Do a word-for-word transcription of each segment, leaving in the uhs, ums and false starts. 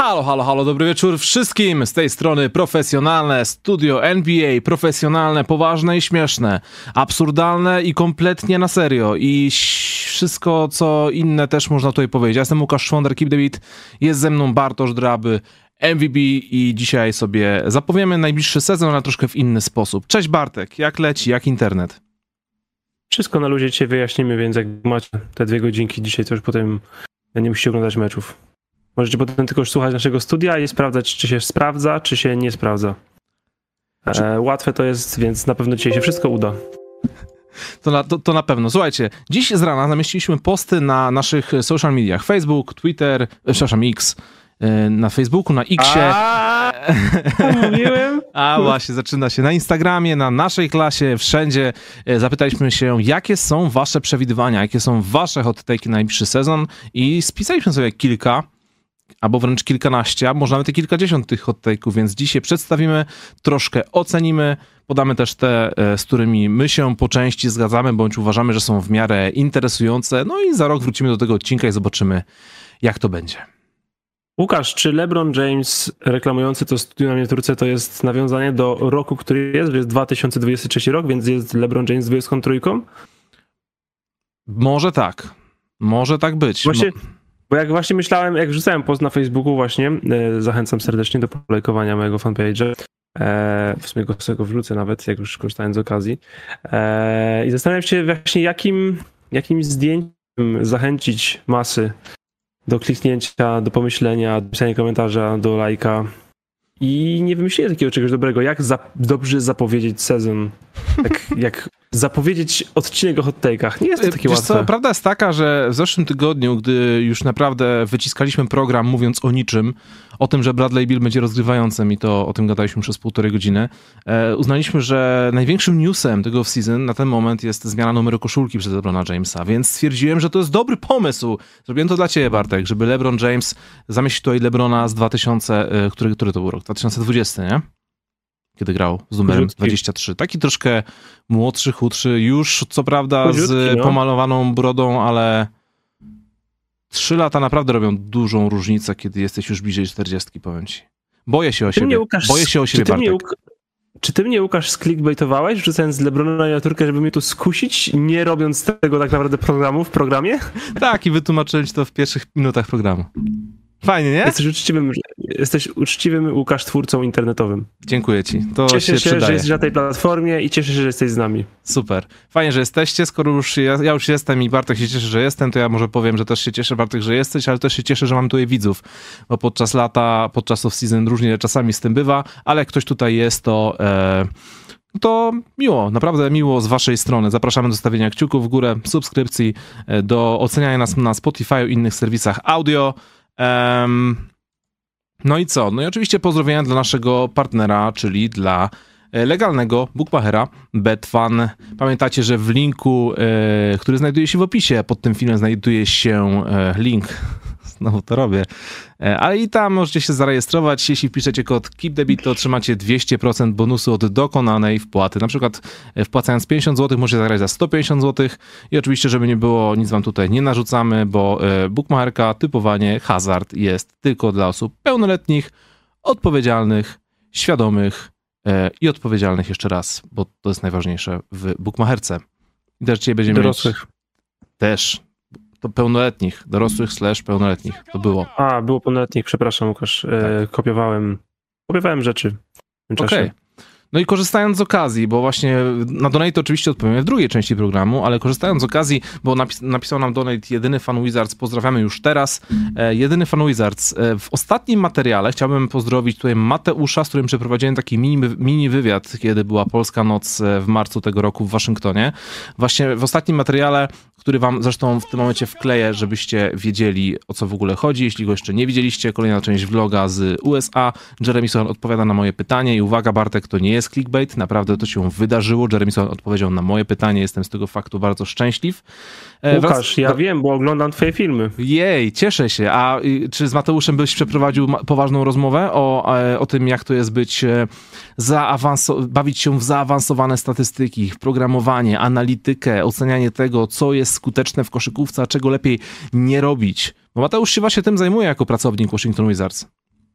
Halo, halo, halo, dobry wieczór wszystkim. Z tej strony profesjonalne studio N B A, profesjonalne, poważne i śmieszne, absurdalne i kompletnie na serio i wszystko co inne też można tutaj powiedzieć. Ja jestem Łukasz Szwonder, Keep the Beat, jest ze mną Bartosz Draby, M V B i dzisiaj sobie zapowiemy najbliższy sezon, ale troszkę w inny sposób. Cześć Bartek, jak leci, jak internet? Wszystko na luzie dzisiaj wyjaśnimy, więc jak macie te dwie godzinki dzisiaj, to już potem nie musicie oglądać meczów. Możecie potem tylko już słuchać naszego studia i sprawdzać, czy się sprawdza, czy się nie sprawdza. E, łatwe to jest, więc na pewno dzisiaj się wszystko uda. To na, to, to na pewno. Słuchajcie, dziś z rana zamieściliśmy posty na naszych social mediach. Facebook, Twitter, przepraszam, X. Na Facebooku, na Xie. Mówiłem. A właśnie, zaczyna się na Instagramie, na naszej klasie, wszędzie. Zapytaliśmy się, jakie są wasze przewidywania, jakie są wasze hot take'i na najbliższy sezon i spisaliśmy sobie kilka, albo wręcz kilkanaście, a może nawet i kilkadziesiąt tych hot take'ów, więc dzisiaj przedstawimy, troszkę ocenimy, podamy też te, z którymi my się po części zgadzamy, bądź uważamy, że są w miarę interesujące, no i za rok wrócimy do tego odcinka i zobaczymy, jak to będzie. Łukasz, czy LeBron James reklamujący to studio na miniaturce to jest nawiązanie do roku, który jest, że jest dwa tysiące dwudziesty trzeci rok, więc jest LeBron James z dwudziestką trójką? Może tak. Może tak być. Właśnie, bo jak właśnie myślałem, jak wrzucałem post na Facebooku właśnie, e, zachęcam serdecznie do polajkowania mojego fanpage'a. E, w sumie go sobie wrzucę nawet, jak już korzystając z okazji. E, I zastanawiam się właśnie, jakim, jakim zdjęciem zachęcić masy do kliknięcia, do pomyślenia, do pisania komentarza, do lajka. I nie wymyśliłem takiego czegoś dobrego. Jak za, dobrze zapowiedzieć sezon? Jak, jak zapowiedzieć odcinek o hot take'ach? Nie jest to takie Wiesz łatwe. Co, prawda jest taka, że w zeszłym tygodniu, gdy już naprawdę wyciskaliśmy program mówiąc o niczym, o tym, że Bradley Beal będzie rozgrywającym i to o tym gadaliśmy przez półtorej godziny, e, uznaliśmy, że największym newsem tego off-season na ten moment jest zmiana numeru koszulki przez LeBrona Jamesa, więc stwierdziłem, że to jest dobry pomysł. Zrobiłem to dla ciebie, Bartek, żeby LeBron James zamieścił tutaj LeBrona z dwa tysiące, e, który, który to był rok? dwa tysiące dwudziesty, nie? Kiedy grał z numerem dwadzieścia trzy. Taki troszkę młodszy, chudszy, już co prawda Chudziutki, z no. pomalowaną brodą, ale trzy lata naprawdę robią dużą różnicę, kiedy jesteś już bliżej czterdziestki, powiem ci. Boję się o ty siebie. Łukasz, Boję się o siebie, czy ty, Bartek. mnie, czy ty mnie, Łukasz, sklickbaitowałeś, wrzucając LeBrona na miniaturkę, żeby mnie tu skusić, nie robiąc tego tak naprawdę programu w programie? Tak, i wytłumaczyłem ci to w pierwszych minutach programu. Fajnie, nie? Jesteś uczciwym, jesteś uczciwym Łukasz twórcą internetowym. Dziękuję ci. To cieszę się, się, przydaje. że jesteś na tej platformie i cieszę się, że jesteś z nami. Super. Fajnie, że jesteście. Skoro już ja, ja już jestem i Bartek się cieszy, że jestem, to ja może powiem, że też się cieszę, Bartek, że jesteś, ale też się cieszę, że mam tutaj widzów, bo podczas lata, podczas off-season różnie czasami z tym bywa, ale jak ktoś tutaj jest, to... E... To miło, naprawdę miło z waszej strony. Zapraszamy do stawienia kciuków w górę, subskrypcji, do oceniania nas na Spotify i innych serwisach audio. Um, no i co? No i oczywiście pozdrowienia dla naszego partnera, czyli dla legalnego bookmachera Betfan. Pamiętacie, że w linku, e, który znajduje się w opisie pod tym filmem, znajduje się e, link. Znowu to robię. Ale i tam możecie się zarejestrować. Jeśli wpiszecie kod KeepTheBeat, to otrzymacie dwieście procent bonusu od dokonanej wpłaty. Na przykład wpłacając pięćdziesiąt złotych możecie zagrać za sto pięćdziesiąt złotych. I oczywiście, żeby nie było, nic wam tutaj nie narzucamy, bo bookmacherka, typowanie, hazard jest tylko dla osób pełnoletnich, odpowiedzialnych, świadomych i odpowiedzialnych jeszcze raz, bo to jest najważniejsze w bookmacherce. I też dzisiaj będziemy dorosłych. Mieć też to pełnoletnich, dorosłych slash pełnoletnich. To było. A, było pełnoletnich, przepraszam Łukasz. E, tak. Kopiowałem, kopiowałem rzeczy w tym czasie. Okay. No i korzystając z okazji, bo właśnie na donate oczywiście odpowiemy w drugiej części programu, ale korzystając z okazji, bo napis, napisał nam donate jedyny fan Wizards, pozdrawiamy już teraz. E, jedyny fan Wizards. E, w ostatnim materiale chciałbym pozdrowić tutaj Mateusza, z którym przeprowadziłem taki mini, mini wywiad, kiedy była Polska Noc w marcu tego roku w Waszyngtonie. Właśnie w ostatnim materiale, który wam zresztą w tym momencie wkleję, żebyście wiedzieli, o co w ogóle chodzi. Jeśli go jeszcze nie widzieliście, kolejna część vloga z U S A. Jeremy Sohan odpowiada na moje pytanie i uwaga, Bartek, to nie jest clickbait, naprawdę to się wydarzyło. Jeremy Sohan odpowiedział na moje pytanie, jestem z tego faktu bardzo szczęśliw. Łukasz, Wraz... ja wiem, bo oglądam twoje filmy. Jej, cieszę się. A czy z Mateuszem byś przeprowadził poważną rozmowę o, o tym, jak to jest być zaawanso- bawić się w zaawansowane statystyki, w programowanie, analitykę, ocenianie tego, co jest skuteczne w koszykówce, a czego lepiej nie robić? Bo Mateusz się właśnie tym zajmuje jako pracownik Washington Wizards.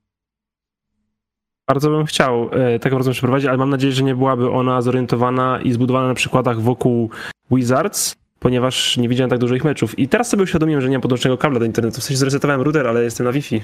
Bardzo bym chciał e, taką rozmowę przeprowadzić, ale mam nadzieję, że nie byłaby ona zorientowana i zbudowana na przykładach wokół Wizards, ponieważ nie widziałem tak dużo ich meczów. I teraz sobie uświadomiłem, że nie mam podłączonego kabla do internetu. W sensie zresetowałem router, ale jestem na Wi-Fi.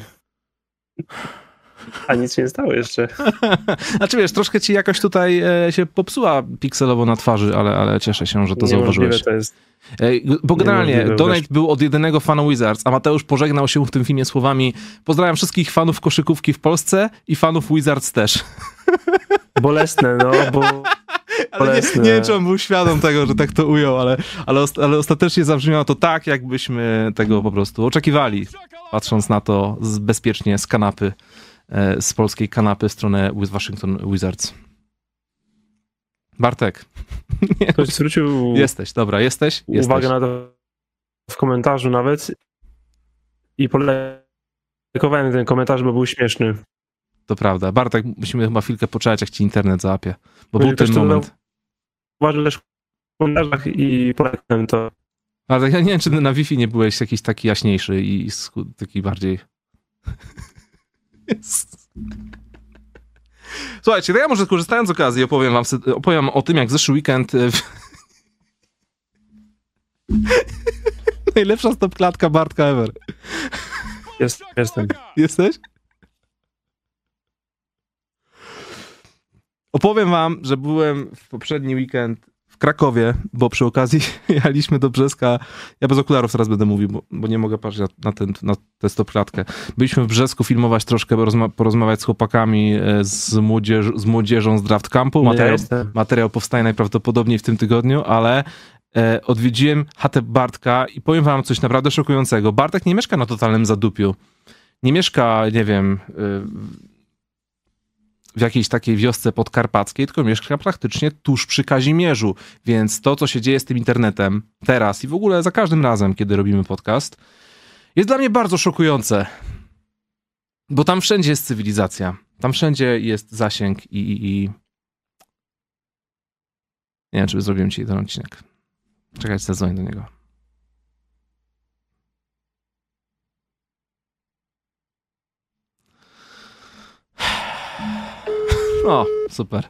A nic się nie stało jeszcze. Znaczy wiesz, troszkę ci jakoś tutaj e, się popsuła pikselowo na twarzy, ale, ale cieszę się, że to Niemożliwe zauważyłeś. to jest. E, bo generalnie Niemożliwe donate wreszcie. był od jedynego fana Wizards, a Mateusz pożegnał się w tym filmie słowami: pozdrawiam wszystkich fanów koszykówki w Polsce i fanów Wizards też. Bolesne, no, bo... Ale nie, nie wiem, czy on był świadom tego, że tak to ujął, ale, ale, ale ostatecznie zabrzmiało to tak, jakbyśmy tego po prostu oczekiwali, patrząc na to z, bezpiecznie z kanapy, e, z polskiej kanapy w stronę Washington Wizards. Bartek. Ktoś zwrócił Jesteś, dobra, jesteś? jesteś. uwagę na to w komentarzu nawet i polekowałem ten komentarz, bo był śmieszny. To prawda. Bartek, musimy chyba chwilkę poczekać, jak ci internet załapie, bo Jeżeli był ten ktoś to moment. Uważaj też w komentarzach i polekłem to. Ale ja nie wiem, czy na Wi-Fi nie byłeś jakiś taki jaśniejszy i sku- taki bardziej... Jest. Słuchajcie, to ja może korzystając z okazji opowiem wam sy- opowiem o tym, jak zeszły weekend... W... Najlepsza stopklatka Bartka ever. Jest, jestem. Jesteś? Opowiem wam, że byłem w poprzedni weekend w Krakowie, bo przy okazji jechaliśmy do Brzeska. Ja bez okularów teraz będę mówił, bo, bo nie mogę patrzeć na, na, ten, na tę stopklatkę. Byliśmy w Brzesku filmować troszkę, rozma- porozmawiać z chłopakami, z, młodzież- z młodzieżą z Draft Campu. Materiał, Ja materiał powstaje najprawdopodobniej w tym tygodniu, ale e, odwiedziłem chatę Bartka i powiem wam coś naprawdę szokującego. Bartek nie mieszka na totalnym zadupiu. Nie mieszka, nie wiem... Y, w jakiejś takiej wiosce podkarpackiej, tylko mieszka praktycznie tuż przy Kazimierzu. Więc to, co się dzieje z tym internetem teraz i w ogóle za każdym razem, kiedy robimy podcast, jest dla mnie bardzo szokujące. Bo tam wszędzie jest cywilizacja. Tam wszędzie jest zasięg i... i, i... Nie wiem, czy zrobiłem ci ten odcinek. Czekajcie, zadzwonię do niego. O, super.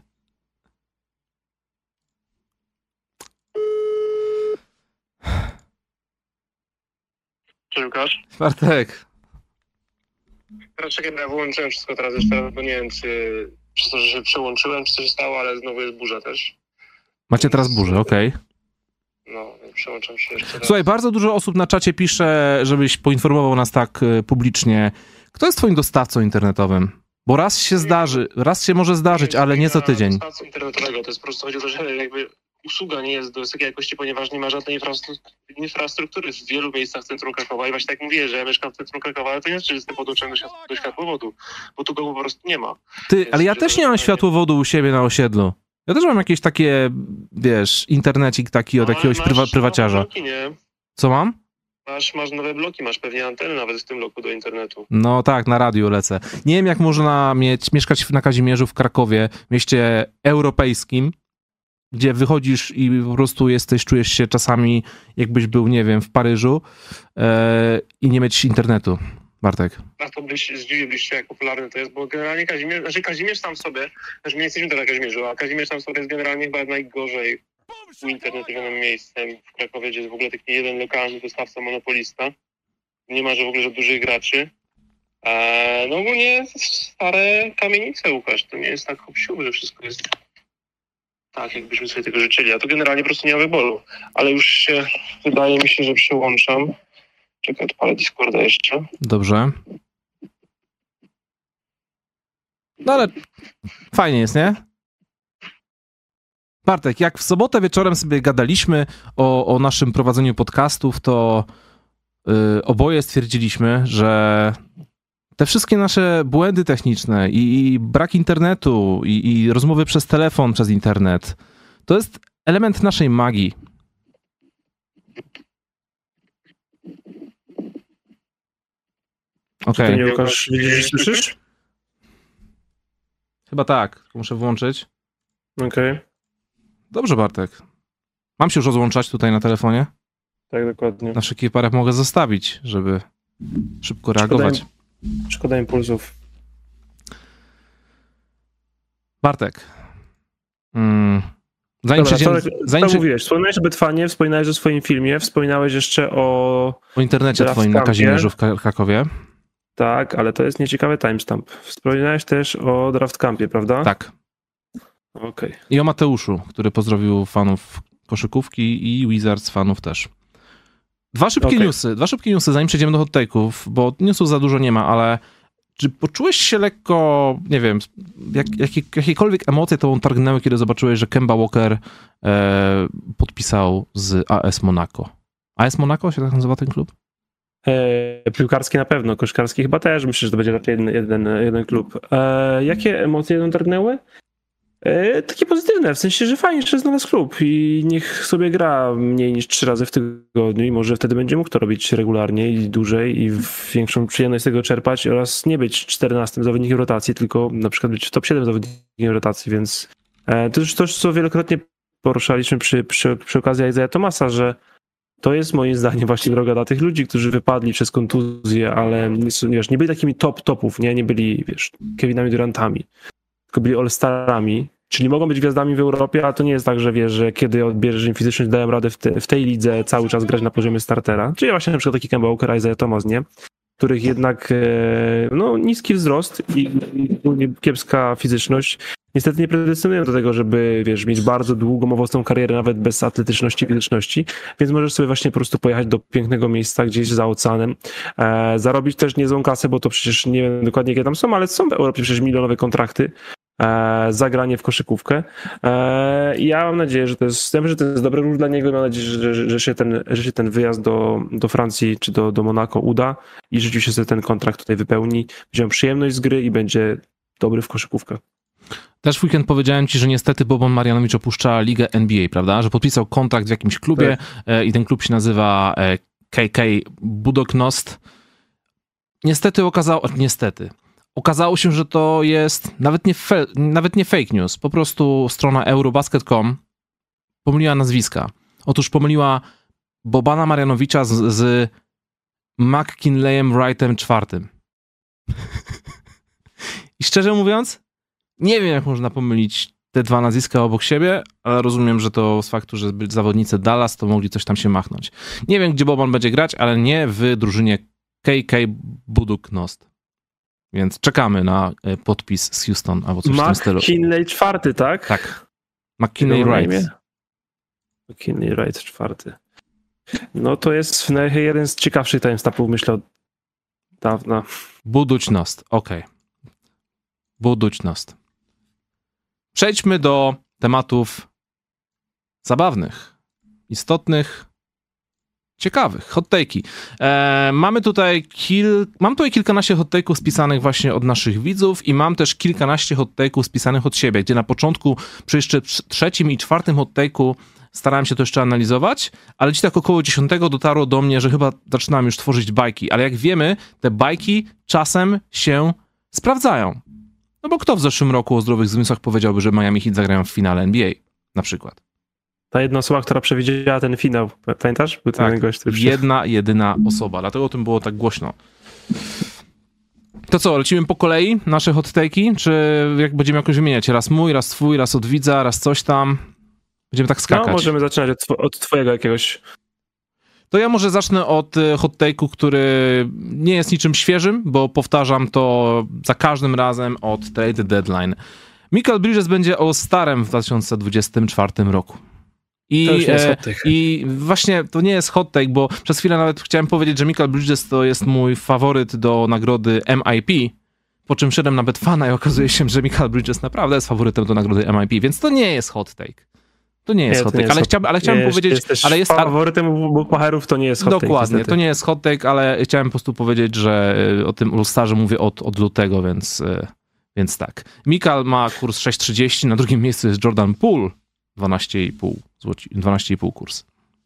Cześć Łukasz. Bartek. Teraz czekaj, ja wyłączyłem wszystko teraz jeszcze, bo nie wiem, czy przez to, że się przełączyłem, czy coś się stało, ale znowu jest burza też. Macie teraz burzę, okej. Okay. No, przełączam się jeszcze raz. Słuchaj, bardzo dużo osób na czacie pisze, żebyś poinformował nas tak y, publicznie. Kto jest twoim dostawcą internetowym? Bo raz się zdarzy, raz się może zdarzyć, ale nie co tydzień. Dostawcy internetowego, to jest po prostu chodzi o to, że jakby usługa nie jest do wysokiej jakości, ponieważ nie ma żadnej infrastruktury w wielu miejscach w centrum Krakowa. I właśnie tak mówię, że ja mieszkam w centrum Krakowa, ale to nie znaczy, że jestem podłączony do, do światłowodu, bo tu go po prostu nie ma. Ty, ale ja też nie mam światłowodu u siebie na osiedlu. Ja też mam jakieś takie, wiesz, internecik taki od Ale jakiegoś masz prywa- prywaciarza. nowe bloki, nie? Co mam? Masz, masz nowe bloki, masz pewnie anteny nawet w tym bloku do internetu. No tak, na radiu lecę. Nie wiem, jak można mieć, mieszkać na Kazimierzu w Krakowie, mieście europejskim, gdzie wychodzisz i po prostu jesteś, czujesz się czasami jakbyś był, nie wiem, w Paryżu yy, i nie mieć internetu. Bartek. Na to byś zdziwiliście, jak popularny to jest, bo generalnie Kazimierz, znaczy Kazimierz sam w sobie, znaczy my nie jesteśmy teraz na Kazimierzu, a Kazimierz sam w sobie jest generalnie chyba najgorzej uinternetowionym miejscem w Krakowie, gdzie jest w ogóle taki jeden lokalny dostawca, monopolista. Nie ma, że w ogóle, że dużych graczy. Eee, no ogólnie stare kamienice, Łukasz, to nie jest tak hop-siup, że wszystko jest tak, jakbyśmy sobie tego życzyli, a to generalnie po prostu nie ma wyboru. Ale już się, wydaje mi się, że przyłączam. Czekaj, odpalę Discorda jeszcze. Dobrze. No ale fajnie jest, nie? Bartek, jak w sobotę wieczorem sobie gadaliśmy o, o naszym prowadzeniu podcastów, to yy, oboje stwierdziliśmy, że te wszystkie nasze błędy techniczne i, i brak internetu i, i rozmowy przez telefon, przez internet, to jest element naszej magii. Okej. Ty mnie, Łukasz, widzisz, słyszysz? Chyba tak, muszę włączyć. Okej. Okay. Dobrze, Bartek. Mam się już rozłączać tutaj na telefonie? Tak, dokładnie. Na wszelki wypadek mogę zostawić, żeby szybko reagować. Szkoda, im, szkoda impulsów. Bartek. Mm. Zanim Dobra, przejdziemy... co, zanim co przy... mówiłeś? Wspominałeś o Betfanie, wspominałeś o swoim filmie, wspominałeś jeszcze o... O internecie twoim na Kazimierzu w Krakowie. Tak, ale to jest nieciekawy timestamp. Wspominałeś też o Draft Campie, prawda? Tak. Okej. Okay. I o Mateuszu, który pozdrowił fanów koszykówki i Wizards fanów też. Dwa szybkie okay. newsy, dwa szybkie newsy, zanim przejdziemy do hot take'ów, bo newsów za dużo nie ma, ale czy poczułeś się lekko, nie wiem, jak, jakie, jakiekolwiek emocje tobą targnęły, kiedy zobaczyłeś, że Kemba Walker e, podpisał z A S Monaco? A S Monaco się tak nazywa ten klub? E, piłkarski na pewno, koszkarski chyba też. Myślę, że to będzie raczej jeden, jeden, jeden klub. E, jakie emocje tobą targnęły? E, takie pozytywne, w sensie, że fajnie, że znalazł klub i niech sobie gra mniej niż trzy razy w tygodniu i może wtedy będzie mógł to robić regularnie i dłużej i większą przyjemność z tego czerpać oraz nie być czternastym zawodnikiem rotacji, tylko na przykład być w top siedem zawodnikiem rotacji, więc e, to już to, co wielokrotnie poruszaliśmy przy, przy, przy okazji Isaiah Thomasa, że to jest moim zdaniem właśnie droga dla tych ludzi, którzy wypadli przez kontuzję, ale nie, wiesz, nie byli takimi top topów, nie, nie byli, wiesz, Kevinami Durantami, tylko byli all-starami, czyli mogą być gwiazdami w Europie, a to nie jest tak, że wiesz, że kiedy odbierzesz im fizyczność, dają radę w, te, w tej lidze cały czas grać na poziomie startera. Czyli właśnie na przykład taki Kemba Walker, Isaiah Thomas, nie? Których jednak no, niski wzrost i, i kiepska fizyczność niestety nie predestynują do tego, żeby, wiesz, mieć bardzo długą, owocną karierę nawet bez atletyczności i fizyczności, więc możesz sobie właśnie po prostu pojechać do pięknego miejsca gdzieś za oceanem, e, zarobić też niezłą kasę, bo to przecież nie wiem dokładnie jakie tam są, ale są w Europie przecież milionowe kontrakty, e, zagranie w koszykówkę. E, I ja mam nadzieję, że to jest, wiem, że to jest dobry ruch dla niego, mam nadzieję, że, że, że, się, ten, że się ten wyjazd do, do Francji czy do, do Monako uda i rzeczywiście sobie ten kontrakt tutaj wypełni, będzie miał przyjemność z gry i będzie dobry w koszykówkę. Też w weekend powiedziałem ci, że niestety Boban Marjanowicz opuszcza ligę N B A, prawda? Że podpisał kontrakt w jakimś klubie tak. I ten klub się nazywa K K Budoknost. Niestety okazało, niestety, okazało się, że to jest nawet nie, fe, nawet nie fake news, po prostu strona Eurobasket kropka com pomyliła nazwiska. Otóż pomyliła Bobana Marjanowicza z, z McKinleyem Wrightem czwartym. I szczerze mówiąc, nie wiem, jak można pomylić te dwa nazwiska obok siebie, ale rozumiem, że to z faktu, że byli zawodnicy Dallas, to mogli coś tam się machnąć. Nie wiem, gdzie Boban będzie grać, ale nie w drużynie K K Buduknost. Więc czekamy na podpis z Houston albo coś Mac w tym stylu. McKinley czwarty, tak? Tak. McKinley Wright. McKinley Wright czwarty. No to jest jeden z ciekawszych timestampów, myślę, od dawna. Budućnost, okej. Okay. Budućnost. Przejdźmy do tematów zabawnych, istotnych, ciekawych. Hot take'i. E, mamy tutaj kil... Mam tutaj kilkanaście hot take'ów spisanych właśnie od naszych widzów i mam też kilkanaście hot take'ów spisanych od siebie, gdzie na początku przy jeszcze trzecim i czwartym hot take'u starałem się to jeszcze analizować, ale gdzieś tak około dziesiątego dotarło do mnie, że chyba zaczynam już tworzyć bajki, ale jak wiemy, te bajki czasem się sprawdzają. No bo kto w zeszłym roku o zdrowych zmysłach powiedziałby, że Miami Heat zagrają w finale N B A na przykład? Ta jedna osoba, która przewidziała ten finał, pamiętasz? Był tak, ten gość, który jedna, jedyna osoba, dlatego o tym było tak głośno. To co, lecimy po kolei nasze hot take'i, czy jak będziemy jakoś wymieniać? Raz mój, raz twój, raz od widza, raz coś tam. Będziemy tak skakać. No, możemy zaczynać od, tw- od twojego jakiegoś. To ja może zacznę od hot take'u, który nie jest niczym świeżym, bo powtarzam to za każdym razem od trade deadline. Mikal Bridges będzie All-Starem w dwa tysiące dwudziestym czwartym roku. I, to już nie jest hot take. I właśnie to nie jest hot take, bo przez chwilę nawet chciałem powiedzieć, że Mikal Bridges to jest mój faworyt do nagrody M I P, po czym szedłem na Betfana i okazuje się, że Mikal Bridges naprawdę jest faworytem do nagrody M I P, więc to nie jest hot take. To nie jest nie, hot take, ale, chciałbym, ale chciałem nie, powiedzieć... Jesteś ale jest faworytem bookmacherów, to nie jest hot Dokładnie, take. Dokładnie, to nie jest hot take, ale chciałem po prostu powiedzieć, że o tym All-Starze mówię od, od lutego, więc, więc tak. Mikal ma kurs sześć trzydzieści, na drugim miejscu jest Jordan Poole, dwanaście i pół złoci, dwanaście i pół kurs.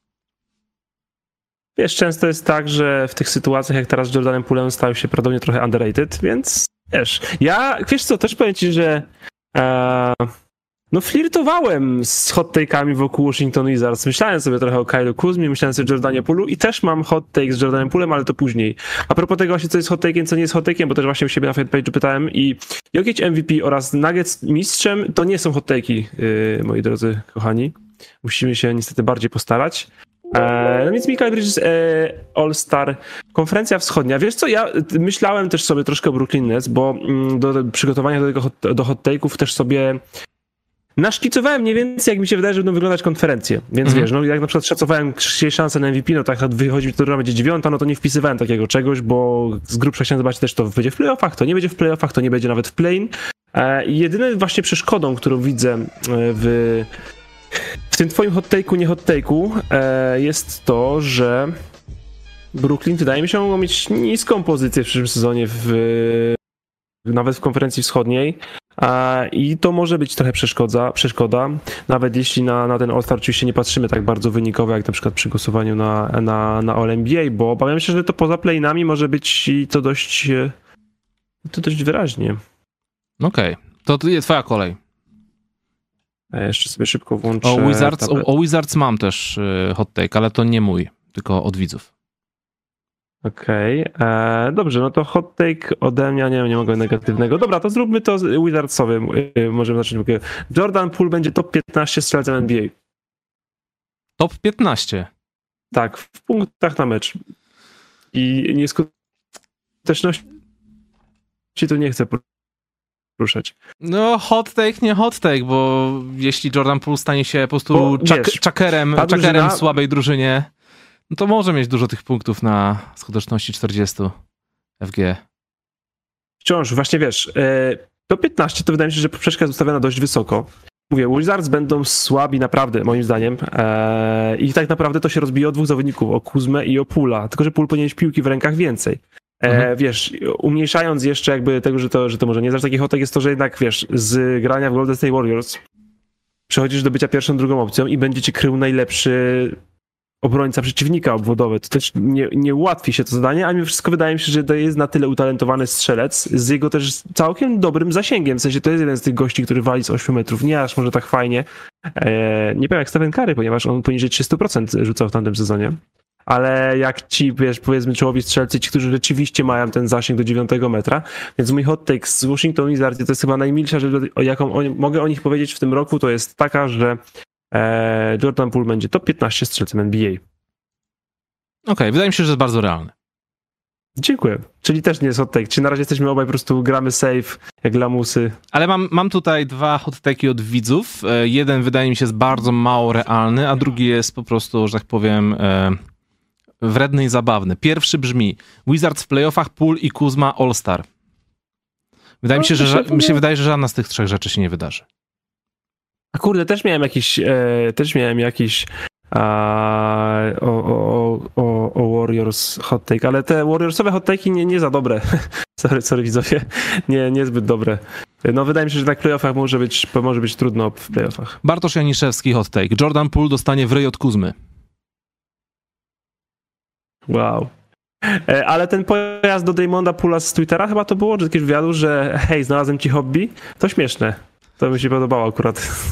Wiesz, często jest tak, że w tych sytuacjach, jak teraz z Jordanem Poolem, stał się prawdopodobnie trochę underrated, więc wiesz, ja, wiesz co, też powiem ci, że e, no flirtowałem z hot take'ami wokół Washington Wizards. Myślałem sobie trochę o Kylu Kuzmie, myślałem sobie o Jordanie Poolu i też mam hot take z Jordanem Poolem, ale to później. A propos tego właśnie, co jest hot take'iem, co nie jest hot take'iem, bo też właśnie u siebie na fanpage'u pytałem i Jokic M V P oraz Nuggets mistrzem to nie są hot take'i, yy, moi drodzy kochani. Musimy się niestety bardziej postarać. No więc Mikal Bridges, All-Star, konferencja wschodnia. Wiesz co, ja myślałem też sobie troszkę o Brooklyn Nets, bo do, do przygotowania do tego hot, do hot take'ów też sobie naszkicowałem mniej więcej, jak mi się wydaje, że będą wyglądać konferencje. Więc mm-hmm. wiesz, no jak na przykład szacowałem szansę na M V P, no tak wychodzi mi to, że będzie dziewiąta, no to nie wpisywałem takiego czegoś, bo z grubsza chciałem zobaczyć też, to będzie w playoffach, to nie będzie w playoffach, to nie będzie nawet w play-in. I jedyną właśnie przeszkodą, którą widzę w W tym twoim hot take'u, nie hot take'u e, jest to, że Brooklyn wydaje mi się mogą mieć niską pozycję w przyszłym sezonie w, nawet w konferencji wschodniej a, i to może być trochę przeszkoda, przeszkoda nawet jeśli na, na ten All-Star oczywiście nie patrzymy tak bardzo wynikowo jak na przykład przy głosowaniu na, na, na All N B A, bo obawiam się, że to poza play-inami może być i to dość to dość wyraźnie. Okej, okay. To tu jest twoja kolej. A jeszcze sobie szybko włączę... O Wizards, o, o Wizards mam też y, hot take, ale to nie mój, tylko od widzów. Okej, okay. Dobrze, no to hot take ode mnie, nie, nie mogę negatywnego. Dobra, to zróbmy to Wizardsowym. Y, możemy zacząć. Jordan Poole będzie top piętnaście strzelcem N B A. Top piętnaście? Tak, w punktach na mecz. I nieskuteczności tu nie chcę ruszać. No hot take, nie hot take, bo jeśli Jordan Poole stanie się po prostu czakerem w słabej drużynie, no to może mieć dużo tych punktów na skuteczności czterdzieści F G. Wciąż, właśnie wiesz, to piętnaście to wydaje mi się, że poprzeczka jest ustawiona dość wysoko. Mówię, Wizards będą słabi naprawdę, moim zdaniem. I tak naprawdę to się rozbije o dwóch zawodników, o Kuzmę i o Poola. Tylko że Poole powinien mieć piłki w rękach więcej. Mhm. Wiesz, umniejszając jeszcze jakby tego, że to, że to może nie jest taki hot take, jest to, że jednak wiesz, z grania w Golden State Warriors przechodzisz do bycia pierwszą, drugą opcją i będzie ci krył najlepszy obrońca przeciwnika obwodowy. To też nie, nie ułatwi się to zadanie, a mimo wszystko wydaje mi się, że to jest na tyle utalentowany strzelec z jego też całkiem dobrym zasięgiem. W sensie to jest jeden z tych gości, który wali z ośmiu metrów. Nie aż może tak fajnie. Eee, nie powiem jak Stephen Curry, ponieważ on poniżej trzysta procent rzucał w tamtym sezonie. Ale jak ci, wiesz, powiedzmy czołowi strzelcy, ci, którzy rzeczywiście mają ten zasięg do dziewiątego metra, więc mój hot take z Washington Wizards to jest chyba najmilsza rzecz, jaką on, mogę o nich powiedzieć w tym roku, to jest taka, że e, Jordan Poole będzie top piętnaście strzelcem N B A. Okej, okay, wydaje mi się, że jest bardzo realny. Dziękuję. Czyli też nie jest hot take. Czy na razie jesteśmy obaj po prostu gramy safe, jak lamusy. Ale mam, mam tutaj dwa hot take'i od widzów. E, jeden wydaje mi się jest bardzo mało realny, a drugi jest po prostu, że tak powiem... E, wredny i zabawny. Pierwszy brzmi Wizards w playoffach, Poole i Kuzma All-Star. Wydaje no, mi się, że ża- mi się wydaje, że żadna z tych trzech rzeczy się nie wydarzy. A kurde, też miałem jakiś e, też miałem jakiś a, o, o, o, o Warriors hot take, ale te Warriorsowe hot take'i nie, nie za dobre. sorry, sorry widzowie. Nie, niezbyt dobre. No wydaje mi się, że tak w playoffach może być, może być trudno w playoffach. Bartosz Janiszewski hot take. Jordan Poole dostanie w ryj od Kuzmy. Wow. Ale ten pojazd do Draymonda Poola z Twittera chyba to było, że jakiś wywiadu, że hej, znalazłem ci hobby. To śmieszne. To mi się podobało akurat.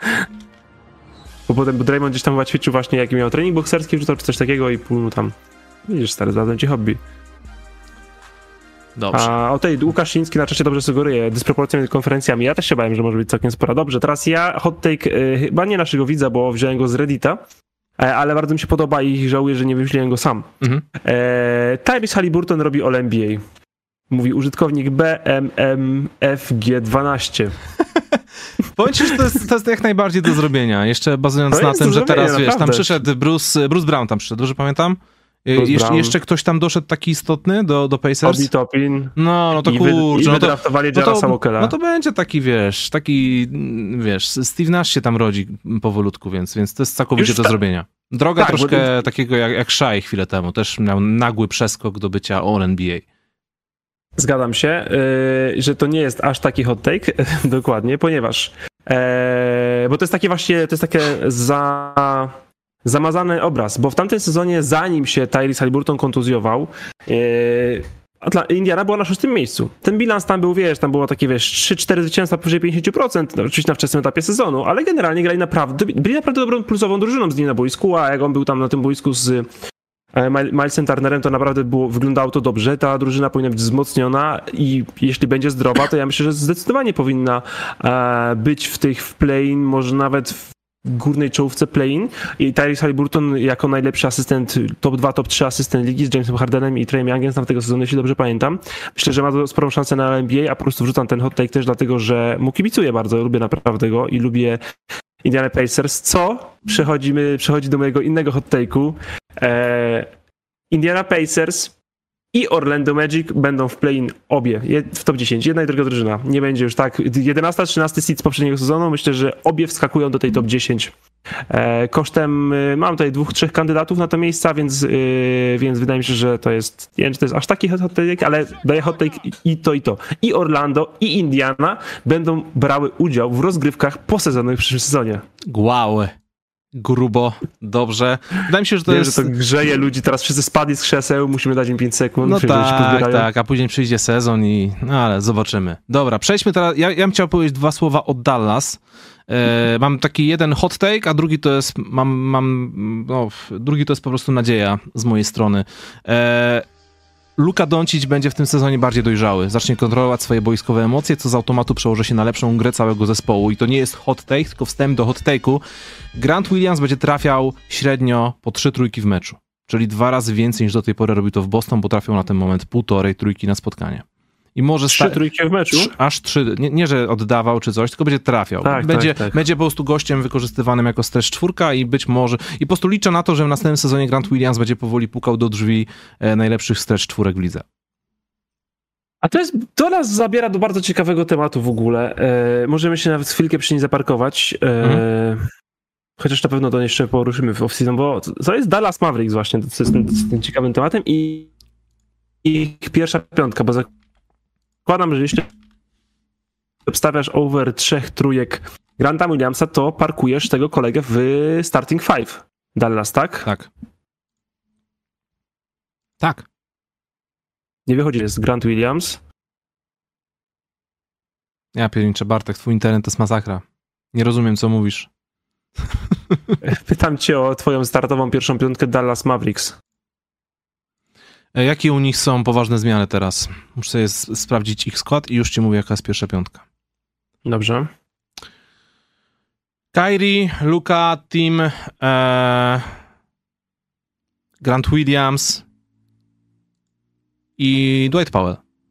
Bo potem Draymond gdzieś tam chyba ćwiczył właśnie, jaki miał trening bokserski, wrzucał czy coś takiego i Pool mu tam, widzisz stary, znalazłem ci hobby. Dobrze. A o tej Łukasz Szyński na czacie dobrze sugeruje dysproporcje między konferencjami. Ja też się bałem, że może być całkiem spora. Dobrze, teraz ja hot take, y, chyba nie naszego widza, bo wziąłem go z Reddita, ale bardzo mi się podoba i żałuję, że nie wymyśliłem go sam. Mhm. E, Tyrese Haliburton robi All N B A. Mówi użytkownik B M M F G dwanaście. Powiem ci, że to jest, to jest jak najbardziej do zrobienia. Jeszcze bazując na tym, że teraz, wiesz, naprawdę. Tam przyszedł Bruce, Bruce Brown, tam przyszedł, dobrze pamiętam? Jesz, jeszcze ktoś tam doszedł taki istotny do, do Pacers? Obi Toppin. No, no to I kurczę. I no wydraftowali to, Jarrasa no, Walkera. no to będzie taki, wiesz, taki, wiesz, Steve Nash się tam rodzi powolutku, więc, więc to jest całkowicie Już do ta... zrobienia. Droga tak, troszkę bo... takiego jak, jak Shai chwilę temu. Też miał nagły przeskok do bycia All N B A. Zgadzam się, yy, że to nie jest aż taki hot take, dokładnie, ponieważ yy, bo to jest takie właśnie, to jest takie za... zamazany obraz, bo w tamtym sezonie, zanim się Tyrese Haliburton kontuzjował, yy, Atla- Indiana była na szóstym miejscu. Ten bilans tam był, wiesz, tam było takie, wiesz, trzy cztery zwycięstwa powyżej pięćdziesiąt procent, no, oczywiście na wczesnym etapie sezonu, ale generalnie grali naprawdę, byli naprawdę dobrą plusową drużyną z nim na boisku, a jak on był tam na tym boisku z Milesem Turnerem, to naprawdę było, wyglądało to dobrze. Ta drużyna powinna być wzmocniona i jeśli będzie zdrowa, to ja myślę, że zdecydowanie powinna e, być w tych w play-in, może nawet w górnej czołówce play-in. I Tyrese Haliburton jako najlepszy asystent, top dwa, top trzy asystent ligi z Jamesem Hardenem i Treyem Youngiem z tamtego sezonu, jeśli dobrze pamiętam. Myślę, że ma sporą szansę na N B A, a po prostu wrzucam ten hot take też dlatego, że mu kibicuję bardzo, lubię naprawdę go i lubię Indiana Pacers, co przechodzimy, przechodzi do mojego innego hot take'u. E, Indiana Pacers i Orlando Magic będą w play-in obie, w top dziesięć. Jedna i druga drużyna. Nie będzie już tak. jedenasty trzynasty seed z poprzedniego sezonu. Myślę, że obie wskakują do tej top dziesięć. E, kosztem, y, mam tutaj dwóch, trzech kandydatów na to miejsca, więc, y, więc wydaje mi się, że to jest, nie wiem, czy to jest aż taki hot take, ale daję hot take i to, i to. I Orlando, i Indiana będą brały udział w rozgrywkach posezonowych w przyszłym sezonie. Wow. Grubo, dobrze. Wydaje mi się, że to Wiem, jest... że to grzeje ludzi, teraz wszyscy spadli z krzeseł, musimy dać im pięć sekund. No tak, się tak, a później przyjdzie sezon i... No ale zobaczymy. Dobra, przejdźmy teraz... Ja, ja bym chciał powiedzieć dwa słowa o Dallas. E, mam taki jeden hot take, a drugi to jest... Mam, mam... No, drugi to jest po prostu nadzieja z mojej strony. E, Luka Doncic będzie w tym sezonie bardziej dojrzały. Zacznie kontrolować swoje boiskowe emocje, co z automatu przełoży się na lepszą grę całego zespołu. I to nie jest hot take, tylko wstęp do hot take'u. Grant Williams będzie trafiał średnio po trzy trójki w meczu. Czyli dwa razy więcej niż do tej pory robił to w Boston, bo trafiał na ten moment półtorej trójki na spotkanie. I może Trzy trójki w meczu? Trz, aż trzy. Nie, nie, że oddawał czy coś, tylko będzie trafiał. Tak, będzie, tak, tak. będzie po prostu gościem wykorzystywanym jako stretch czwórka i być może... I po prostu liczę na to, że w następnym sezonie Grant Williams będzie powoli pukał do drzwi e, najlepszych stretch czwórek w lidze. A to jest, to nas zabiera do bardzo ciekawego tematu w ogóle. E, możemy się nawet chwilkę przy nim zaparkować. E, mhm. Chociaż na pewno to jeszcze poruszymy w off-season, bo to jest Dallas Mavericks właśnie, to jest tym, tym ciekawym tematem i ich pierwsza piątka, bo zakładam, że jeśli obstawiasz over trzech trójek Granta Williamsa, to parkujesz tego kolegę w starting five. Dallas, tak? Tak. Tak. Nie wychodzi, jest Grant Williams. Ja pierniczę, Bartek, twój internet to jest masakra. Nie rozumiem, co mówisz. Pytam cię o twoją startową pierwszą piątkę Dallas Mavericks. Jakie u nich są poważne zmiany teraz? Muszę sobie s- sprawdzić ich skład i już ci mówię, jaka jest pierwsza piątka. Dobrze. Kyrie, Luka, Tim, e, Grant Williams i Dwight Powell.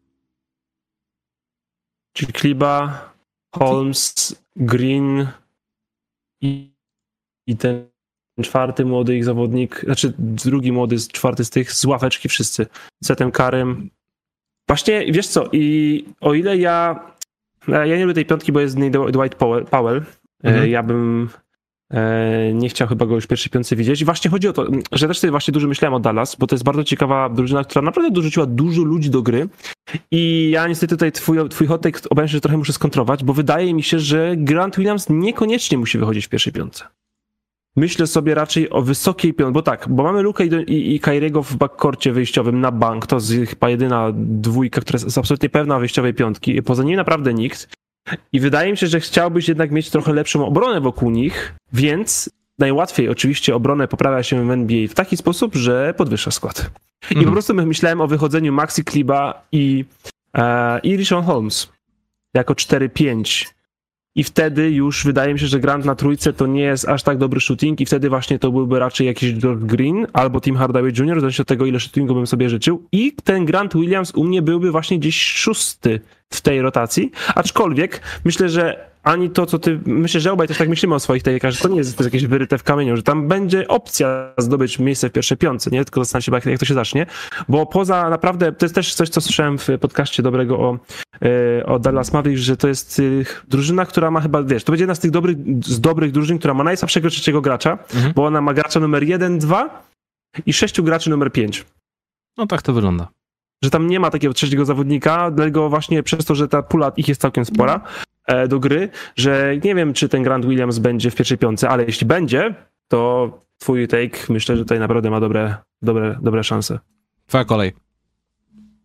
Czyli Kliba, Holmes, Green i, i ten czwarty młody ich zawodnik, znaczy drugi młody, czwarty z tych, z ławeczki wszyscy. Zetem Karym. Właśnie, wiesz co, i o ile ja ja nie lubię tej piątki, bo jest z niej Dwight Powell, Powell mhm. ja bym e, nie chciał chyba go już w pierwszej piątce widzieć. I właśnie chodzi o to, że też sobie właśnie dużo myślałem o Dallas, bo to jest bardzo ciekawa drużyna, która naprawdę dorzuciła dużo ludzi do gry. I ja niestety tutaj twój, twój hot take obawiam się, że trochę muszę skontrować, bo wydaje mi się, że Grant Williams niekoniecznie musi wychodzić w pierwszej piątce. Myślę sobie raczej o wysokiej piątce, bo tak, bo mamy Lukę i, i, i Kyriego w backcourcie wyjściowym na bank, to jest chyba jedyna dwójka, która jest absolutnie pewna wyjściowej piątki, poza nim naprawdę nikt. I wydaje mi się, że chciałbyś jednak mieć trochę lepszą obronę wokół nich, więc najłatwiej oczywiście obronę poprawia się w N B A w taki sposób, że podwyższa skład. I mm. po prostu myślałem o wychodzeniu Maxi Kliba i, e, i Richaun Holmes jako cztery pięć. I wtedy już wydaje mi się, że Grant na trójce to nie jest aż tak dobry shooting i wtedy właśnie to byłby raczej jakiś George Green albo Tim Hardaway junior, zależy od tego, ile shootingu bym sobie życzył. I ten Grant Williams u mnie byłby właśnie gdzieś szósty w tej rotacji. Aczkolwiek myślę, że ani to, co ty... Myślę, że obaj też tak myślimy o swoich take'ach, że to nie jest, to jest jakieś wyryte w kamieniu, że tam będzie opcja zdobyć miejsce w pierwszej piątce, nie? Tylko zastanawiam się, jak, jak to się zacznie. Bo poza naprawdę... To jest też coś, co słyszałem w podcaście dobrego o, yy, o Dallas Mavericks, że to jest yy, drużyna, która ma chyba, wiesz, to będzie jedna z tych dobrych, z dobrych drużyn, która ma najsłabszego trzeciego gracza, mhm. bo ona ma gracza numer jeden, dwa i sześciu graczy numer pięć. No tak to wygląda. Że tam nie ma takiego trzeciego zawodnika, dlatego właśnie przez to, że ta pula ich jest całkiem spora e, do gry, że nie wiem, czy ten Grant Williams będzie w pierwszej piątce, ale jeśli będzie, to twój take myślę, że tutaj naprawdę ma dobre, dobre, dobre szanse. Twoja kolej.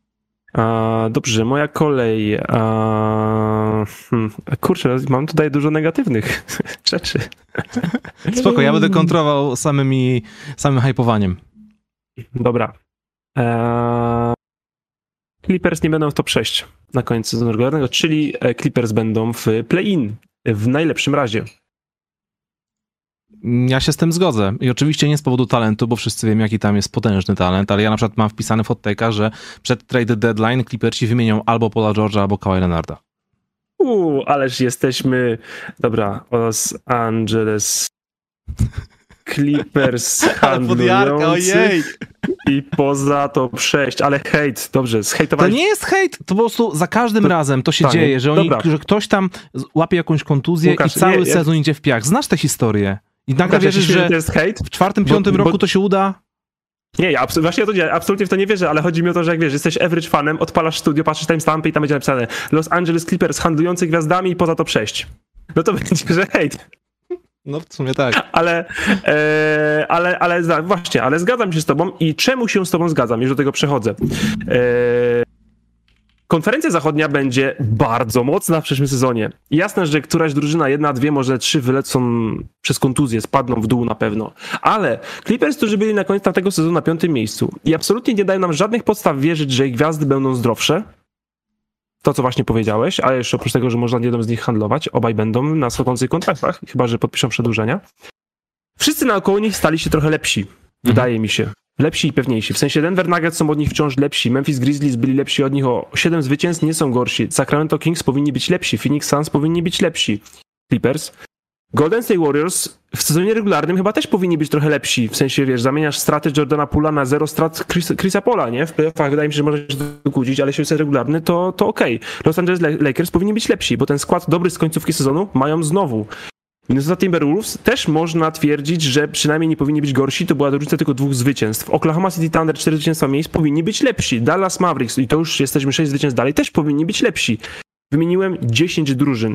A, dobrze, moja kolej. A, hmm, kurczę, mam tutaj dużo negatywnych rzeczy. Spoko, ja będę kontrolował samymi, samym hypowaniem. Dobra. Eee, Clippers nie będą w top sześć na koniec sezonu regularnego, czyli Clippers będą w play-in w najlepszym razie. Ja się z tym zgodzę. I oczywiście nie z powodu talentu, bo wszyscy wiemy, jaki tam jest potężny talent, ale ja na przykład mam wpisane w hot take'a, że przed trade deadline Clippersi wymienią albo Paula George'a, albo Kawhi Leonarda. Uuu, ależ jesteśmy... Dobra, Los Angeles Clippers handlujący i poza top sześć, ale hejt, dobrze, zhejtowali... To nie jest hejt, to po prostu za każdym to, razem to się tak, dzieje, że, oni, że ktoś tam łapie jakąś kontuzję Łukasz, i cały nie, sezon ja... idzie w piach. Znasz tę historię. I nagle Łukasz, wierzysz, ja że to jest hejt? w czwartym, piątym bo, roku bo... to się uda? Nie, ja abs- właśnie ja to nie, absolutnie w to nie wierzę, ale chodzi mi o to, że jak wiesz, jesteś average fanem, odpalasz studio, patrzysz timestampy i tam będzie napisane Los Angeles Clippers handlujący gwiazdami i poza top sześć. No to będzie, że hejt. No w sumie tak. Ale, e, ale, ale właśnie, ale zgadzam się z tobą i czemu się z tobą zgadzam, już do tego przechodzę. E, konferencja zachodnia będzie bardzo mocna w przyszłym sezonie. Jasne, że któraś drużyna, jedna, dwie, może trzy wylecą przez kontuzję, spadną w dół na pewno. Ale Clippers, którzy byli na koniec tamtego sezonu na piątym miejscu i absolutnie nie dają nam żadnych podstaw wierzyć, że ich gwiazdy będą zdrowsze. To, co właśnie powiedziałeś, a jeszcze oprócz tego, że można jedną z nich handlować, obaj będą na schodzących kontraktach, chyba że podpiszą przedłużenia. Wszyscy naokoło nich stali się trochę lepsi, wydaje mi się. Lepsi i pewniejsi. W sensie Denver Nuggets są od nich wciąż lepsi, Memphis Grizzlies byli lepsi od nich o siedem zwycięstw, nie są gorsi. Sacramento Kings powinni być lepsi, Phoenix Suns powinni być lepsi. Clippers. Golden State Warriors w sezonie regularnym chyba też powinni być trochę lepsi. W sensie, wiesz, zamieniasz straty Jordana Poola na zero strat Chris, Chrisa Paula, nie? W playoffach wydaje mi się, że może się dokudzić, ale jeśli jest regularny, to, to okej. Okay. Los Angeles Lakers powinni być lepsi, bo ten skład dobry z końcówki sezonu mają znowu. Minnesota Timberwolves też można twierdzić, że przynajmniej nie powinni być gorsi, to była różnica tylko dwóch zwycięstw. Oklahoma City Thunder, cztery zwycięstwa miejsc, powinni być lepsi. Dallas Mavericks, i to już jesteśmy sześć zwycięstw dalej, też powinni być lepsi. Wymieniłem dziesięć drużyn,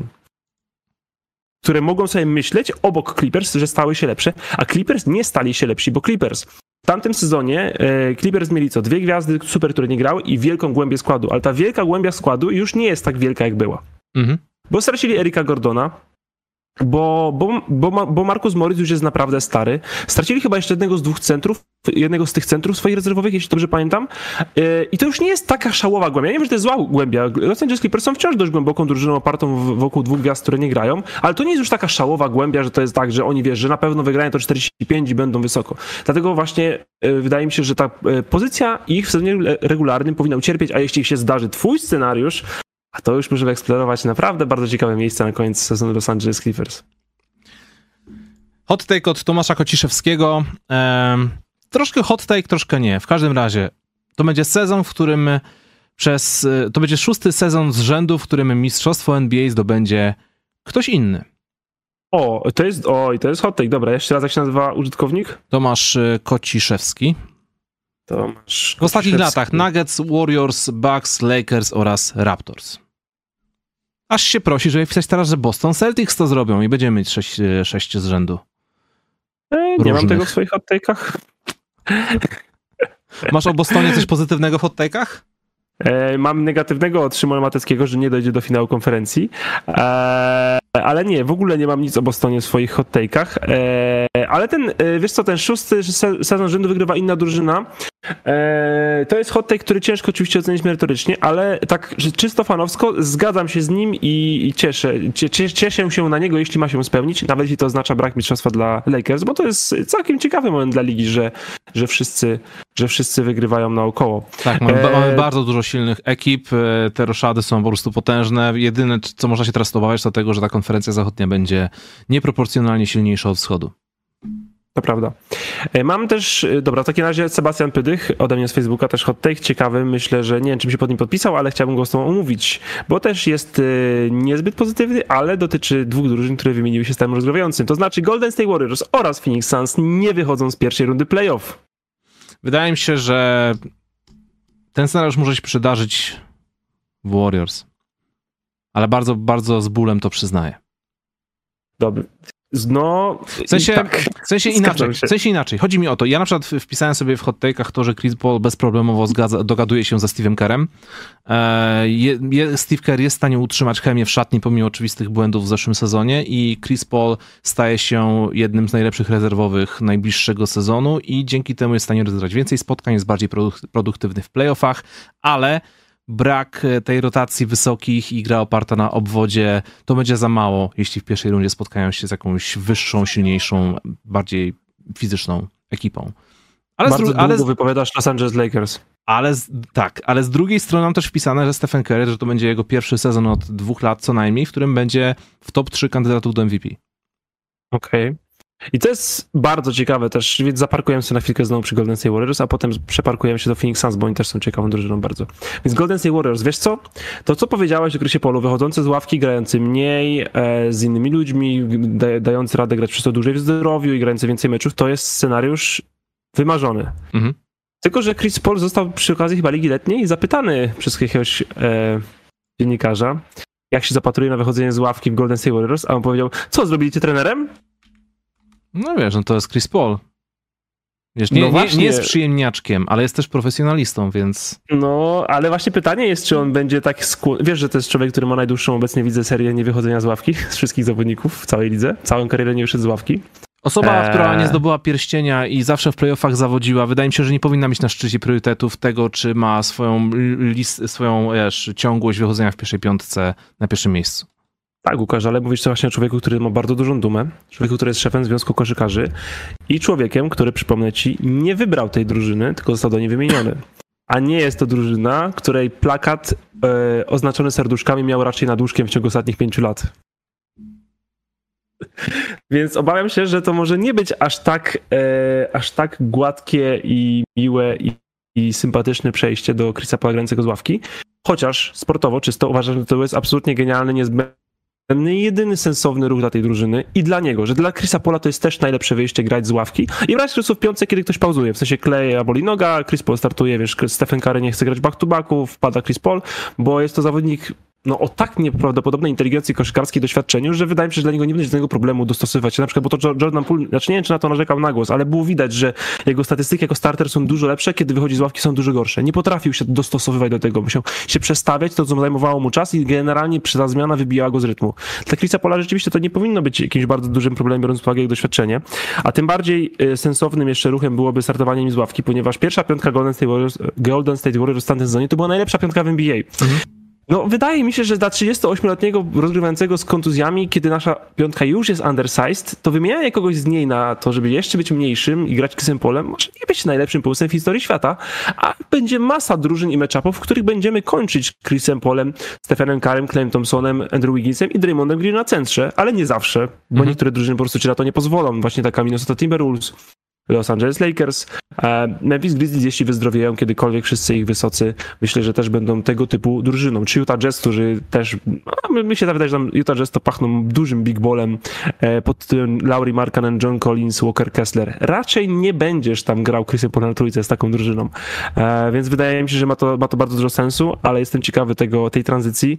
które mogą sobie myśleć obok Clippers, że stały się lepsze, a Clippers nie stali się lepsi, bo Clippers w tamtym sezonie e, Clippers mieli co? Dwie gwiazdy super, które nie grały i wielką głębię składu, ale ta wielka głębia składu już nie jest tak wielka, jak była. Mhm. Bo stracili Erika Gordona, bo, bo, bo, bo Marcus Morris już jest naprawdę stary. Stracili chyba jeszcze jednego z dwóch centrów, jednego z tych centrów swoich rezerwowych, jeśli dobrze pamiętam. I to już nie jest taka szałowa głębia. Ja nie wiem, że to jest zła głębia. Los Angeles Clippers są wciąż dość głęboką drużyną opartą wokół dwóch gwiazd, które nie grają, ale to nie jest już taka szałowa głębia, że to jest tak, że oni, wiesz, że na pewno wygrają to czterdzieści pięć i będą wysoko. Dlatego właśnie wydaje mi się, że ta pozycja ich w sezonie regularnym powinna ucierpieć, a jeśli się zdarzy twój scenariusz, a to już możemy eksplorować naprawdę bardzo ciekawe miejsca na koniec sezonu Los Angeles Clippers. Hot take od Tomasza Kociszewskiego. Ehm, troszkę hot take, troszkę nie. W każdym razie to będzie sezon, w którym przez... To będzie szósty sezon z rzędu, w którym mistrzostwo N B A zdobędzie ktoś inny. O, to jest... Oj, to jest hot take. Dobra, jeszcze raz, jak się nazywa użytkownik? Tomasz Kociszewski. Tomasz w ostatnich latach Nuggets, Warriors, Bucks, Lakers oraz Raptors. Aż się prosi, żeby wpisać teraz, że Boston Celtics to zrobią i będziemy mieć sześć, sześć z rzędu. Ej, nie mam tego w swoich hot take'ach. Masz o Bostonie coś pozytywnego w hot take'ach? E, mam negatywnego od Szymona Mateckiego, że nie dojdzie do finału konferencji. E, ale nie, w ogóle nie mam nic o Bostonie w swoich hot take'ach. E, ale ten, wiesz co, ten szósty sezon rzędu wygrywa inna drużyna. E, to jest hot take, który ciężko oczywiście ocenić merytorycznie, ale tak czysto fanowsko zgadzam się z nim i, i cieszę, cie, cieszę się na niego, jeśli ma się spełnić, nawet jeśli to oznacza brak mistrzostwa dla Lakers, bo to jest całkiem ciekawy moment dla ligi, że, że, wszyscy, że wszyscy wygrywają naokoło. Tak, mamy, e... mamy bardzo dużo silnych ekip, te roszady są po prostu potężne. Jedyne, co można się teraz obawiać, to tego, że ta konferencja zachodnia będzie nieproporcjonalnie silniejsza od wschodu. To prawda. Mam też, dobra, w takim razie Sebastian Pydych ode mnie z Facebooka, też hot take, ciekawy, myślę, że nie wiem, czym się pod nim podpisał, ale chciałbym go z tobą omówić, bo też jest niezbyt pozytywny, ale dotyczy dwóch drużyn, które wymieniły się systemem rozgrywającym, to znaczy Golden State Warriors oraz Phoenix Suns nie wychodzą z pierwszej rundy playoff. Wydaje mi się, że ten scenariusz może się przydarzyć w Warriors, ale bardzo, bardzo z bólem to przyznaję. Dobry. No, w sensie, tak. w sensie inaczej, w sensie inaczej. Chodzi mi o to, ja na przykład wpisałem sobie w hot take'ach to, że Chris Paul bezproblemowo zgadza, dogaduje się ze Steve'em Kerrem. E, je, je, Steve Kerr jest w stanie utrzymać chemię w szatni pomimo oczywistych błędów w zeszłym sezonie i Chris Paul staje się jednym z najlepszych rezerwowych najbliższego sezonu i dzięki temu jest w stanie rozegrać więcej spotkań, jest bardziej produktywny w playoffach, ale brak tej rotacji wysokich i gra oparta na obwodzie, to będzie za mało, jeśli w pierwszej rundzie spotkają się z jakąś wyższą, silniejszą, bardziej fizyczną ekipą. Ale Bardzo z dru- długo ale z- wypowiadasz Los Angeles Lakers. ale z, tak, ale z drugiej strony mam też wpisane, że Stephen Curry, że to będzie jego pierwszy sezon od dwóch lat co najmniej, w którym będzie w top trzy kandydatów do M V P. Okej. Okay. I to jest bardzo ciekawe też, więc zaparkujemy się na chwilkę znowu przy Golden State Warriors, a potem przeparkujemy się do Phoenix Suns, bo oni też są ciekawą drużyną bardzo. Więc Golden State Warriors, wiesz co? To, co powiedziałeś o Chrisie Paulu, wychodzący z ławki, grający mniej, e, z innymi ludźmi, da, dający radę grać przez to dłużej w zdrowiu i grający więcej meczów, to jest scenariusz wymarzony. Mhm. Tylko, że Chris Paul został przy okazji chyba Ligi Letniej zapytany przez jakiegoś e, dziennikarza, jak się zapatruje na wychodzenie z ławki w Golden State Warriors, a on powiedział, co, zrobiliście trenerem? No wiesz, no to jest Chris Paul. Wiesz, nie, no nie, nie jest przyjemniaczkiem, ale jest też profesjonalistą, więc... No, ale właśnie pytanie jest, czy on będzie tak skłonny... Wiesz, że to jest człowiek, który ma najdłuższą obecnie, widzę, serię niewychodzenia z ławki z wszystkich zawodników w całej lidze. Całą karierę nie wyszedł z ławki. Osoba, eee... która nie zdobyła pierścienia i zawsze w playoffach zawodziła, wydaje mi się, że nie powinna mieć na szczycie priorytetów tego, czy ma swoją, list, swoją wiesz, ciągłość wychodzenia w pierwszej piątce na pierwszym miejscu. Tak, Łukasz, ale mówisz to właśnie o człowieku, który ma bardzo dużą dumę, człowieku, który jest szefem Związku Koszykarzy i człowiekiem, który, przypomnę ci, nie wybrał tej drużyny, tylko został do niej wymieniony. A nie jest to drużyna, której plakat e, oznaczony serduszkami miał raczej nad łóżkiem w ciągu ostatnich pięciu lat. Więc obawiam się, że to może nie być aż tak, e, aż tak gładkie i miłe i, i sympatyczne przejście do Chrisa Paula grającego z ławki, chociaż sportowo czysto uważam, że to jest absolutnie genialny, niezbędny jedyny sensowny ruch dla tej drużyny i dla niego, że dla Chrisa Paula to jest też najlepsze wyjście grać z ławki i brać Chrisu w piątce, kiedy ktoś pauzuje, w sensie Clay boli noga, Chris Paul startuje, wiesz, Stephen Curry nie chce grać back-to-backu, wpada Chris Paul, bo jest to zawodnik no o tak nieprawdopodobnej inteligencji koszykarskiej, doświadczeniu, że wydaje mi się, że dla niego nie będzie żadnego problemu dostosowywać się, na przykład, bo to Jordan Poole, znaczy nie wiem, czy na to narzekał na głos, ale było widać, że jego statystyki jako starter są dużo lepsze, kiedy wychodzi z ławki, są dużo gorsze. Nie potrafił się dostosowywać do tego, musiał się przestawiać, to co zajmowało mu czas i generalnie ta zmiana wybijała go z rytmu. Dla Chrisa Paula rzeczywiście to nie powinno być jakimś bardzo dużym problemem, biorąc pod uwagę jego doświadczenie, a tym bardziej y, sensownym jeszcze ruchem byłoby startowanie nim z ławki, ponieważ pierwsza piątka Golden State Warriors, Golden State Warriors w tamtym sezonie to była najlepsza piątka w N B A. Mhm. No, wydaje mi się, że dla trzydziestoośmioletniego rozgrywającego z kontuzjami, kiedy nasza piątka już jest undersized, to wymienianie kogoś z niej na to, żeby jeszcze być mniejszym i grać Chrisem Paulem, może nie być najlepszym pomysłem w historii świata, a będzie masa drużyn i matchupów, w których będziemy kończyć Chrisem Paulem, Stephenem Currym, Clayem Thompsonem, Andrew Wigginsem i Draymondem Green na centrze, ale nie zawsze, bo mhm. niektóre drużyny po prostu ci na to nie pozwolą. Właśnie taka Minnesota Timberwolves, Los Angeles Lakers, Memphis Grizzlies, jeśli wyzdrowieją kiedykolwiek wszyscy ich wysocy, myślę, że też będą tego typu drużyną. Czy Utah Jazz, którzy też, no, mi się wydaje, że tam Utah Jazz to pachną dużym big ballem pod tym Lauri Markkanen, John Collins, Walker Kessler. Raczej nie będziesz tam grał Chrisem Paulem na trójce z taką drużyną. Więc wydaje mi się, że ma to, ma to bardzo dużo sensu, ale jestem ciekawy tego, tej tranzycji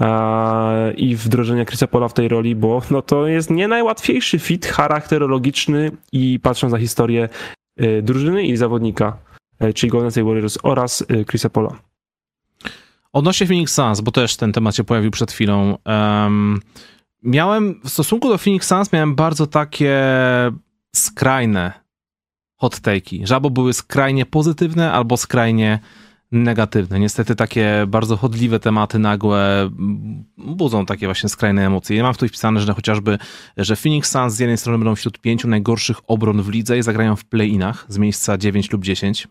i wdrożenia Chrisa Paula w tej roli, bo no, to jest nie najłatwiejszy fit charakterologiczny i patrząc na historię drużyny i zawodnika, czyli Golden State Warriors oraz Chrisa Paula. Odnośnie Phoenix Suns, bo też ten temat się pojawił przed chwilą. Um, miałem, w stosunku do Phoenix Suns miałem bardzo takie skrajne hot take'i, że albo były skrajnie pozytywne, albo skrajnie negatywne. Niestety takie bardzo chodliwe tematy nagłe budzą takie właśnie skrajne emocje. Ja mam w tu wpisane, że chociażby, że Phoenix Suns z jednej strony będą wśród pięciu najgorszych obron w lidze i zagrają w play-inach z miejsca dziewięć lub dziesięć.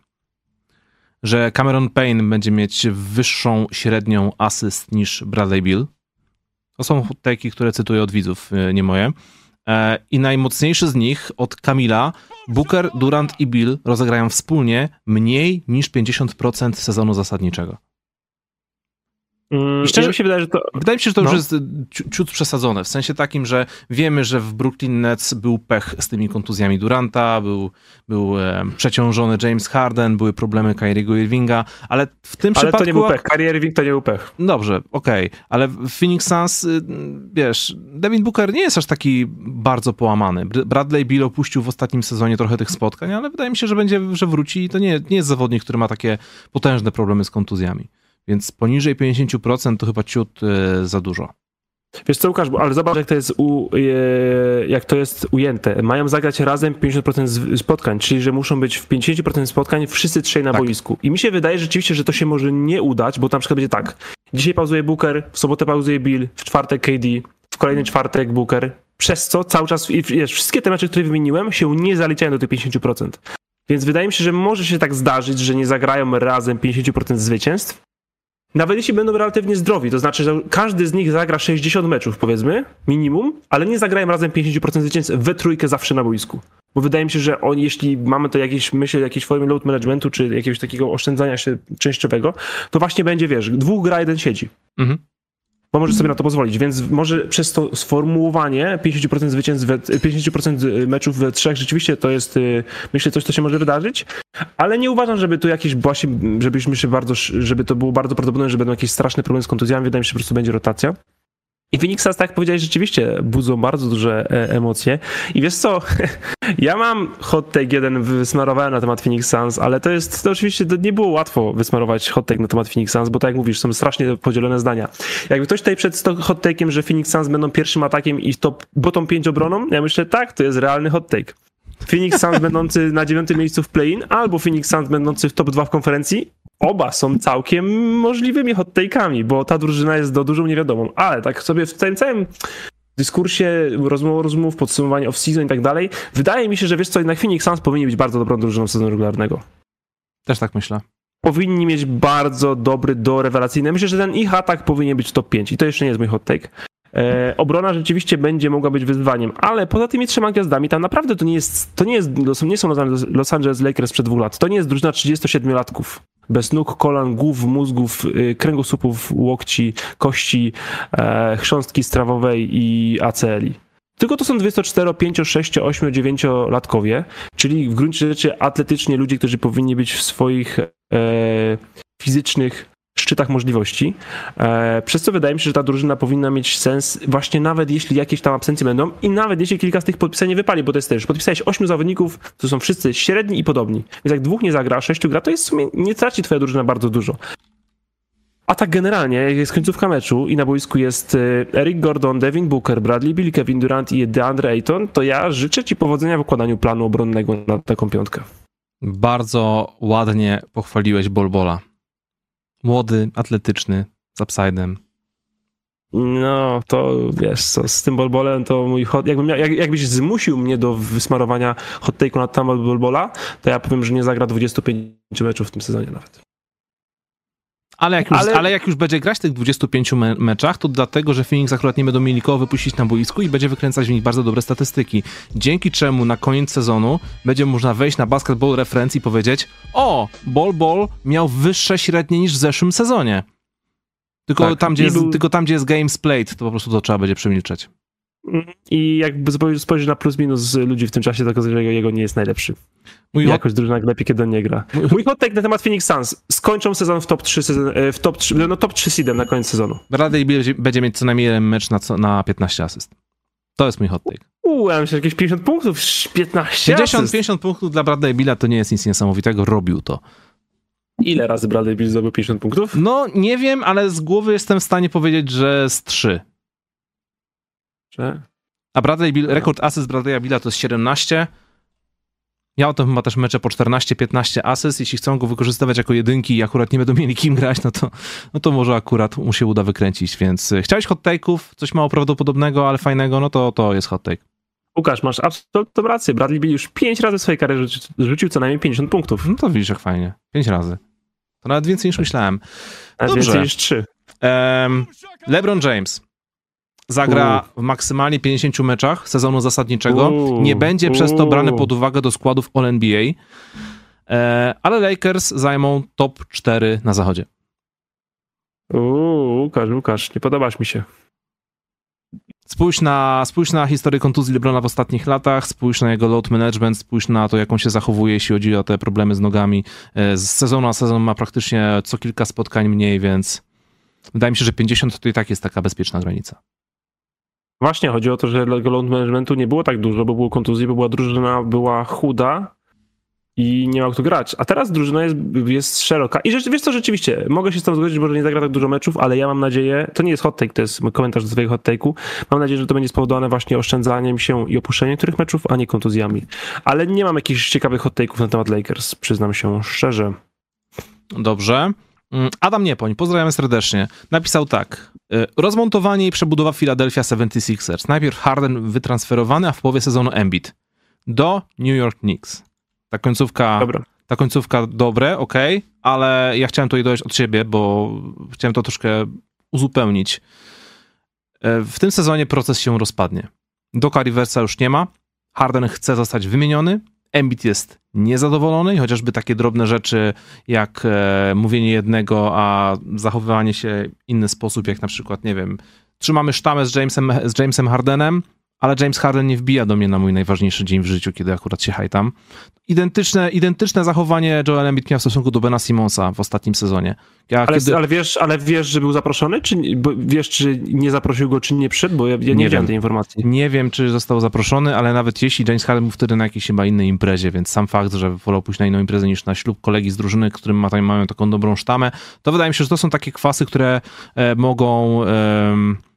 Że Cameron Payne będzie mieć wyższą średnią asyst niż Bradley Beal. To są hot take'i, które cytuję od widzów, nie moje. I najmocniejszy z nich od Kamila: Booker, Durant i Bill rozegrają wspólnie mniej niż pięćdziesiąt procent sezonu zasadniczego. Mm, I szczerze, ja mi się wydaje, że to... wydaje mi się, że to no. już jest ci- ciut przesadzone, w sensie takim, że wiemy, że w Brooklyn Nets był pech z tymi kontuzjami Duranta, był, był e, przeciążony James Harden, były problemy Kyriego Irvinga, ale w tym Ale przypadku... to nie był pech, Kyrie Irving to nie był pech. Dobrze, okej, okay. Ale w Phoenix Suns, y, wiesz, Devin Booker nie jest aż taki bardzo połamany. Bradley Beal opuścił w ostatnim sezonie trochę tych spotkań, ale wydaje mi się, że będzie, że wróci i to nie, nie jest zawodnik, który ma takie potężne problemy z kontuzjami. Więc poniżej pięćdziesiąt procent to chyba ciut y, za dużo. Wiesz co, Łukasz, ale zobacz, jak to jest, u, e, jak to jest ujęte. Mają zagrać razem pięćdziesiąt procent spotkań, czyli że muszą być w pięćdziesiąt procent spotkań wszyscy trzej na tak. boisku. I mi się wydaje rzeczywiście, że to się może nie udać, bo na przykład będzie tak. Dzisiaj pauzuje Booker, w sobotę pauzuje Bill, w czwartek K D, w kolejny czwartek Booker. Przez co cały czas, i wiesz, wszystkie te mecze, które wymieniłem, się nie zaliczają do tych pięćdziesiąt procent. Więc wydaje mi się, że może się tak zdarzyć, że nie zagrają razem pięćdziesiąt procent zwycięstw. Nawet jeśli będą relatywnie zdrowi, to znaczy, że każdy z nich zagra sześćdziesiąt meczów, powiedzmy, minimum, ale nie zagrają razem pięćdziesiąt procent zwycięstw we trójkę zawsze na boisku. Bo wydaje mi się, że oni, jeśli mamy to jakieś, myślę, jakiejś formie load managementu, czy jakiegoś takiego oszczędzania się częściowego, to właśnie będzie, wiesz, dwóch gra, jeden siedzi. Mhm. Bo może sobie na to pozwolić, więc może przez to sformułowanie pięćdziesiąt procent zwycięstw, we, pięćdziesiąt procent meczów we trzech, rzeczywiście to jest, myślę, coś, co się może wydarzyć, ale nie uważam, żeby tu jakieś właśnie, żebyśmy się bardzo, żeby to było bardzo prawdopodobne, że będą jakieś straszne problemy z kontuzjami, wydaje mi się, że po prostu będzie rotacja. I Phoenix Suns, tak jak powiedziałeś, rzeczywiście budzą bardzo duże emocje. I wiesz co, ja mam hot take jeden, wysmarowałem na temat Phoenix Suns, ale to jest, to oczywiście to nie było łatwo wysmarować hot take na temat Phoenix Suns, bo tak jak mówisz, są strasznie podzielone zdania. Jakby ktoś tutaj przed hot take'iem, że Phoenix Suns będą pierwszym atakiem i top, bottom pięć obroną, ja myślę, tak, to jest realny hot take. Phoenix Suns będący na dziewiątym miejscu w play-in, albo Phoenix Suns będący w top dwa w konferencji, oba są całkiem możliwymi hot take'ami, bo ta drużyna jest do dużą niewiadomą, ale tak sobie w tym całym dyskursie rozmów, rozmów podsumowanie off-season i tak dalej, wydaje mi się, że wiesz co, jednak Phoenix Suns powinni być bardzo dobrą drużyną sezonu regularnego. Też tak myślę. Powinni mieć bardzo dobry do rewelacyjny. Myślę, że ten ich atak powinien być top pięć i to jeszcze nie jest mój hot take. E, obrona rzeczywiście będzie mogła być wyzwaniem, ale poza tymi trzema gwiazdami tam naprawdę to nie jest, to nie jest, nie są Los Angeles Lakers sprzed dwóch lat. To nie jest drużyna trzydziestosiedmiolatków. Bez nóg, kolan, głów, mózgów, kręgosłupów, łokci, kości, e, chrząstki strawowej i A C L i. Tylko to są dwadzieścia cztery, pięć, sześć, osiem, dziewięciolatkowie, czyli w gruncie rzeczy atletycznie ludzie, którzy powinni być w swoich e, fizycznych szczytach możliwości, e, przez co wydaje mi się, że ta drużyna powinna mieć sens właśnie nawet jeśli jakieś tam absencje będą i nawet jeśli kilka z tych podpisań nie wypali, bo to jest też, podpisałeś ośmiu zawodników, to są wszyscy średni i podobni, więc jak dwóch nie zagra, a sześciu gra, to jest w sumie, nie traci twoja drużyna bardzo dużo. A tak generalnie, jak jest końcówka meczu i na boisku jest Eric Gordon, Devin Booker, Bradley Beal, Kevin Durant i DeAndre Ayton, to ja życzę ci powodzenia w układaniu planu obronnego na taką piątkę. Bardzo ładnie pochwaliłeś Bol Bola. Młody, atletyczny, z upside'em. No, to wiesz co, z tym bolbolem to mój hot... Jakbym miał, jak, jakbyś zmusił mnie do wysmarowania hot take'u na temat bolbola, to ja powiem, że nie zagra dwudziestu pięciu meczów w tym sezonie nawet. Ale jak, już, ale... ale jak już będzie grać w tych dwudziestu pięciu me- meczach, to dlatego, że Phoenix akurat nie będą mieli kogo wypuścić na boisku i będzie wykręcać w nich bardzo dobre statystyki. Dzięki czemu na koniec sezonu będzie można wejść na Basketball Reference i powiedzieć: o, Bol Bol miał wyższe średnie niż w zeszłym sezonie. Tylko, tak, tam, gdzie jest, był... tylko tam, gdzie jest games played, to po prostu to trzeba będzie przemilczeć. I jakby spojrzeć na plus minus ludzi w tym czasie, to okazuje, że jego nie jest najlepszy. Mój jakoś hot... drużyna lepiej, kiedy on nie gra. Mój, Mój hot take na temat Phoenix Suns. Skończą sezon w top trzy, sezon, w top trzy, no top trzy seedem na koniec sezonu. Bradley Beal będzie mieć co najmniej jeden mecz na, co, na piętnaście asyst. To jest mój hot take. Uuu, ja myślę, jakieś pięćdziesiąt punktów, piętnaście pięćdziesiąt, pięćdziesiąt punktów dla Bradley Beala to nie jest nic niesamowitego, robił to. Ile razy Bradley Beal zdobył pięćdziesiąt punktów? No, nie wiem, ale z głowy jestem w stanie powiedzieć, że z trzy. Że? A Bradley Beal, rekord asyst Bradley'a Beala to jest siedemnaście. Ja o tym chyba też mecze po czternaście piętnaście asyst. Jeśli chcą go wykorzystywać jako jedynki i akurat nie będą mieli kim grać, no to, no to może akurat mu się uda wykręcić. Więc chciałeś hot take'ów, coś mało prawdopodobnego, ale fajnego, no to to jest hot take. Łukasz, masz absolutną rację. Bradley Beal już pięć razy w swojej karierze rzucił co najmniej pięćdziesiąt punktów. No to widzisz, jak fajnie. Pięć razy. To nawet więcej niż myślałem. Nawet więcej niż trzy. Um, LeBron James zagra U. w maksymalnie pięćdziesięciu meczach sezonu zasadniczego. U. Nie będzie U. przez to brany pod uwagę do składów All N B A, e, ale Lakers zajmą top cztery na zachodzie. Uuu, Łukasz, Łukasz, nie podobasz mi się. Spójrz na, spójrz na historię kontuzji LeBrona w ostatnich latach, spójrz na jego load management, spójrz na to, jak on się zachowuje, jeśli chodzi o te problemy z nogami. Z sezonu na sezon ma praktycznie co kilka spotkań mniej, więc wydaje mi się, że pięćdziesiąt to i tak jest taka bezpieczna granica. Właśnie, chodzi o to, że tego load managementu nie było tak dużo, bo było kontuzji, bo była drużyna była chuda i nie miał kto grać. A teraz drużyna jest, jest szeroka. I rzecz, wiesz co, rzeczywiście, mogę się z tym zgodzić, bo że nie zagra tak dużo meczów, ale ja mam nadzieję, to nie jest hot take, to jest komentarz do swojego hot take'u, mam nadzieję, że to będzie spowodowane właśnie oszczędzaniem się i opuszczeniem niektórych meczów, a nie kontuzjami. Ale nie mam jakichś ciekawych hot take'ów na temat Lakers, przyznam się szczerze. Dobrze. Adam Niepoń, pozdrawiamy serdecznie. Napisał tak. Rozmontowanie i przebudowa Philadelphia seventy-sixers. Najpierw Harden wytransferowany, a w połowie sezonu Embiid. Do New York Knicks. Ta końcówka, Dobra. ta końcówka dobre, okej, okay, ale ja chciałem tutaj dojść od siebie, bo chciałem to troszkę uzupełnić. W tym sezonie proces się rozpadnie. Doka Riversa już nie ma. Harden chce zostać wymieniony. Embiid jest niezadowolony i chociażby takie drobne rzeczy jak e, mówienie jednego, a zachowywanie się w inny sposób, jak na przykład, nie wiem, trzymamy sztamę z Jamesem, z Jamesem Hardenem, ale James Harden nie wbija do mnie na mój najważniejszy dzień w życiu, kiedy akurat się hajtam. Identyczne, identyczne zachowanie Joel Embiid miał w stosunku do Bena Simonsa w ostatnim sezonie. Ja ale, kiedy... ale, wiesz, ale wiesz, że był zaproszony? Czy bo wiesz, czy nie zaprosił go, czy nie przyszedł? Bo ja, ja nie, nie wiedziałem tej informacji. Nie wiem, czy został zaproszony, ale nawet jeśli James Harden był wtedy na jakiejś chyba innej imprezie, więc sam fakt, że wolał pójść na inną imprezę niż na ślub kolegi z drużyny, którym ma, mają taką dobrą sztamę, to wydaje mi się, że to są takie kwasy, które e, mogą e,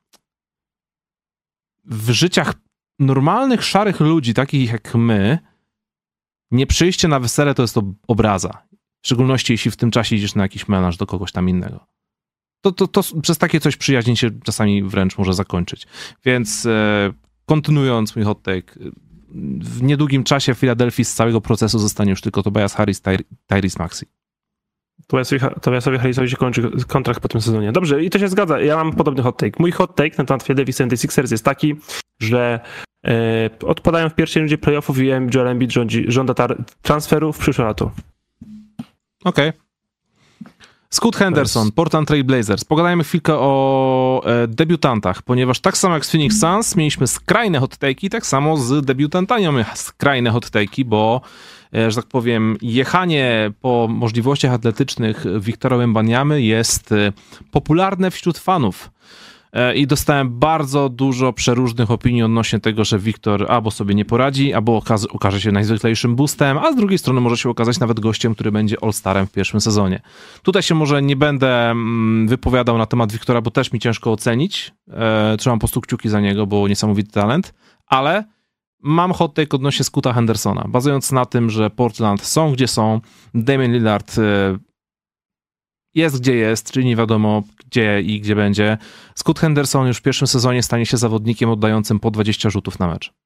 w życiach normalnych, szarych ludzi, takich jak my, nie przyjście na wesele to jest to obraza. W szczególności jeśli w tym czasie idziesz na jakiś melanż do kogoś tam innego. To, to, to przez takie coś przyjaźń się czasami wręcz może zakończyć. Więc e, kontynuując mój hot take, w niedługim czasie w Filadelfii z całego procesu zostanie już tylko Tobias Harris, Ty, Tyrese Maxey. Tobiasowi Harrisowi się kończy kontrakt po tym sezonie. Dobrze, i to się zgadza. Ja mam podobny hot take. Mój hot take na temat Philadelphia seventy-sixers jest taki, że e, odpadają w pierwszej rundzie playoffów i Joel Embiid rządzi, żąda tar- transferu w przyszłe lato. Okej. Okay. Scoot Henderson, Portland Trail Blazers. Pogadajmy chwilkę o e, debiutantach, ponieważ tak samo jak z Phoenix Suns mieliśmy skrajne hot take'i, tak samo z debiutantami mamy skrajne hot take'i, bo e, że tak powiem, jechanie po możliwościach atletycznych Wiktora Wembanyamy jest e, popularne wśród fanów. I dostałem bardzo dużo przeróżnych opinii odnośnie tego, że Wiktor albo sobie nie poradzi, albo okaże, okaże się najzwyklejszym boostem, a z drugiej strony może się okazać nawet gościem, który będzie All-Starem w pierwszym sezonie. Tutaj się może nie będę wypowiadał na temat Wiktora, bo też mi ciężko ocenić. E, trzymam po prostu kciuki za niego, bo niesamowity talent, ale mam hot take odnośnie Scoota Hendersona, bazując na tym, że Portland są gdzie są, Damian Lillard e, jest gdzie jest, czyli nie wiadomo gdzie i gdzie będzie. Scoot Henderson już w pierwszym sezonie stanie się zawodnikiem oddającym po dwadzieścia rzutów na mecz.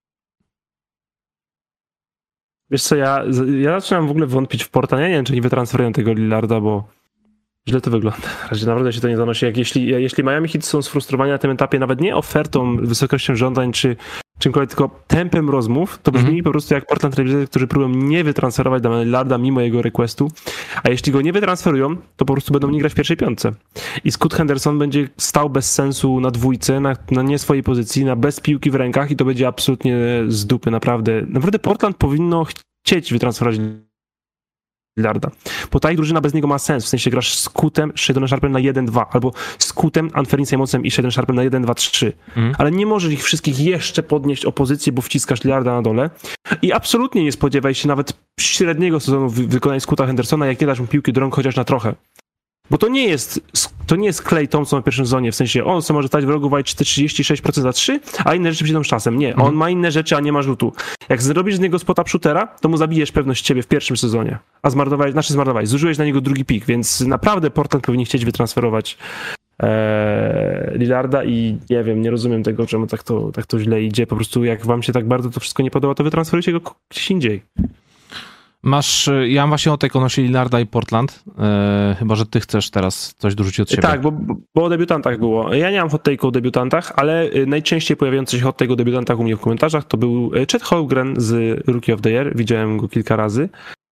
Wiesz co, ja, ja zaczynam w ogóle wątpić w Portland. Ja nie wiem, czy nie wytransferują tego Lillarda, bo źle to wygląda. Raczej naprawdę się to nie zanosi. Jak jeśli, jeśli Miami Heat są sfrustrowani na tym etapie nawet nie ofertą, wysokością żądań, czy czymkolwiek, tylko tempem rozmów, to brzmi mm-hmm. po prostu jak Portland Trail Blazers, którzy próbują nie wytransferować Damiana Lillarda mimo jego requestu, a jeśli go nie wytransferują, to po prostu będą nie grać w pierwszej piątce. I Scoot Henderson będzie stał bez sensu na dwójce, na, na nie swojej pozycji, na bez piłki w rękach i to będzie absolutnie z dupy, naprawdę. Naprawdę Portland powinno chcieć wytransferować Lillarda. Bo ta ich drużyna bez niego ma sens. W sensie grasz z Scootem, Shadonem Sharpem na jeden dwa, albo Scootem, Anthony Simonsem i Shadonem Sharpem na jeden dwa trzy. Mm. Ale nie możesz ich wszystkich jeszcze podnieść o pozycję, bo wciskasz Lillarda na dole. I absolutnie nie spodziewaj się nawet średniego sezonu wy- wykonania Scoota Hendersona, jak nie dasz mu piłki do rąk chociaż na trochę. Bo to nie jest to nie jest Klay Thompson w pierwszym sezonie, w sensie on sobie może stać w rogu, walić trzydzieści sześć procent za trzy, a inne rzeczy przyjdą z czasem. Nie, on mm. ma inne rzeczy, a nie ma rzutu. Jak zrobisz z niego spota shootera, to mu zabijesz pewność siebie w pierwszym sezonie. A zmarnowałeś, znaczy zmarnowałeś, zużyłeś na niego drugi pik, więc naprawdę Portland powinien chcieć wytransferować ee, Lillarda i nie wiem, nie rozumiem tego, czemu tak to, tak to źle idzie. Po prostu jak wam się tak bardzo to wszystko nie podoba, to wytransferujcie go gdzieś indziej. Masz, ja mam właśnie o tej odnośnie Lillarda i Portland, yy, chyba że ty chcesz teraz coś dorzucić od siebie. Tak, bo, bo o debiutantach było. Ja nie mam hot take'u o debiutantach, ale najczęściej pojawiający się hot take o debiutantach u mnie w komentarzach to był Chet Holmgren z Rookie of the Year, widziałem go kilka razy.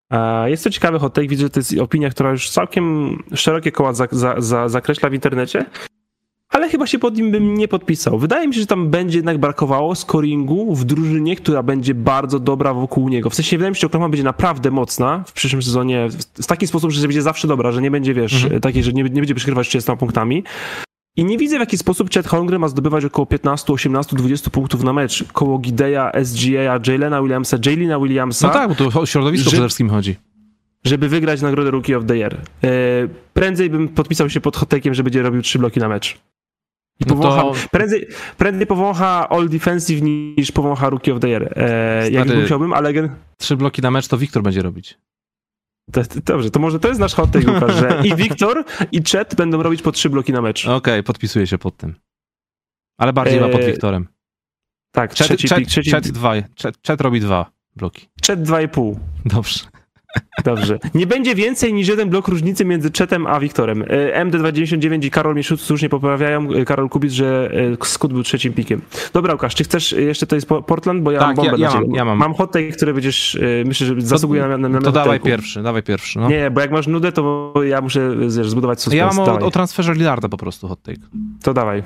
Jest to ciekawy hot take, widzę, że to jest opinia, która już całkiem szerokie koła za, za, za, zakreśla w internecie, ale chyba się pod nim bym nie podpisał. Wydaje mi się, że tam będzie jednak brakowało scoringu w drużynie, która będzie bardzo dobra wokół niego. W sensie wydaje mi się, że Oklahoma będzie naprawdę mocna w przyszłym sezonie w taki sposób, że będzie zawsze dobra, że nie będzie, wiesz, mhm. takiej, że nie, nie będzie przegrywać trzydziestoma punktami. I nie widzę, w jaki sposób Chet Holmgren ma zdobywać około piętnaście, osiemnaście, dwadzieścia punktów na mecz koło Gideya, S G A, Jalena Williamsa, Jalena Williamsa. No tak, bo to o środowisko że, przede wszystkim chodzi. Żeby wygrać nagrodę Rookie of the Year. E, prędzej bym podpisał się pod hot take'iem, że będzie robił trzy bloki na mecz. I no powącha, to... prędzej, prędzej powącha All Defensive niż powącha Rookie of the Year. E, jak musiałbym, ale... Trzy bloki na mecz to Wiktor będzie robić. To, to, dobrze, to może to jest nasz hot take, Łukasz, że i Wiktor, i Chet będą robić po trzy bloki na mecz. Okej, okay, podpisuję się pod tym. Ale bardziej chyba pod Wiktorem. Tak, Chet, trzeci Chet, pik, trzeci... Chet, dwa, Chet, Chet robi dwa bloki. Chet dwa i pół. Dobrze. Dobrze. Nie będzie więcej niż jeden blok różnicy między Chetem a Wiktorem. M D dwieście dziewięćdziesiąt dziewięć i Karol mnie słusznie poprawiają. Karol Kubic, że Scoot był trzecim pikiem. Dobra, Łukasz, czy chcesz jeszcze to jest Portland? Bo ja tak, mam bombę ja, ja na ciebie. Mam, ja mam. Mam hot take, który będziesz, myślę, że zasługuje to, na, na, na To dawaj pierwszy, dawaj pierwszy. No. Nie, bo jak masz nudę, to ja muszę wiesz, zbudować suspens. Ja mam o, o transferze Lillarda po prostu hot take. To dawaj.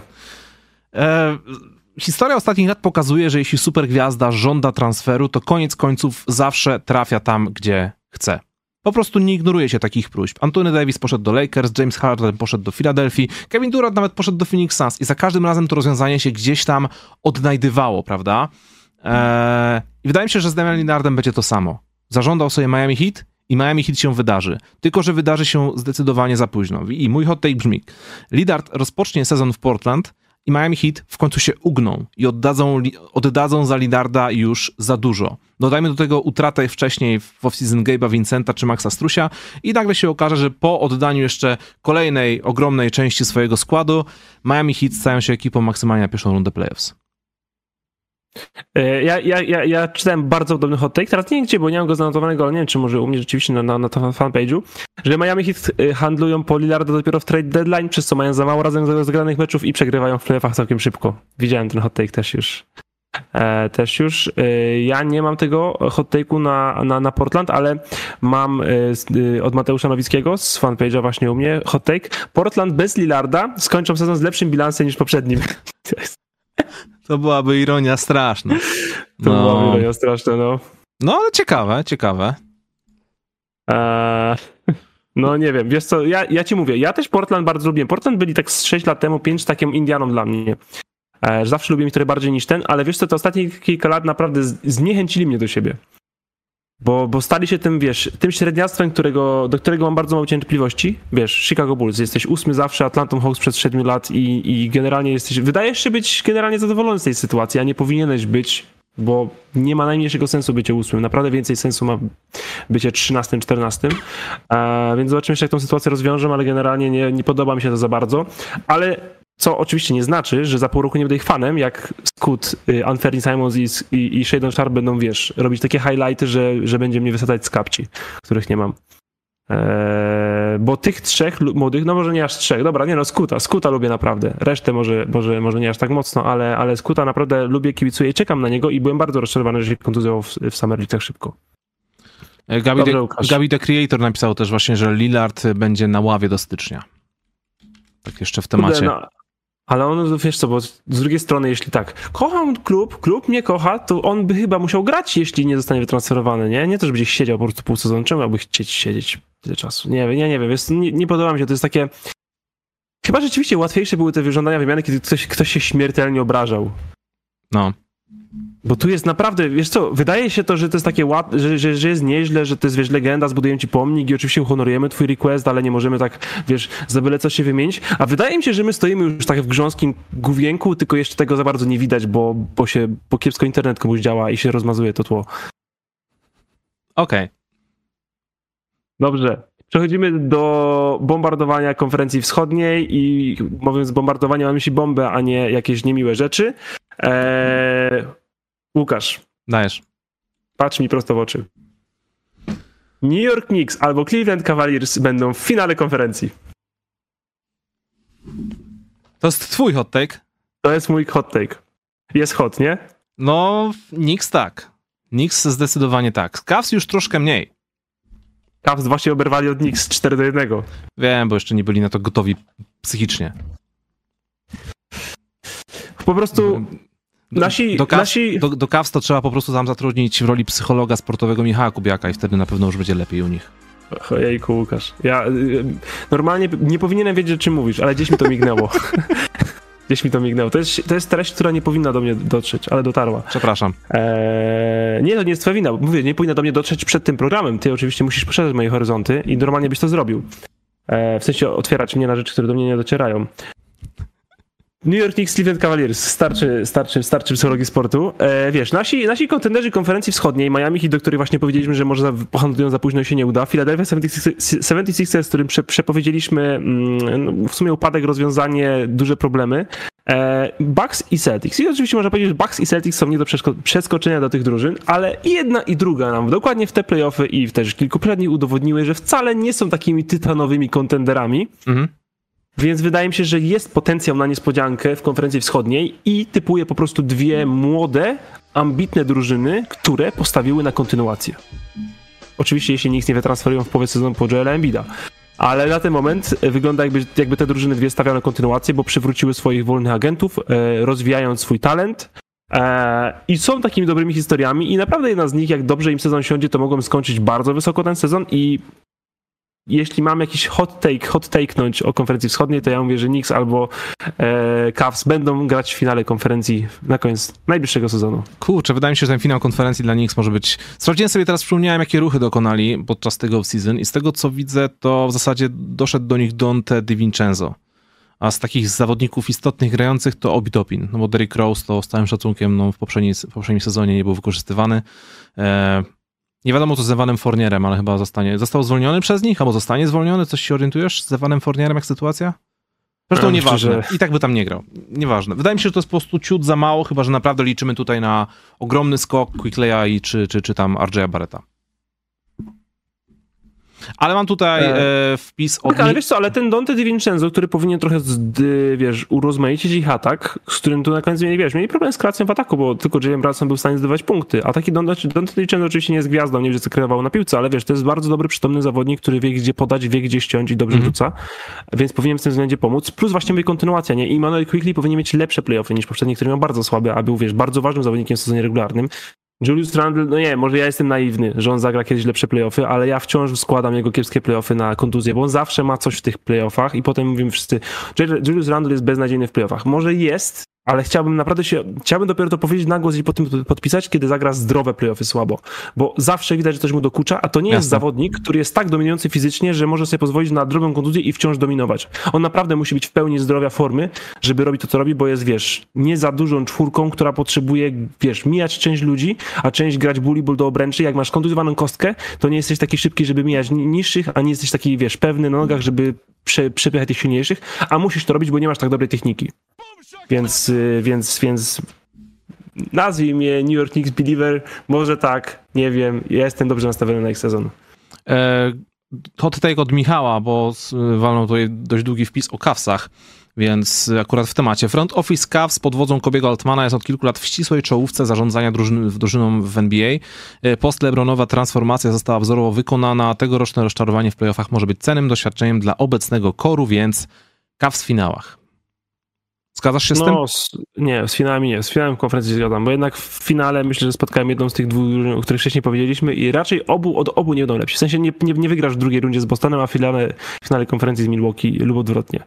E, historia ostatnich lat pokazuje, że jeśli supergwiazda żąda transferu, to koniec końców zawsze trafia tam, gdzie chce. Po prostu nie ignoruje się takich próśb. Anthony Davis poszedł do Lakers, James Harden poszedł do Filadelfii, Kevin Durant nawet poszedł do Phoenix Suns i za każdym razem to rozwiązanie się gdzieś tam odnajdywało, prawda? Eee, I wydaje mi się, że z Damian Lillardem będzie to samo. Zażądał sobie Miami Heat i Miami Heat się wydarzy. Tylko że wydarzy się zdecydowanie za późno. I mój hot take brzmi: Lillard rozpocznie sezon w Portland i Miami Heat w końcu się ugną i oddadzą, oddadzą za Lillarda już za dużo. Dodajmy do tego utratę wcześniej w off-season Gabe'a Vincenta czy Maxa Strusia i nagle się okaże, że po oddaniu jeszcze kolejnej ogromnej części swojego składu Miami Heat stają się ekipą maksymalnie na pierwszą rundę playoffs. Ja, ja, ja, ja czytałem bardzo podobny hot take, teraz nie wiem gdzie, bo nie mam go zanotowanego, ale nie wiem, czy może u mnie rzeczywiście na, na, na fanpage'u, że Miami Heat handlują po Lillarda dopiero w trade deadline, przez co mają za mało razem zagranych meczów i przegrywają w playoffach całkiem szybko. Widziałem ten hot take też już. E, też już. E, ja nie mam tego hot take'u na, na, na Portland, ale mam e, od Mateusza Nowickiego z fanpage'a właśnie u mnie hot take. Portland bez Lillarda skończą sezon z lepszym bilansem niż poprzednim. To byłaby ironia straszna. To no. byłaby ironia straszna, no. No, ale ciekawe, ciekawe. Eee, no nie wiem, wiesz co, ja, ja ci mówię, ja też Portland bardzo lubiłem. Portland byli tak z sześć lat temu, pięć taką Indianą dla mnie. Eee, zawsze lubiłem ich trochę bardziej niż ten, ale wiesz co, te ostatnie kilka lat naprawdę zniechęcili mnie do siebie. Bo, bo stali się tym, wiesz, tym średniactwem, którego, do którego mam bardzo mało cierpliwości. Wiesz, Chicago Bulls, jesteś ósmy zawsze, Atlanta Hawks przez siedmiu lat i, i generalnie jesteś, wydajesz się być generalnie zadowolony z tej sytuacji, a nie powinieneś być, bo nie ma najmniejszego sensu bycie ósmym. Naprawdę więcej sensu ma bycie trzynastym, czternastym. E, więc zobaczymy jeszcze, jak tą sytuację rozwiążę, ale generalnie nie, nie podoba mi się to za bardzo. Ale co oczywiście nie znaczy, że za pół roku nie będę ich fanem, jak Scoot, Anthony Simons i, i, i Shadon Sharp będą, wiesz, robić takie highlighty, że, że będzie mnie wysadzać z kapci, których nie mam. Eee, bo tych trzech młodych, no może nie aż trzech, dobra, nie no, Scoota, Scoota lubię naprawdę, resztę może, może, może nie aż tak mocno, ale, ale Scoota naprawdę lubię, kibicuję i czekam na niego i byłem bardzo rozczarowany, że się kontuzjował w, w Summer League tak szybko. Gabi the, Gabi the Creator napisał też właśnie, że Lillard będzie na ławie do stycznia. Tak jeszcze w temacie. Kude, no. Ale on, wiesz co, bo z drugiej strony, jeśli tak, kocham klub, klub mnie kocha, to on by chyba musiał grać, jeśli nie zostanie wytransferowany, nie? Nie to, żeby gdzieś siedział po prostu pół sezonu. Czemu miałby chcieć siedzieć tyle czasu? Nie wiem, nie, nie wiem, jest, nie, nie podoba mi się, to jest takie... Chyba rzeczywiście łatwiejsze były te wyżądania wymiany, kiedy ktoś, ktoś się śmiertelnie obrażał. No. Bo tu jest naprawdę, wiesz co, wydaje się to, że to jest takie łat, że, że, że jest nieźle, że to jest, wiesz, legenda, zbudujemy ci pomnik i oczywiście uhonorujemy twój request, ale nie możemy tak, wiesz, za byle coś się wymienić. A wydaje mi się, że my stoimy już tak w grząskim główienku, tylko jeszcze tego za bardzo nie widać, bo, bo się, bo kiepsko internet komuś działa i się rozmazuje to tło. Okej. Okay. Dobrze. Przechodzimy do bombardowania konferencji wschodniej i mówiąc bombardowanie, mam myśli bombę, a nie jakieś niemiłe rzeczy. Eee... Łukasz. Dajesz. Patrz mi prosto w oczy. New York Knicks albo Cleveland Cavaliers będą w finale konferencji. To jest twój hot take? To jest mój hot take. Jest hot, nie? No, Knicks tak. Knicks zdecydowanie tak. Cavs już troszkę mniej. Cavs właśnie oberwali od Knicks cztery do jednego. Wiem, bo jeszcze nie byli na to gotowi psychicznie. Po prostu nasi... Do, Cavs, nasi... do, do Cavs to trzeba po prostu tam zatrudnić w roli psychologa sportowego Michała Kubiaka i wtedy na pewno już będzie lepiej u nich. Ojejku, Łukasz. Ja y, normalnie nie powinienem wiedzieć, o czym mówisz, ale gdzieś mi to mignęło. Gdzieś mi to mignęło. To jest, to jest treść, która nie powinna do mnie dotrzeć, ale dotarła. Przepraszam. Eee, nie, to nie jest twoja wina. Mówię, nie powinna do mnie dotrzeć przed tym programem. Ty oczywiście musisz poszerzać moje horyzonty i normalnie byś to zrobił. Eee, w sensie otwierać mnie na rzeczy, które do mnie nie docierają. New York Knicks, Cleveland Cavaliers, starczy, starczy, starczy psychologii sportu. E, wiesz, nasi, nasi kontenderzy konferencji wschodniej, Miami Heat, do których właśnie powiedzieliśmy, że może pohandlują za późno się nie uda, Philadelphia seventy-sixers, którym prze, przepowiedzieliśmy mm, w sumie upadek, rozwiązanie, duże problemy. E, Bucks i Celtics. I oczywiście można powiedzieć, że Bucks i Celtics są nie do przeskoczenia do tych drużyn, ale i jedna i druga nam dokładnie w te playoffy i też kilku przednich udowodniły, że wcale nie są takimi tytanowymi kontenderami. Mhm. Więc wydaje mi się, że jest potencjał na niespodziankę w konferencji wschodniej i typuję po prostu dwie młode, ambitne drużyny, które postawiły na kontynuację. Oczywiście jeśli nikt nie wytransferują w połowie sezonu po Joela Embida. Ale na ten moment wygląda jakby, jakby te drużyny dwie stawiały na kontynuację, bo przywróciły swoich wolnych agentów, e, rozwijając swój talent. E, I są takimi dobrymi historiami i naprawdę jedna z nich, jak dobrze im sezon siądzie, to mogą skończyć bardzo wysoko ten sezon i jeśli mam jakiś hot take, hot take'nąć o konferencji wschodniej, to ja mówię, że Knicks albo e, Cavs będą grać w finale konferencji na koniec najbliższego sezonu. Kurczę, wydaje mi się, że ten finał konferencji dla Knicks może być... Sprawdziłem sobie teraz, przypomniałem, jakie ruchy dokonali podczas tego off-season i z tego, co widzę, to w zasadzie doszedł do nich Dante DiVincenzo. A z takich zawodników istotnych grających to Obi Toppin, no bo Derrick Rose to z całym szacunkiem no, w, poprzedniej, w poprzednim sezonie nie był wykorzystywany. E, Nie wiadomo co z Evanem Fournierem, ale chyba zostanie. Został zwolniony przez nich, albo zostanie zwolniony? Coś się orientujesz z Evanem Fournierem, jak sytuacja? Zresztą ja nieważne. Myślę, że... I tak by tam nie grał. Nieważne. Wydaje mi się, że to jest po prostu ciut za mało, chyba że naprawdę liczymy tutaj na ogromny skok Quickleya i czy, czy, czy tam R J Barretta. Ale mam tutaj e... E, wpis od... Tak, ale wiesz co, ale ten Dante DiVincenzo, który powinien trochę, zdy, wiesz, urozmaicić ich atak, z którym tu na koniec mieli, wiesz, mieli problem z kreacją w ataku, bo tylko Jalen Brunson był w stanie zdobywać punkty. A taki Dante, Dante DiVincenzo oczywiście nie jest gwiazdą, nie wiem, co kreował na piłce, ale wiesz, to jest bardzo dobry, przytomny zawodnik, który wie, gdzie podać, wie, gdzie ściąć i dobrze mm-hmm. rzuca, więc powinien w tym względzie pomóc. Plus właśnie będzie kontynuacja, nie? I Immanuel Quickley powinien mieć lepsze playoffy niż poprzedni, który miał bardzo słabe, a był, wiesz, bardzo ważnym zawodnikiem w sezonie regularnym. Julius Randle, no nie, może ja jestem naiwny, że on zagra kiedyś lepsze playoffy, ale ja wciąż składam jego kiepskie playoffy na kontuzję, bo on zawsze ma coś w tych playoffach i potem mówimy wszyscy, Julius Randle jest beznadziejny w playoffach. Może jest, ale chciałbym naprawdę się, chciałbym dopiero to powiedzieć na głos i potem podpisać, kiedy zagra zdrowe playoffy słabo, bo zawsze widać, że coś mu dokucza, a to nie Jasne. Jest zawodnik, który jest tak dominujący fizycznie, że może sobie pozwolić na drugą kontuzję i wciąż dominować. On naprawdę musi być w pełni zdrowia formy, żeby robić to, co robi, bo jest, wiesz, nie za dużą czwórką, która potrzebuje, wiesz, mijać część ludzi, a część grać bully bull do obręczy. Jak masz kontuzowaną kostkę, to nie jesteś taki szybki, żeby mijać niższych, a nie jesteś taki, wiesz, pewny na nogach, żeby prze, przepychać tych silniejszych, a musisz to robić, bo nie masz tak dobrej techniki. Więc, więc, więc nazwij mnie New York Knicks Believer, może tak, nie wiem, ja jestem dobrze nastawiony na ich sezon. E, hot take od Michała, bo walnął tutaj dość długi wpis o Cavsach, więc akurat w temacie. Front Office Cavs pod wodzą Kobiego Altmana jest od kilku lat w ścisłej czołówce zarządzania drużyn, drużyną w N B A. Post-LeBronowa transformacja została wzorowo wykonana, tegoroczne rozczarowanie w playoffach może być cennym doświadczeniem dla obecnego koru, więc Cavs w finałach. Zgadzasz się z no, tym? Nie, z finałami nie. Z finałem konferencji zgadzam, bo jednak w finale myślę, że spotkałem jedną z tych dwóch, o których wcześniej powiedzieliśmy i raczej obu od obu nie będą lepsi. W sensie nie, nie, nie wygrasz w drugiej rundzie z Bostonem, a w finale, w finale konferencji z Milwaukee lub odwrotnie.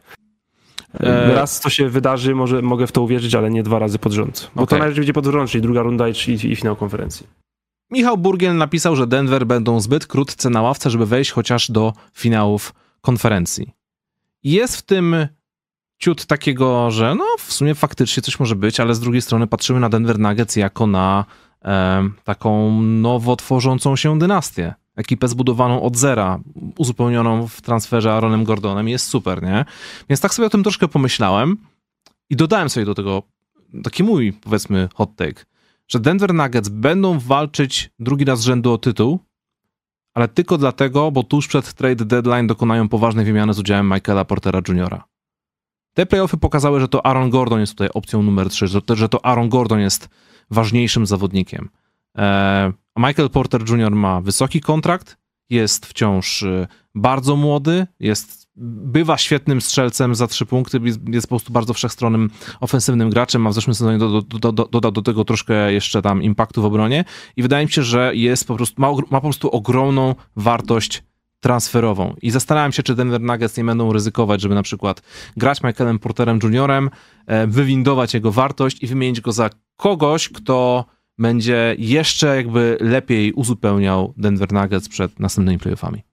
E... Raz to się wydarzy, może mogę w to uwierzyć, ale nie dwa razy pod rząd. Bo okay. To najlepiej będzie pod rząd, czyli druga runda i, i, i finał konferencji. Michał Burgiel napisał, że Denver będą zbyt krótce na ławce, żeby wejść chociaż do finałów konferencji. Jest w tym ciut takiego, że no w sumie faktycznie coś może być, ale z drugiej strony patrzymy na Denver Nuggets jako na e, taką nowo tworzącą się dynastię. Ekipę zbudowaną od zera, uzupełnioną w transferze Aaronem Gordonem, jest super, nie? Więc tak sobie o tym troszkę pomyślałem i dodałem sobie do tego taki mój, powiedzmy, hot take, że Denver Nuggets będą walczyć drugi raz z rzędu o tytuł, ale tylko dlatego, bo tuż przed trade deadline dokonają poważnej wymiany z udziałem Michaela Portera juniora Te playoffy pokazały, że to Aaron Gordon jest tutaj opcją numer trzy, że to, że to Aaron Gordon jest ważniejszym zawodnikiem. Eee, Michael Porter junior ma wysoki kontrakt jest wciąż bardzo młody, jest, bywa świetnym strzelcem za trzy punkty, jest, jest po prostu bardzo wszechstronnym, ofensywnym graczem, a w zeszłym sezonie dodał do, do, do, do tego troszkę jeszcze tam impaktu w obronie i wydaje mi się, że jest po prostu, ma, ma po prostu ogromną wartość transferową. I zastanawiam się, czy Denver Nuggets nie będą ryzykować, żeby na przykład grać Michaelem Porterem juniorem, wywindować jego wartość i wymienić go za kogoś, kto będzie jeszcze jakby lepiej uzupełniał Denver Nuggets przed następnymi playoffami.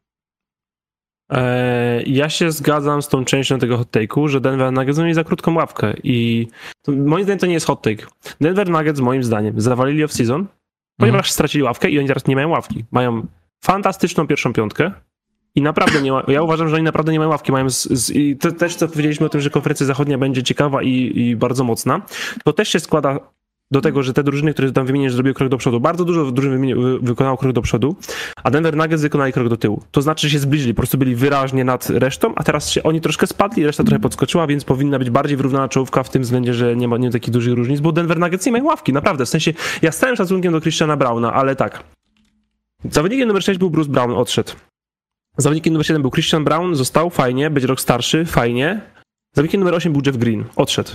Ja się zgadzam z tą częścią tego hot take'u, że Denver Nuggets mieli za krótką ławkę i to, moim zdaniem to nie jest hot take. Denver Nuggets moim zdaniem zawalili off-season, ponieważ mm. stracili ławkę i oni teraz nie mają ławki. Mają fantastyczną pierwszą piątkę i naprawdę nie ma, ja uważam, że oni naprawdę nie mają ławki. Mają z, z, i to też co powiedzieliśmy o tym, że konferencja zachodnia będzie ciekawa i, i bardzo mocna. To też się składa do tego, że te drużyny, które tam wymienisz, zrobiły krok do przodu. Bardzo dużo drużyn wy, wykonało krok do przodu, a Denver Nuggets wykonali krok do tyłu. To znaczy, że się zbliżyli, po prostu byli wyraźnie nad resztą, a teraz się oni troszkę spadli, reszta trochę podskoczyła, więc powinna być bardziej wyrównana czołówka w tym względzie, że nie ma nie takich dużych różnic, bo Denver Nuggets nie mają ławki, naprawdę. W sensie, ja z całym szacunkiem do Christiana Browna, ale tak. Zawodnikiem numer sześć był Bruce Brown, odszedł. Zawodnikiem numer siedem był Christian Brown, został, fajnie, będzie rok starszy, fajnie. Zawodnikiem numer osiem był Jeff Green, odszedł.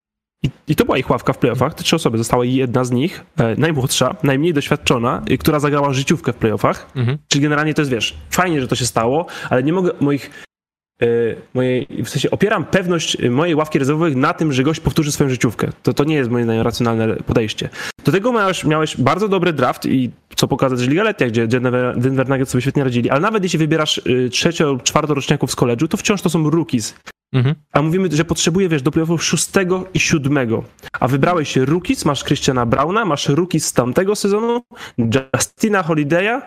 I, I to była ich ławka w playoffach. Te trzy osoby, została jedna z nich, e, najmłodsza, najmniej doświadczona, y, która zagrała życiówkę w playoffach. Mhm. Czyli generalnie to jest, wiesz, fajnie, że to się stało, ale nie mogę moich, e, mojej, w sensie opieram pewność mojej ławki rezerwowych na tym, że gość powtórzy swoją życiówkę. To, to nie jest moim zdaniem racjonalne podejście. Do tego miałeś, miałeś bardzo dobry draft i co pokazać, że Liga Letnia, gdzie Denver, Denver Nuggets sobie świetnie radzili, ale nawet jeśli wybierasz y, trzecio, czwartoroczniaków z college'u, to wciąż to są rookies. Mhm. A mówimy, że potrzebuje, wiesz, do playoffów szóstego i siódmego. A wybrałeś się rookies, masz Christiana Browna, masz rookies z tamtego sezonu, Justina Holiday'a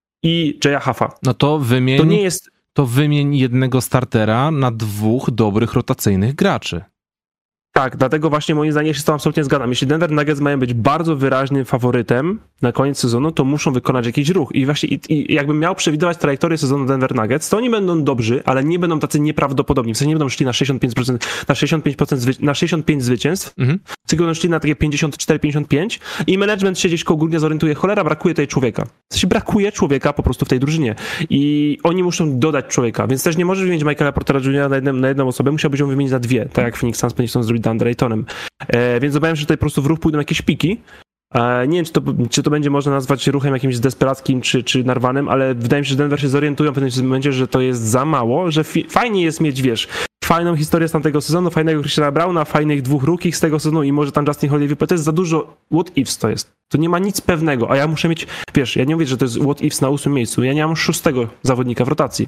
i Jaya Huffa. No to wymień, to nie jest... to wymień jednego startera na dwóch dobrych rotacyjnych graczy. Tak, dlatego właśnie moim zdaniem się z tym absolutnie zgadzam. Jeśli Denver Nuggets mają być bardzo wyraźnym faworytem na koniec sezonu, to muszą wykonać jakiś ruch. I właśnie i, i jakbym miał przewidywać trajektorię sezonu Denver Nuggets, to oni będą dobrzy, ale nie będą tacy nieprawdopodobni. W sensie nie będą szli na sześćdziesiąt pięć procent, na sześćdziesiąt pięć procent zwy, na sześćdziesiąt pięć zwycięstw, mhm. tylko będą szli na takie pięćdziesiąt cztery pięćdziesiąt pięć i management się gdzieś koło górnie zorientuje, cholera, brakuje tej człowieka. W sensie brakuje człowieka po prostu w tej drużynie. I oni muszą dodać człowieka, więc też nie możesz wymienić Michaela Portera juniora na, jednym, na jedną osobę, musiałbyś ją wymienić na dwie, tak jak Phoenix Suns chcą zrobić DeAndre Aytonem. E, więc obawiam się, że tutaj po prostu w ruch pójdą jakieś piki. E, nie wiem, czy to, czy to będzie można nazwać ruchem jakimś desperackim czy, czy narwanym, ale wydaje mi się, że Denver się zorientują w pewnym momencie, że to jest za mało, że fi- fajnie jest mieć, wiesz, fajną historię z tamtego sezonu, fajnego Christiana Browna, fajnych dwóch rookies z tego sezonu i może tam Justin Holiday wypadł. To jest za dużo what ifs to jest. To nie ma nic pewnego, a ja muszę mieć, wiesz, ja nie mówię, że to jest what ifs na ósmym miejscu, ja nie mam szóstego zawodnika w rotacji.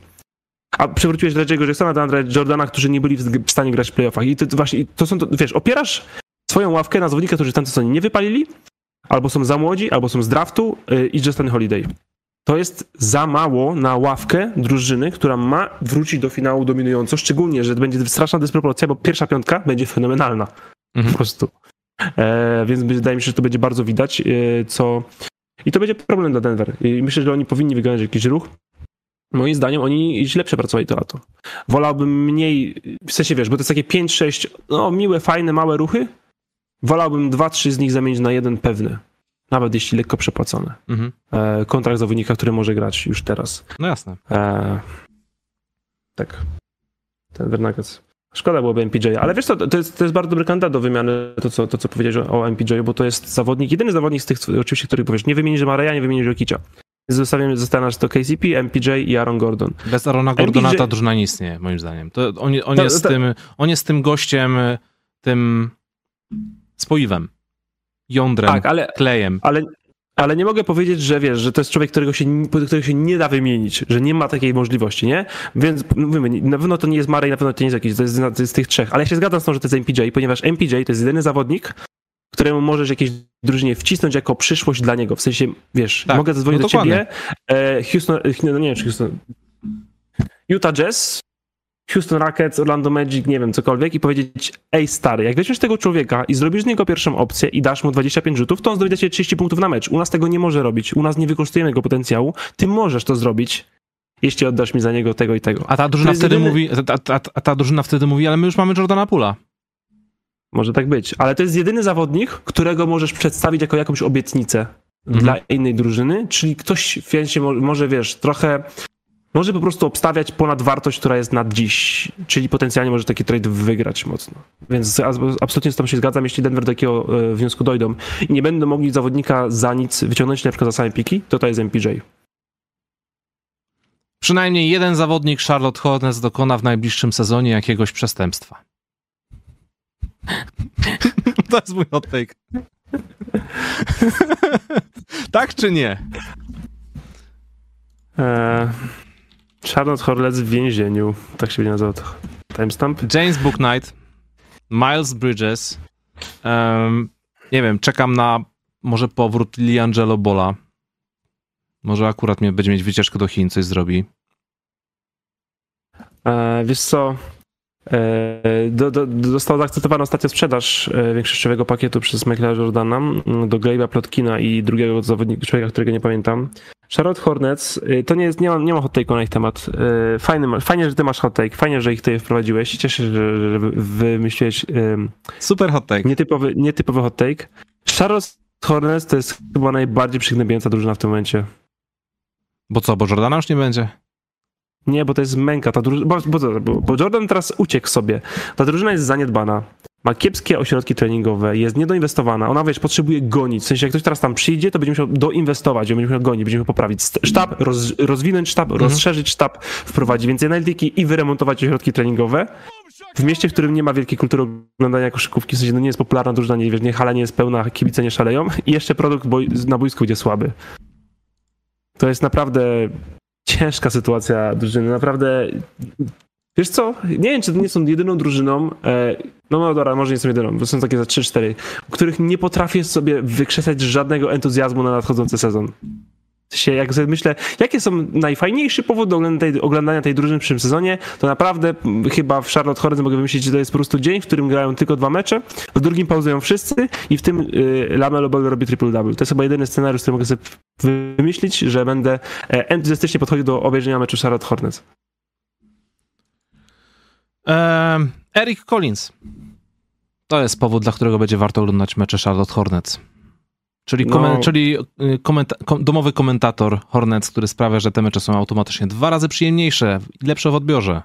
A przywróciłeś Reggie'ego Jacksona, do Andre Jordana, którzy nie byli w stanie grać w playoffach. I to właśnie, to są, to, wiesz, opierasz swoją ławkę na zawodnika, którzy w tamtym sezonie nie wypalili, albo są za młodzi, albo są z draftu yy, i Justin Holiday. To jest za mało na ławkę drużyny, która ma wrócić do finału dominująco, szczególnie, że będzie straszna dysproporcja, bo pierwsza piątka będzie fenomenalna. Mhm. Po prostu. E, więc wydaje mi się, że to będzie bardzo widać, e, co... I to będzie problem dla Denver. I myślę, że oni powinni wykonać jakiś ruch. Moim zdaniem oni źle przepracowali to lato. Wolałbym mniej, w sensie wiesz, bo to jest takie pięć sześć, no miłe, fajne, małe ruchy. Wolałbym dwa trzy z nich zamienić na jeden pewny. Nawet jeśli lekko przepłacony. Mhm. E, kontrakt zawodnika, który może grać już teraz. No jasne. E, tak. Denver Nuggets. Szkoda byłoby M P J, ale wiesz co, to jest, to jest bardzo dobry kandydat do wymiany, to co, to, co powiedziałeś o M P J, bo to jest zawodnik, jedyny zawodnik z tych, oczywiście, których powiesz, nie wymienisz Mareja, nie wymienisz Jokicza. Zostawiam, zostawiam to K C P, M P J i Aaron Gordon. Bez Aarona Gordona M P J... ta drużyna nie istnieje, moim zdaniem. To on, on, to, jest to... Tym, on jest tym gościem, tym spoiwem, jądrem, tak, ale, klejem. Ale, ale nie mogę powiedzieć, że wiesz, że to jest człowiek, którego się, którego się nie da wymienić, że nie ma takiej możliwości, nie? Więc mówimy, na pewno to nie jest Murray, na pewno to nie jest jakiś, to jest, to jest z tych trzech. Ale ja się zgadzam z tym, że to jest M P J, ponieważ M P J to jest jedyny zawodnik, któremu możesz jakieś drużynie wcisnąć jako przyszłość dla niego. W sensie, wiesz, tak, mogę zadzwonić no do ciebie, e, Houston, no nie wiem, czy Houston, Utah Jazz, Houston Rockets, Orlando Magic, nie wiem, cokolwiek i powiedzieć, ej stary, jak weźmiesz tego człowieka i zrobisz z niego pierwszą opcję i dasz mu dwadzieścia pięć rzutów, to on zdobędzie cię trzydzieści punktów na mecz. U nas tego nie może robić. U nas nie wykorzystujemy jego potencjału. Ty możesz to zrobić, jeśli oddasz mi za niego tego i tego. A ta drużyna wtedy jedyny... mówi, a, a, a ta drużyna wtedy mówi, ale my już mamy Jordana Poola. Może tak być, ale to jest jedyny zawodnik, którego możesz przedstawić jako jakąś obietnicę. mhm. dla innej drużyny, czyli ktoś w sensie może, wiesz, trochę może po prostu obstawiać ponad wartość, która jest nad dziś, czyli potencjalnie może taki trade wygrać mocno. Więc absolutnie z tym się zgadzam, jeśli Denver do takiego wniosku dojdą i nie będą mogli zawodnika za nic wyciągnąć, na przykład za same piki, to to jest M P J. Przynajmniej jeden zawodnik Charlotte Hornets dokona w najbliższym sezonie jakiegoś przestępstwa. To jest mój hot take. Tak czy nie? Eee, Charlotte Hornets w więzieniu. Tak się będzie nazywał to. Timestamp. James Bouknight, Miles Bridges. Um, nie wiem, czekam na może powrót LiAngelo Balla. Może akurat mnie będzie mieć wycieczkę do Chin, coś zrobi. Eee, wiesz co? Eee, do, do, została zaakceptowana ostatnio sprzedaż e, większościowego pakietu przez Michaela Jordana do Gabe'a Plotkina i drugiego zawodnika, człowieka, którego nie pamiętam. Charlotte Hornets, to nie jest, nie mam, nie mam hot take'u na ich temat. Fajny, fajnie, że ty masz hot take, fajnie, że ich tutaj wprowadziłeś. Cieszę się, że, że wymyśliłeś um, super hot take. Nietypowy, nietypowy hot take. Charlotte Hornets to jest chyba najbardziej przygnębiająca drużyna w tym momencie. Bo co, bo Jordana już nie będzie? Nie, bo to jest męka. Ta drużyna, bo, bo, bo, bo Jordan teraz uciekł sobie. Ta drużyna jest zaniedbana. Ma kiepskie ośrodki treningowe, jest niedoinwestowana. Ona, wiesz, potrzebuje gonić. W sensie, jak ktoś teraz tam przyjdzie, to będzie musiał doinwestować, będzie musiał gonić, będzie musiał poprawić sztab, roz, rozwinąć sztab, mhm. rozszerzyć sztab, wprowadzić więcej analityki i wyremontować ośrodki treningowe. W mieście, w którym nie ma wielkiej kultury oglądania koszykówki, w sensie, no nie jest popularna drużyna, nie, wiesz, nie, hala nie jest pełna, kibice nie szaleją i jeszcze produkt boj, na boisku będzie słaby. To jest naprawdę ciężka sytuacja drużyny, naprawdę. Wiesz co, nie wiem, czy to nie są jedyną drużyną, no, no dobra, może nie są jedyną, bo są takie za trzy cztery, u których nie potrafię sobie wykrzesać żadnego entuzjazmu na nadchodzący sezon. W sensie, jak sobie myślę, jakie są najfajniejsze powody do oglądania tej, oglądania tej drużyny w przyszłym sezonie, to naprawdę chyba w Charlotte Hornets mogę wymyślić, że to jest po prostu dzień, w którym grają tylko dwa mecze, w drugim pauzują wszyscy i w tym y, LaMelo Ball robi triple-double. To jest chyba jedyny scenariusz, który mogę sobie wymyślić, że będę entuzjastycznie podchodził do obejrzenia meczu Charlotte Hornets. Um, Eric Collins. To jest powód, dla którego będzie warto oglądać mecze Charlotte Hornets. Czyli, komen- no. czyli komenta- kom- domowy komentator Hornets, który sprawia, że te mecze są automatycznie dwa razy przyjemniejsze i lepsze w odbiorze.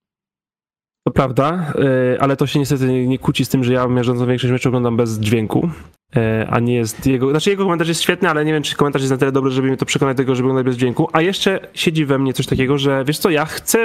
To prawda, ale to się niestety nie kłóci z tym, że ja mierząc większość meczów oglądam bez dźwięku, a nie jest jego... Znaczy jego komentarz jest świetny, ale nie wiem, czy komentarz jest na tyle dobry, żeby mnie to przekonać do tego, żeby oglądać bez dźwięku. A jeszcze siedzi we mnie coś takiego, że wiesz co, ja chcę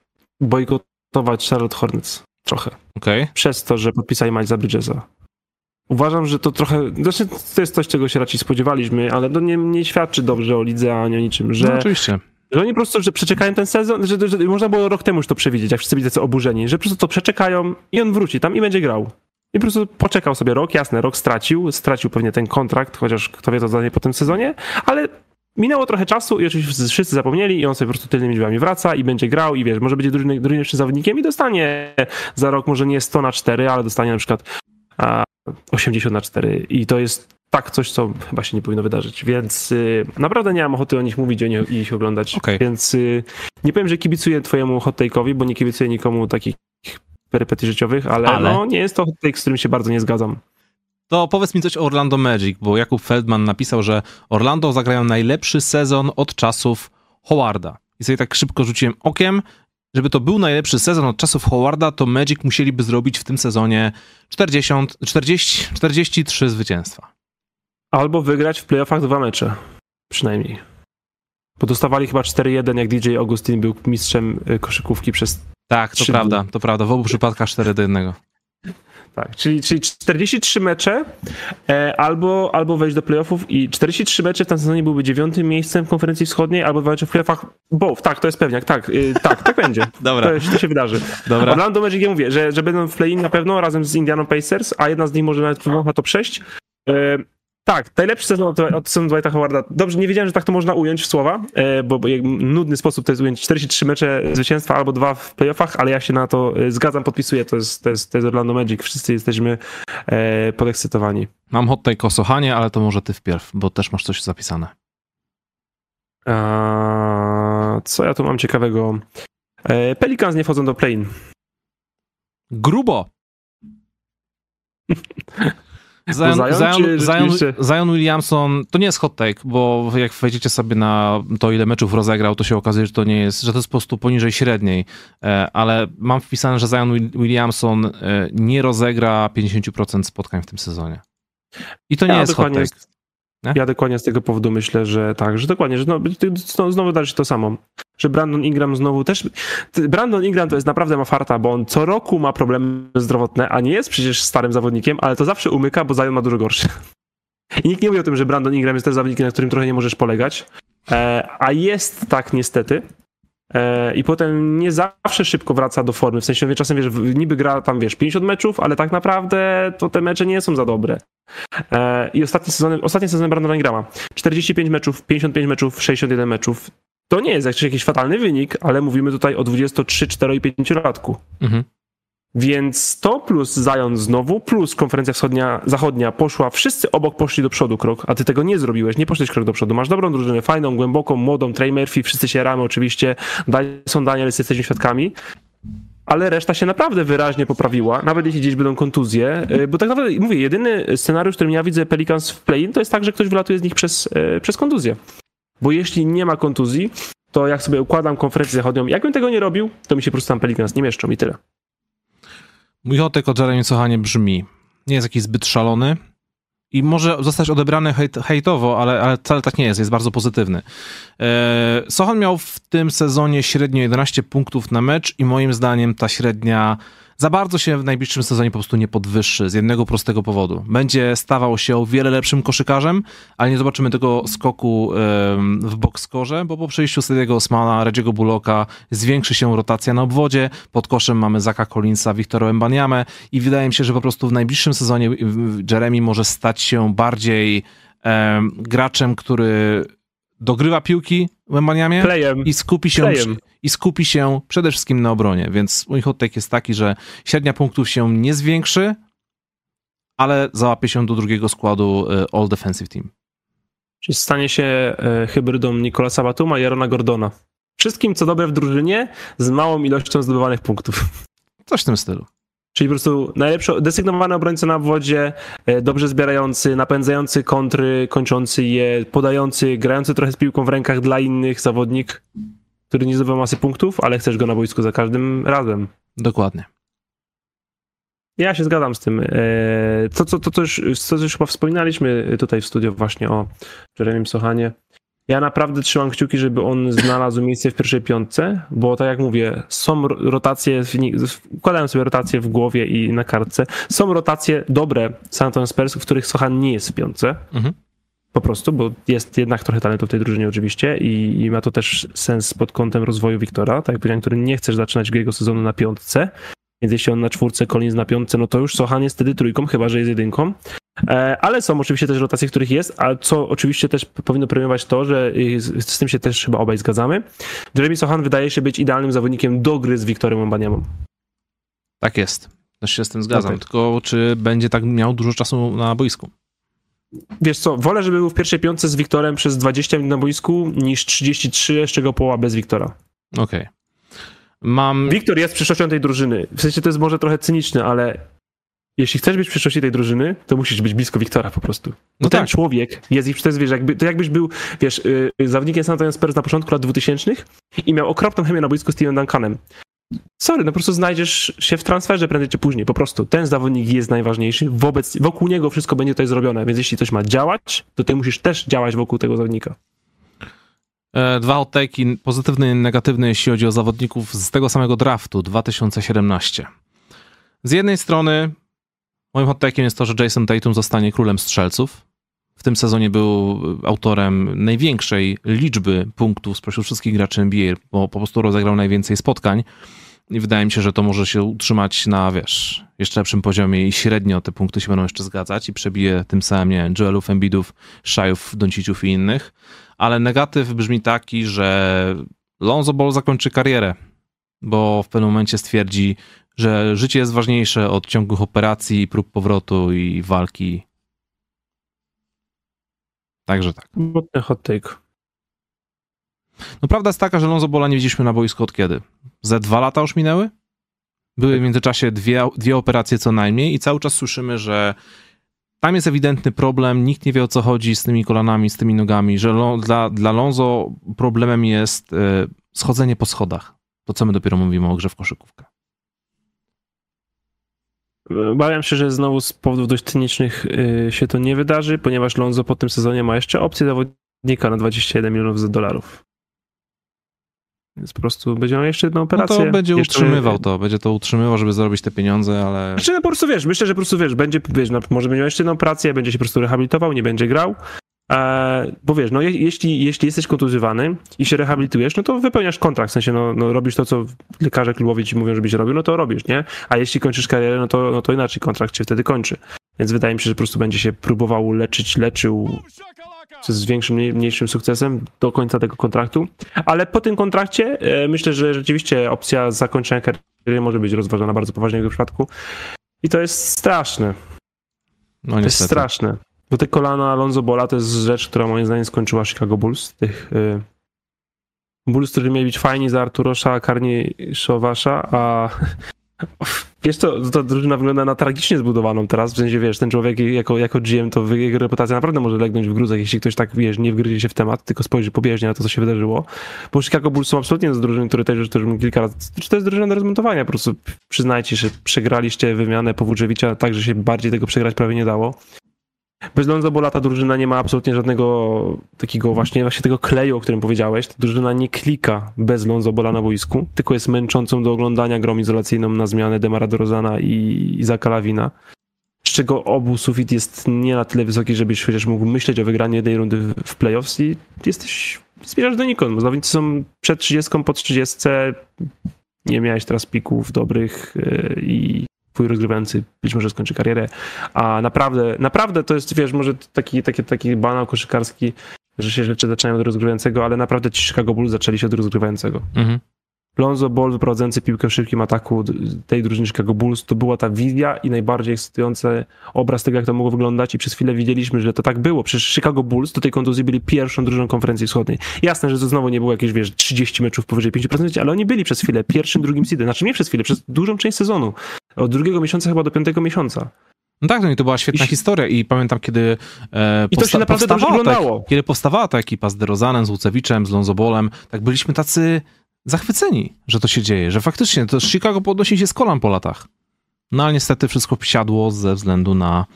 bojkotować Charlotte Hornets trochę. Okay. Przez to, że podpisali Milesa Bridgesa. Uważam, że to trochę... Znaczy, to jest coś, czego się raczej spodziewaliśmy, ale to nie, nie świadczy dobrze o lidze, ani o niczym, że... No, oczywiście. Że oni po prostu że przeczekają ten sezon, że, że, że można było rok temu już to przewidzieć, jak wszyscy byli tacy oburzeni, że po prostu to przeczekają i on wróci tam i będzie grał. I po prostu poczekał sobie rok, jasne, rok stracił, stracił pewnie ten kontrakt, chociaż kto wie, co zadanie po tym sezonie, ale minęło trochę czasu i oczywiście wszyscy zapomnieli i on sobie po prostu tylnymi drzwiami wraca i będzie grał i wiesz, może będzie drużniejszym zawodnikiem i dostanie za rok może nie sto na cztery, ale dostanie na przykład a, osiemdziesiąt na cztery i to jest tak coś, co chyba się nie powinno wydarzyć, więc y, naprawdę nie mam ochoty o nich mówić o nich, i ich oglądać, okay. Więc y, nie powiem, że kibicuję twojemu hot take'owi, bo nie kibicuję nikomu takich perypetii życiowych, ale, ale no nie jest to hot take, z którym się bardzo nie zgadzam. To powiedz mi coś o Orlando Magic, bo Jakub Feldman napisał, że Orlando zagrają najlepszy sezon od czasów Howarda. I sobie tak szybko rzuciłem okiem, żeby to był najlepszy sezon od czasów Howarda, to Magic musieliby zrobić w tym sezonie czterdzieści, czterdzieści, czterdzieści trzy zwycięstwa. Albo wygrać w playoffach dwa mecze. Przynajmniej. Bo dostawali chyba cztery jeden, jak D J Augustin był mistrzem koszykówki przez Tak, to prawda, dni. to prawda. W obu przypadkach cztery do jednego. Tak, czyli, czyli czterdzieści trzy mecze e, albo, albo wejść do playoffów i czterdzieści trzy mecze w tym sezonie byłby dziewiątym miejscem w konferencji wschodniej albo walczyć w playoffach both. Tak, to jest pewniak, tak, y, tak, tak będzie. Dobra. To, to się wydarzy. Dobra. Orlando Magic, ja mówię, że, że będą w play-in na pewno razem z Indianą Pacers, a jedna z nich może nawet na top sześć. E, Tak, najlepszy sezon od, od sezonu Dwighta Howarda. Dobrze, nie wiedziałem, że tak to można ująć w słowa, bo, bo nudny sposób to jest ująć czterdzieści trzy mecze zwycięstwa albo dwa w playoffach, ale ja się na to zgadzam, podpisuję, to jest, to jest, to jest Orlando Magic, wszyscy jesteśmy e, podekscytowani. Mam hot take o Sochanie, ale to może ty wpierw, bo też masz coś zapisane. A, co ja tu mam ciekawego? E, Pelicans nie wchodzą do play-in. Grubo! Zion, Zion, Zion, czy Zion, rzeczywiście- Zion Williamson to nie jest hot take, bo jak wejdziecie sobie na to, ile meczów rozegrał, to się okazuje, że to nie jest, że to jest po prostu poniżej średniej, E, ale mam wpisane, że Zion Wil- Williamson e, nie rozegra pięćdziesiąt procent spotkań w tym sezonie. I to nie Ja jest hot dokładnie take. Nie? Ja dokładnie z tego powodu myślę, że tak, że dokładnie, że no, ty- znowu znowu darzy to samo. Że Brandon Ingram znowu też... ty- Brandon Ingram to jest naprawdę ma farta, bo on co roku ma problemy zdrowotne, a nie jest przecież starym zawodnikiem, ale to zawsze umyka, bo Zion ma dużo gorszy. I nikt nie mówi o tym, że Brandon Ingram jest też zawodnikiem, na którym trochę nie możesz polegać, e, a jest tak niestety. E, I potem nie zawsze szybko wraca do formy. W sensie, wie, czasem wiesz, w- niby gra tam, wiesz, pięćdziesiąt meczów, ale tak naprawdę to te mecze nie są za dobre. E, I ostatnie sezony, ostatnie sezony Brandona Ingrama. czterdzieści pięć meczów, pięćdziesiąt pięć meczów, sześćdziesiąt jeden meczów. To nie jest jakiś, jakiś fatalny wynik, ale mówimy tutaj o dwudziestu trzech, czterech i pięciolatku. Mhm. Więc to plus Zion znowu, plus konferencja wschodnia, zachodnia poszła, wszyscy obok poszli do przodu krok, a ty tego nie zrobiłeś, nie poszłeś krok do przodu. Masz dobrą drużynę, fajną, głęboką, młodą, Trey Murphy, wszyscy się ramy oczywiście, Dyson Daniels, jesteśmy świadkami, ale reszta się naprawdę wyraźnie poprawiła, nawet jeśli gdzieś będą kontuzje, y, bo tak naprawdę, mówię, jedyny scenariusz, którym ja widzę Pelicans w play-in, to jest tak, że ktoś wylatuje z nich przez, y, przez kontuzję. Bo jeśli nie ma kontuzji, to jak sobie układam konferencję zachodnią, jakbym tego nie robił, to mi się po prostu tam Pelicans nie mieszczą i tyle. Mój hot take o Jeremy Sochanie brzmi, nie jest jakiś zbyt szalony i może zostać odebrany hejt, hejtowo, ale, ale wcale tak nie jest, jest bardzo pozytywny. E, Sochan miał w tym sezonie średnio jedenaście punktów na mecz i moim zdaniem ta średnia za bardzo się w najbliższym sezonie po prostu nie podwyższy z jednego prostego powodu. Będzie stawał się o wiele lepszym koszykarzem, ale nie zobaczymy tego skoku em, w box-scorze, bo po przejściu Sadiego Osmana, Reggie'ego Bullocka zwiększy się rotacja na obwodzie. Pod koszem mamy Zaka Collinsa, Victora Wembanyamę i wydaje mi się, że po prostu w najbliższym sezonie Jeremy może stać się bardziej em, graczem, który dogrywa piłki Wembanyamie Playem. i skupi się Playem. i skupi się przede wszystkim na obronie, więc mój hot take jest taki, że średnia punktów się nie zwiększy, ale załapie się do drugiego składu y, All Defensive Team. Czyli stanie się e, hybrydą Nicolasa Batuma i Aarona Gordona. Wszystkim, co dobre w drużynie, z małą ilością zdobywanych punktów. Coś w tym stylu. Czyli po prostu najlepszy, desygnowany obrońca na obwodzie, e, dobrze zbierający, napędzający kontry, kończący je, podający, grający trochę z piłką w rękach dla innych, zawodnik, który nie zdobywa masy punktów, ale chcesz go na boisku za każdym razem. Dokładnie. Ja się zgadzam z tym. E, To, co, to, to, już, to, co już chyba wspominaliśmy tutaj w studiu właśnie o Jeremym Sochanie. Ja naprawdę trzymam kciuki, żeby on znalazł miejsce w pierwszej piątce, bo tak jak mówię, są rotacje, układałem sobie rotacje w głowie i na kartce, są rotacje dobre San Antonio Spurs, w których Sochan nie jest w piątce. Mhm. Po prostu, bo jest jednak trochę talentu w tej drużynie oczywiście i, i ma to też sens pod kątem rozwoju Wiktora, tak jak powiedziałem, który nie chcesz zaczynać jego sezonu na piątce, więc jeśli on na czwórce, Collins na piątce, no to już Sochan jest wtedy trójką, chyba że jest jedynką. E, ale są oczywiście też rotacje, w których jest, a co oczywiście też powinno premiować to, że z, z tym się też chyba obaj zgadzamy. Jeremy Sochan wydaje się być idealnym zawodnikiem do gry z Victorem Wembanyamą. Tak jest. Też się z tym zgadzam. Okay. Tylko czy będzie tak miał dużo czasu na boisku? Wiesz co, wolę, żeby był w pierwszej piątce z Wiktorem przez dwadzieścia minut na boisku, niż trzydzieści trzy, z czego połowa bez Wiktora. Okej. Okay. Mam... Wiktor jest przyszłością tej drużyny. W sensie to jest może trochę cyniczne, ale jeśli chcesz być w przyszłości tej drużyny, to musisz być blisko Wiktora po prostu. Bo No ten tak. człowiek jest ich, to jest, wiesz, jakby, to jakbyś był, wiesz, yy, zawodnikiem San Antonio Spurs na początku lat dwutysięcznych i miał okropną chemię na boisku z Stevenem Duncanem. Sorry, no po prostu znajdziesz się w transferze prędzej czy później. Po prostu ten zawodnik jest najważniejszy, wobec, wokół niego wszystko będzie tutaj zrobione, więc jeśli coś ma działać, to ty musisz też działać wokół tego zawodnika. Dwa hot take'i, pozytywny i negatywny, jeśli chodzi o zawodników z tego samego draftu dwa tysiące siedemnaście. Z jednej strony moim hot take'iem jest to, że Jason Tatum zostanie królem strzelców. W tym sezonie był autorem największej liczby punktów spośród wszystkich graczy N B A, bo po prostu rozegrał najwięcej spotkań i wydaje mi się, że to może się utrzymać na, wiesz, jeszcze lepszym poziomie i średnio te punkty się będą jeszcze zgadzać i przebije tym samym, nie wiem, Joelów, Embidów, Shaiów, Donciciów i innych. Ale negatyw brzmi taki, że Lonzo Ball zakończy karierę, bo w pewnym momencie stwierdzi, że życie jest ważniejsze od ciągłych operacji, prób powrotu i walki. Także tak. Mocny hot take. No prawda jest taka, że Lonzo Balla nie widzieliśmy na boisku od kiedy? Ze dwa lata już minęły? Były w międzyczasie dwie, dwie operacje co najmniej i cały czas słyszymy, że tam jest ewidentny problem, nikt nie wie o co chodzi z tymi kolanami, z tymi nogami, że lo, dla, dla Lonzo problemem jest y, schodzenie po schodach. To co my dopiero mówimy o grze w koszykówkę. Obawiam się, że znowu z powodów dość cynicznych y, się to nie wydarzy, ponieważ Lonzo po tym sezonie ma jeszcze opcję zawodnika na dwadzieścia jeden milionów dolarów. Więc po prostu będzie miał jeszcze jedną operację. No to będzie jeszcze... utrzymywał to, będzie to utrzymywał, żeby zarobić te pieniądze, ale... Znaczy, no po prostu wiesz, myślę, że po prostu wiesz, będzie, wiesz, no, może będzie miał jeszcze jedną operację, będzie się po prostu rehabilitował, nie będzie grał, e, bo wiesz, no je, jeśli, jeśli jesteś kontuzjowany i się rehabilitujesz, no to wypełniasz kontrakt, w sensie, no, no robisz to, co lekarze klubowi ci mówią, żebyś robił, no to robisz, nie? A jeśli kończysz karierę, no to, no to inaczej kontrakt się wtedy kończy. Więc wydaje mi się, że po prostu będzie się próbował leczyć, leczył z większym, mniejszym sukcesem do końca tego kontraktu, ale po tym kontrakcie e, myślę, że rzeczywiście opcja zakończenia kariery może być rozważana bardzo poważnie w jego przypadku i to jest straszne. No, to jest straszne. Bo te kolana Lonzo Balla to jest rzecz, która moim zdaniem skończyła Chicago Bulls. Tych y, Bulls, którzy mieli być fajni za Arturosza Karniszowasza, a wiesz co, to drużyna wygląda na tragicznie zbudowaną teraz, w sensie wiesz, ten człowiek jako, jako G M, to jego reputacja naprawdę może legnąć w gruzach, jeśli ktoś tak, wiesz, nie wgryzie się w temat, tylko spojrzy pobieżnie na to, co się wydarzyło. Bo Chicago Bulls są absolutnie z drużyny, które też, też kilka razy, czy to jest drużyna do rozmontowania, po prostu przyznajcie, że przegraliście wymianę Powłóczewicza tak, że się bardziej tego przegrać prawie nie dało. Bez Lonzo Balla ta drużyna nie ma absolutnie żadnego takiego właśnie, właśnie tego kleju, o którym powiedziałeś. Ta drużyna nie klika bez Lonzo Balla na boisku, tylko jest męczącą do oglądania grą izolacyjną na zmianę Demara DeRozana i Izaka Lawina. Z czego obu sufit jest nie na tyle wysoki, żebyś chociaż mógł myśleć o wygraniu jednej rundy w playoffs i jesteś, zbierasz donikąd. Zawodnicy są przed trzydziestką, po trzydziestce, nie miałeś teraz pików dobrych i twój rozgrywający być może skończy karierę, a naprawdę, naprawdę to jest, wiesz, może taki, taki, taki banał koszykarski, że się rzeczy zaczynają od rozgrywającego, ale naprawdę ci Chicago Bulls zaczęli się od rozgrywającego. Mhm. Lonzo Ball wyprowadzający piłkę w szybkim ataku tej drużyny Chicago Bulls, to była ta wizja i najbardziej ekscytujący obraz tego, jak to mogło wyglądać i przez chwilę widzieliśmy, że to tak było. Przecież Chicago Bulls do tej kontuzji byli pierwszą drużyną konferencji wschodniej. Jasne, że to znowu nie było jakieś, wiesz, trzydzieści meczów powyżej pięć procent, ale oni byli przez chwilę pierwszym, drugim seedem. Znaczy nie przez chwilę, przez dużą część sezonu. Od drugiego miesiąca chyba do piątego miesiąca. No tak, no i to była świetna I... historia i pamiętam, kiedy e, I to się naprawdę dobrze wyglądało. Ta, kiedy powstawała ta ekipa z DeRozanem, z Łucewiczem, z Lonzo Ballem, tak byliśmy tacy zachwyceni, że to się dzieje, że faktycznie to Chicago podnosi się z kolan po latach. No ale niestety wszystko siadło ze względu na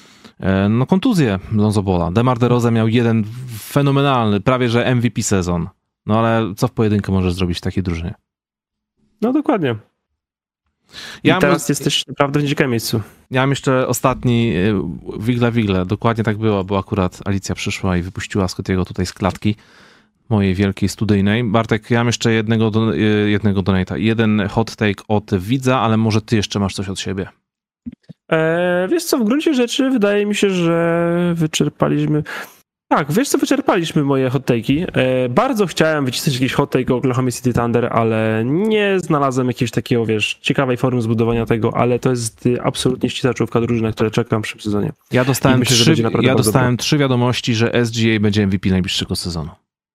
e, no, kontuzję Lonzo Balla. DeMar DeRozan miał jeden fenomenalny, prawie że M V P sezon. No ale co w pojedynkę możesz zrobić w takiej drużynie? No dokładnie. I ja teraz my... jesteś naprawdę w nieciekawym miejscu. Ja mam jeszcze ostatni wigle wigle. Dokładnie tak było, bo akurat Alicja przyszła i wypuściła Scottiego tutaj z klatki mojej wielkiej studyjnej. Bartek, ja mam jeszcze jednego, do, jednego donate'a. Jeden hot take od widza, ale może ty jeszcze masz coś od siebie. Eee, wiesz co, w gruncie rzeczy wydaje mi się, że wyczerpaliśmy... Tak, wiesz co, wyczerpaliśmy moje hot take'i. E, bardzo chciałem wycisnąć jakiś hot take o Oklahoma City Thunder, ale nie znalazłem jakiegoś takiego, wiesz, ciekawej formy zbudowania tego, ale to jest absolutnie ścisłaczówka drużyna, która czekam w przyszłym sezonie. Ja dostałem, myślę, trzy, ja dostałem trzy wiadomości, że S G A będzie M V P najbliższego sezonu.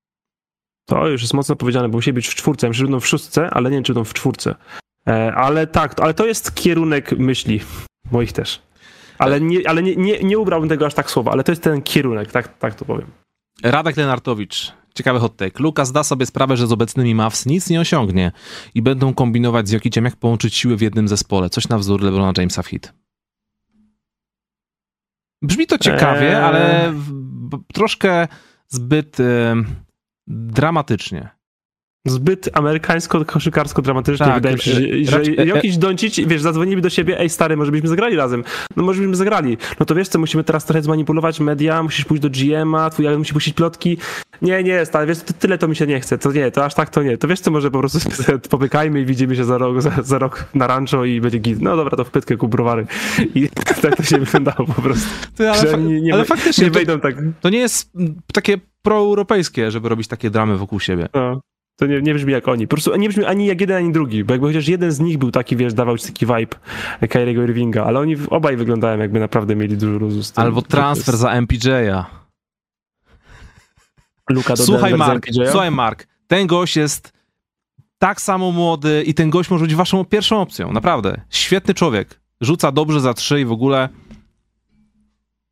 To już jest mocno powiedziane, bo musi być w czwórce. Ja myślę, że będą w szóstce, ale nie wiem, czy będą w czwórce. E, ale tak, ale to jest kierunek myśli moich też. Ale, nie, ale nie, nie, nie ubrałbym tego aż tak słowa, ale to jest ten kierunek, tak, tak to powiem. Radek Lenartowicz, ciekawy hot take. Lukas da sobie sprawę, że z obecnymi Mavs nic nie osiągnie i będą kombinować z Jokiciem, jak połączyć siły w jednym zespole. Coś na wzór LeBrona Jamesa w hit. Brzmi to ciekawie, eee... ale w, troszkę zbyt e, dramatycznie. Zbyt amerykańsko-koszykarsko-dramatycznie. Tak, wydaje mi się, że, że jakiś Doncic, wiesz, zadzwonili do siebie, ej stary, może byśmy zagrali razem. No może byśmy zagrali. No to wiesz co, musimy teraz trochę zmanipulować media, musisz pójść do G M a, twój musi puścić plotki. Nie, nie, stary, wiesz, to tyle to mi się nie chce. To nie, to aż tak to nie. To wiesz co, może po prostu popykajmy i widzimy się za rok, za, za rok na rancho i będzie git. No dobra, to w pytkę kup browary. I tak to się wyglądało po prostu. Ty, ale, fa- nie, nie, ale faktycznie nie wejdą tak. To nie jest takie proeuropejskie, żeby robić takie dramy wokół siebie. No. To nie, nie brzmi jak oni. Po prostu nie brzmi ani jak jeden, ani drugi, bo jakby chociaż jeden z nich był taki, wiesz, dawał ci taki vibe Kyriego Irvinga, ale oni obaj wyglądają jakby naprawdę mieli dużo luzu z tym. Albo transfer jest... za M P J a. Luka do Słuchaj Mark, M P J a? słuchaj Mark, ten gość jest tak samo młody i ten gość może być waszą pierwszą opcją, naprawdę. Świetny człowiek. Rzuca dobrze za trzy i w ogóle...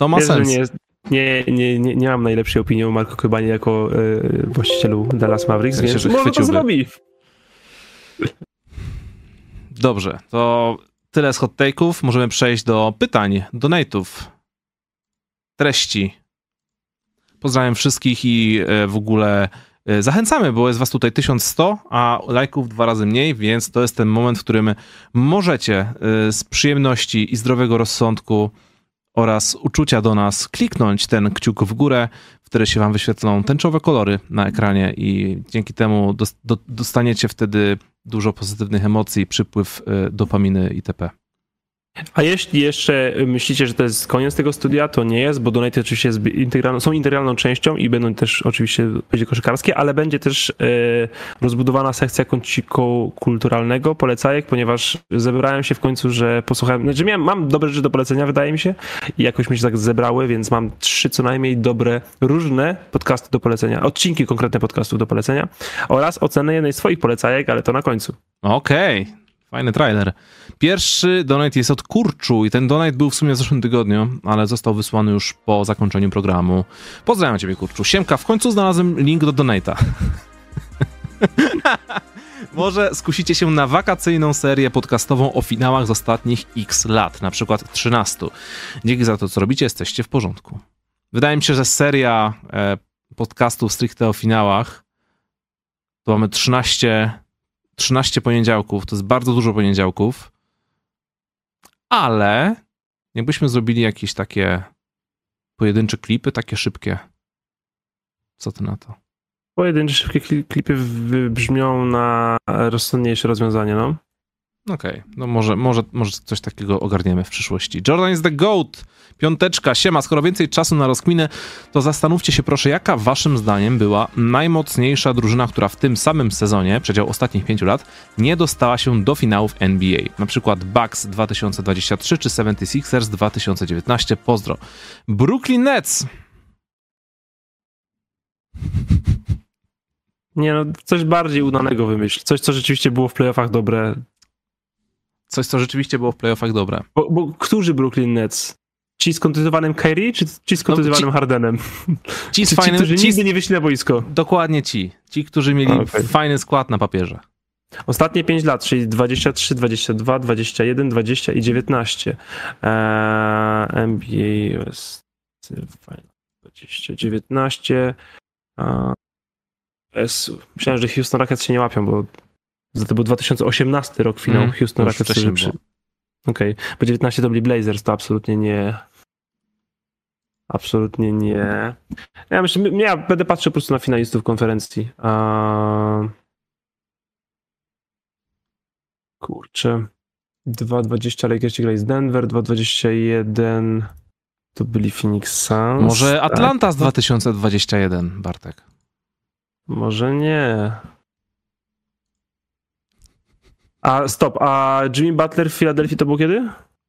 To ma Wiesz, że sens. nie, nie, nie, nie, nie mam najlepszej opinii o Marku Kubanie jako y, właścicielu Dallas Mavericks, Myślę, więc że może to chwyciłby. zrobi. Dobrze, to tyle z hot take'ów. Możemy przejść do pytań, donate'ów, treści. Pozdrawiam wszystkich i e, w ogóle e, zachęcamy, bo jest was tutaj tysiąc sto, a lajków dwa razy mniej, więc to jest ten moment, w którym możecie e, z przyjemności i zdrowego rozsądku oraz uczucia do nas kliknąć ten kciuk w górę, wtedy się wam wyświetlą tęczowe kolory na ekranie i dzięki temu dos- do- dostaniecie wtedy dużo pozytywnych emocji, przypływ e, dopaminy itp. A jeśli jeszcze myślicie, że to jest koniec tego studia, to nie jest, bo donaty oczywiście jest integralną, są integralną częścią i będą też oczywiście będzie koszykarskie, ale będzie też e, rozbudowana sekcja kąciku kulturalnego, polecajek, ponieważ zebrałem się w końcu, że posłuchałem, znaczy miałem, mam dobre rzeczy do polecenia, wydaje mi się, i jakoś mi się tak zebrały, więc mam trzy co najmniej dobre, różne podcasty do polecenia, odcinki konkretne podcastów do polecenia oraz ocenę jednej z swoich polecajek, ale to na końcu. Okej, okay. Fajny trailer. Pierwszy donate jest od Kurczu i ten donate był w sumie w zeszłym tygodniu, ale został wysłany już po zakończeniu programu. Pozdrawiam ciebie, Kurczu. Siemka, w końcu znalazłem link do donate'a. Może skusicie się na wakacyjną serię podcastową o finałach z ostatnich x lat, na przykład trzynaście. Dzięki za to, co robicie, jesteście w porządku. Wydaje mi się, że seria e, podcastów stricte o finałach to mamy trzynaście... trzynaście poniedziałków, to jest bardzo dużo poniedziałków, ale jakbyśmy zrobili jakieś takie pojedyncze klipy, takie szybkie. Co ty na to? Pojedyncze szybkie klipy brzmią na rozsądniejsze rozwiązanie, no. Okej, okay. No może, może, może coś takiego ogarniemy w przyszłości. Jordan is the GOAT. Piąteczka, siema. Skoro więcej czasu na rozkminę, to zastanówcie się proszę, jaka waszym zdaniem była najmocniejsza drużyna, która w tym samym sezonie, przedział ostatnich pięciu lat, nie dostała się do finałów N B A. Na przykład Bucks dwa tysiące dwadzieścia trzy czy seventy-sixers dwa tysiące dziewiętnaście. Pozdro. Brooklyn Nets. Nie no, coś bardziej udanego wymyśl. Coś, co rzeczywiście było w playoffach dobre. Coś, co rzeczywiście było w playoffach dobre. Bo, bo którzy Brooklyn Nets? Ci z kontuzjowanym Kyrie, czy ci z kontuzjowanym no, ci, Hardenem? Ci, z ci, fajnym, ci, którzy ci nigdy nie wyszli na boisko. Dokładnie ci. Ci, którzy mieli okay. fajny skład na papierze. Ostatnie pięć lat, czyli dwadzieścia trzy, dwadzieścia dwa, dwadzieścia jeden, dwadzieścia i dziewiętnaście. Eee, N B A West dwadzieścia dziewiętnaście. Eee, myślałem, że Houston Rockets się nie łapią, bo to był dwa tysiące osiemnasty rok finał mm, Houston Rockets. Przy... Okej, okay. Bo dziewiętnaście to byli Blazers, to absolutnie nie... Absolutnie nie. Ja myślę, ja będę patrzył po prostu na finalistów konferencji. A... Kurczę. dwa dwadzieścia Lakersi grali z Denver, dwa dwadzieścia jeden to byli Phoenix Suns. Może Atlanta tak? Z dwa tysiące dwadzieścia jeden, Bartek. Może nie. A stop, a Jimmy Butler w Filadelfii to było kiedy?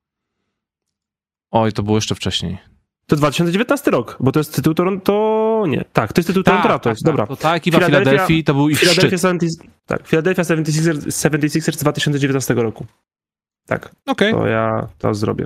Oj, to było jeszcze wcześniej. To dwa tysiące dziewiętnasty rok, bo to jest tytuł Toronto... Nie, tak, to jest tytuł Toronto Raptors, tak, dobra. To ta ekipa Filadelfii to był ich Philadelphia szczyt. seventy, tak, Philadelphia seventy-sixers, seventy-sixers dwa tysiące dziewiętnastego roku. Tak, okay. To ja to zrobię.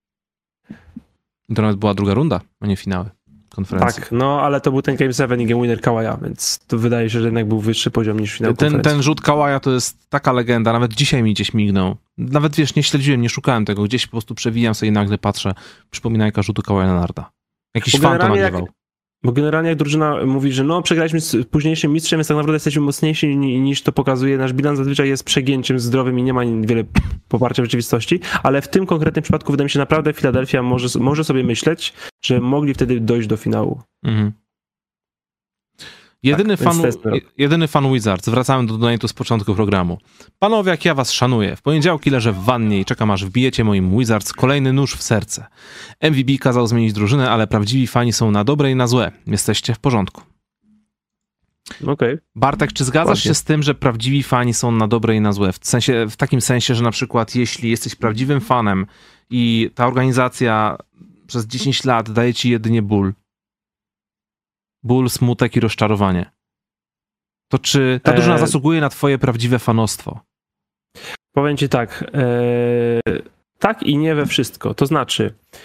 To nawet była druga runda, a nie finały konferencji. Tak, no ale to był ten Game seven i Game Winner Kawaja, więc to wydaje się, że jednak był wyższy poziom niż finał ten, konferencji. Ten rzut Kawaja to jest taka legenda, nawet dzisiaj mi gdzieś mignął. Nawet wiesz, nie śledziłem, nie szukałem tego, gdzieś po prostu przewijam sobie i nagle patrzę, przypominajka rzutu Kawaja Leonarda. Jakiś fan to nagrywał. Jak, bo generalnie jak drużyna mówi, że no przegraliśmy z późniejszym mistrzem, więc tak naprawdę jesteśmy mocniejsi niż to pokazuje nasz bilans, zazwyczaj jest przegięciem zdrowym i nie ma wiele poparcia w rzeczywistości, ale w tym konkretnym przypadku wydaje mi się naprawdę Philadelphia może, może sobie myśleć, że mogli wtedy dojść do finału. Mhm. Jedyny, tak, fan, jedyny fan Wizards. Wracamy do donate'u z początku programu. Panowie, jak ja was szanuję. W poniedziałki leżę w wannie i czekam, aż wbijecie moim Wizards kolejny nóż w serce. M V B kazał zmienić drużynę, ale prawdziwi fani są na dobre i na złe. Jesteście w porządku. Okay. Bartek, czy zgadzasz Właśnie. się z tym, że prawdziwi fani są na dobre i na złe? W sensie, w takim sensie, że na przykład jeśli jesteś prawdziwym fanem i ta organizacja przez dziesięć lat daje ci jedynie ból, ból, smutek i rozczarowanie, to czy ta drużyna e... zasługuje na twoje prawdziwe fanostwo? Powiem ci tak, e... tak i nie we wszystko. To znaczy,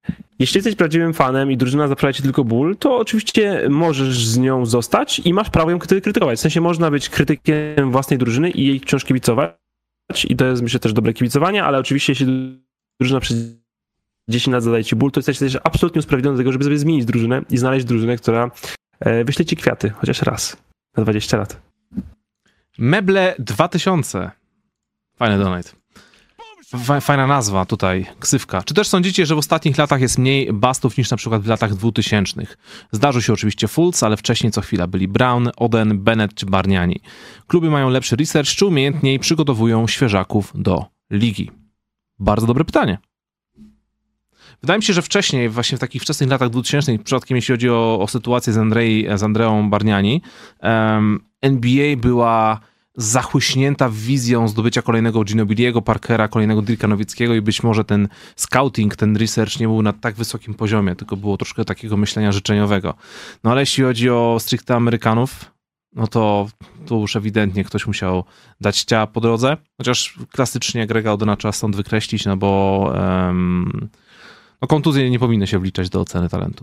jeśli jesteś prawdziwym fanem i drużyna zaprawia ci tylko ból, to oczywiście możesz z nią zostać i masz prawo ją krytykować. W sensie można być krytykiem własnej drużyny i jej wciąż kibicować i to jest, myślę, też dobre kibicowanie, ale oczywiście jeśli drużyna przez dziesięć lat zadaje ci ból, to jesteś też absolutnie usprawiedliwiony do tego, żeby sobie zmienić drużynę i znaleźć drużynę, która wyśle ci kwiaty, chociaż raz na dwadzieścia lat. Meble dwa tysiące. Fajny donate. Fajna nazwa tutaj, ksywka. Czy też sądzicie, że w ostatnich latach jest mniej bustów niż na przykład w latach dwutysięcznych? Zdarzył się oczywiście Fultz, ale wcześniej co chwila byli Brown, Oden, Bennett czy Bargnani. Kluby mają lepszy research, czy umiejętniej przygotowują świeżaków do ligi? Bardzo dobre pytanie. Wydaje mi się, że wcześniej, właśnie w takich wczesnych latach dwutysięcznych, przypadkiem jeśli chodzi o, o sytuację z, Andrei, z Andreą Bargnani, um, N B A była zachłyśnięta wizją zdobycia kolejnego Ginobiliego, Parkera, kolejnego Dirka Nowickiego i być może ten scouting, ten research nie był na tak wysokim poziomie, tylko było troszkę takiego myślenia życzeniowego. No ale jeśli chodzi o stricte Amerykanów, no to tu już ewidentnie ktoś musiał dać ciała po drodze, chociaż klasycznie Grega Odena trzeba stąd wykreślić, no bo um, no kontuzje nie powinny się wliczać do oceny talentu.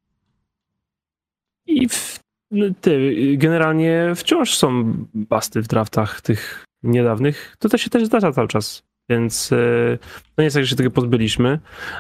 I w Ty, generalnie wciąż są busty w draftach tych niedawnych. To też się też zdarza cały czas, więc no nie jest tak, że się tego pozbyliśmy.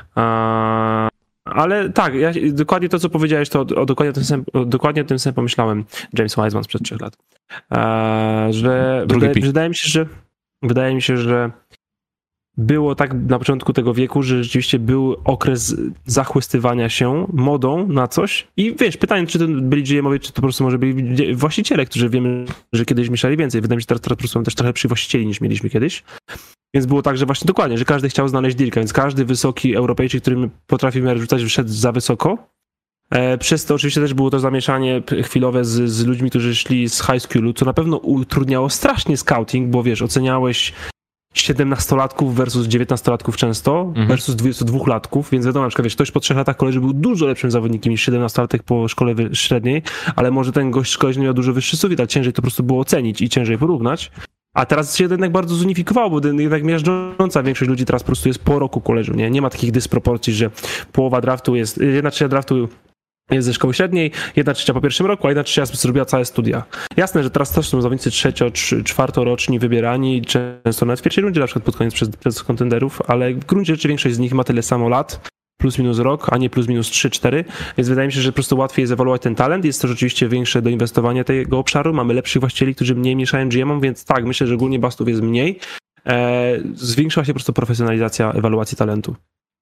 Ale tak, ja, dokładnie to, co powiedziałeś, to o, dokładnie, tym samym, o, dokładnie o tym samym pomyślałem. James Wiseman sprzed trzech lat. Że wydaje, wydaje mi się, że wydaje mi się, że było tak na początku tego wieku, że rzeczywiście był okres zachłystywania się modą na coś i wiesz, pytanie, czy to byli G M owie, czy to po prostu może byli właściciele, którzy wiemy, że kiedyś mieszali więcej. Wydaje mi się, że teraz, teraz po prostu mamy też trochę lepszych właścicieli niż mieliśmy kiedyś. Więc było tak, że właśnie dokładnie, że każdy chciał znaleźć dealka, więc każdy wysoki Europejczyk, który potrafił w miarę rzucać, wyszedł za wysoko. Przez to oczywiście też było to zamieszanie chwilowe z, z ludźmi, którzy szli z high schoolu, co na pewno utrudniało strasznie scouting, bo wiesz, oceniałeś siedemnastolatków versus dziewiętnastolatków często, mhm. versus dwudziestodwulatków, więc wiadomo, na przykład wiesz, ktoś po trzech latach koleży był dużo lepszym zawodnikiem niż siedemnastolatek po szkole średniej, ale może ten gość z koleżą miał dużo wyższy sufit, ale ciężej to po prostu było ocenić i ciężej porównać. A teraz się jednak bardzo zunifikowało, bo jednak miażdżąca większość ludzi teraz po prostu jest po roku koleżu, nie? Nie ma takich dysproporcji, że połowa draftu jest, jedna trzecia draftu jest ze szkoły średniej, jedna trzecia po pierwszym roku, a jedna trzecia zrobiła całe studia. Jasne, że teraz też są zawodnicy trzecio, czwartoroczni wybierani, często nawet w pierwszej rundzie, na przykład pod koniec przez, przez kontenderów, ale w gruncie rzeczy większość z nich ma tyle samo lat, plus minus rok, a nie plus minus trzy cztery, więc wydaje mi się, że po prostu łatwiej jest ewaluować ten talent, jest też oczywiście większe doinwestowanie tego obszaru, mamy lepszych właścicieli, którzy mniej mieszają G M-om, więc tak, myślę, że ogólnie bustów jest mniej. E, zwiększyła się po prostu profesjonalizacja ewaluacji talentu.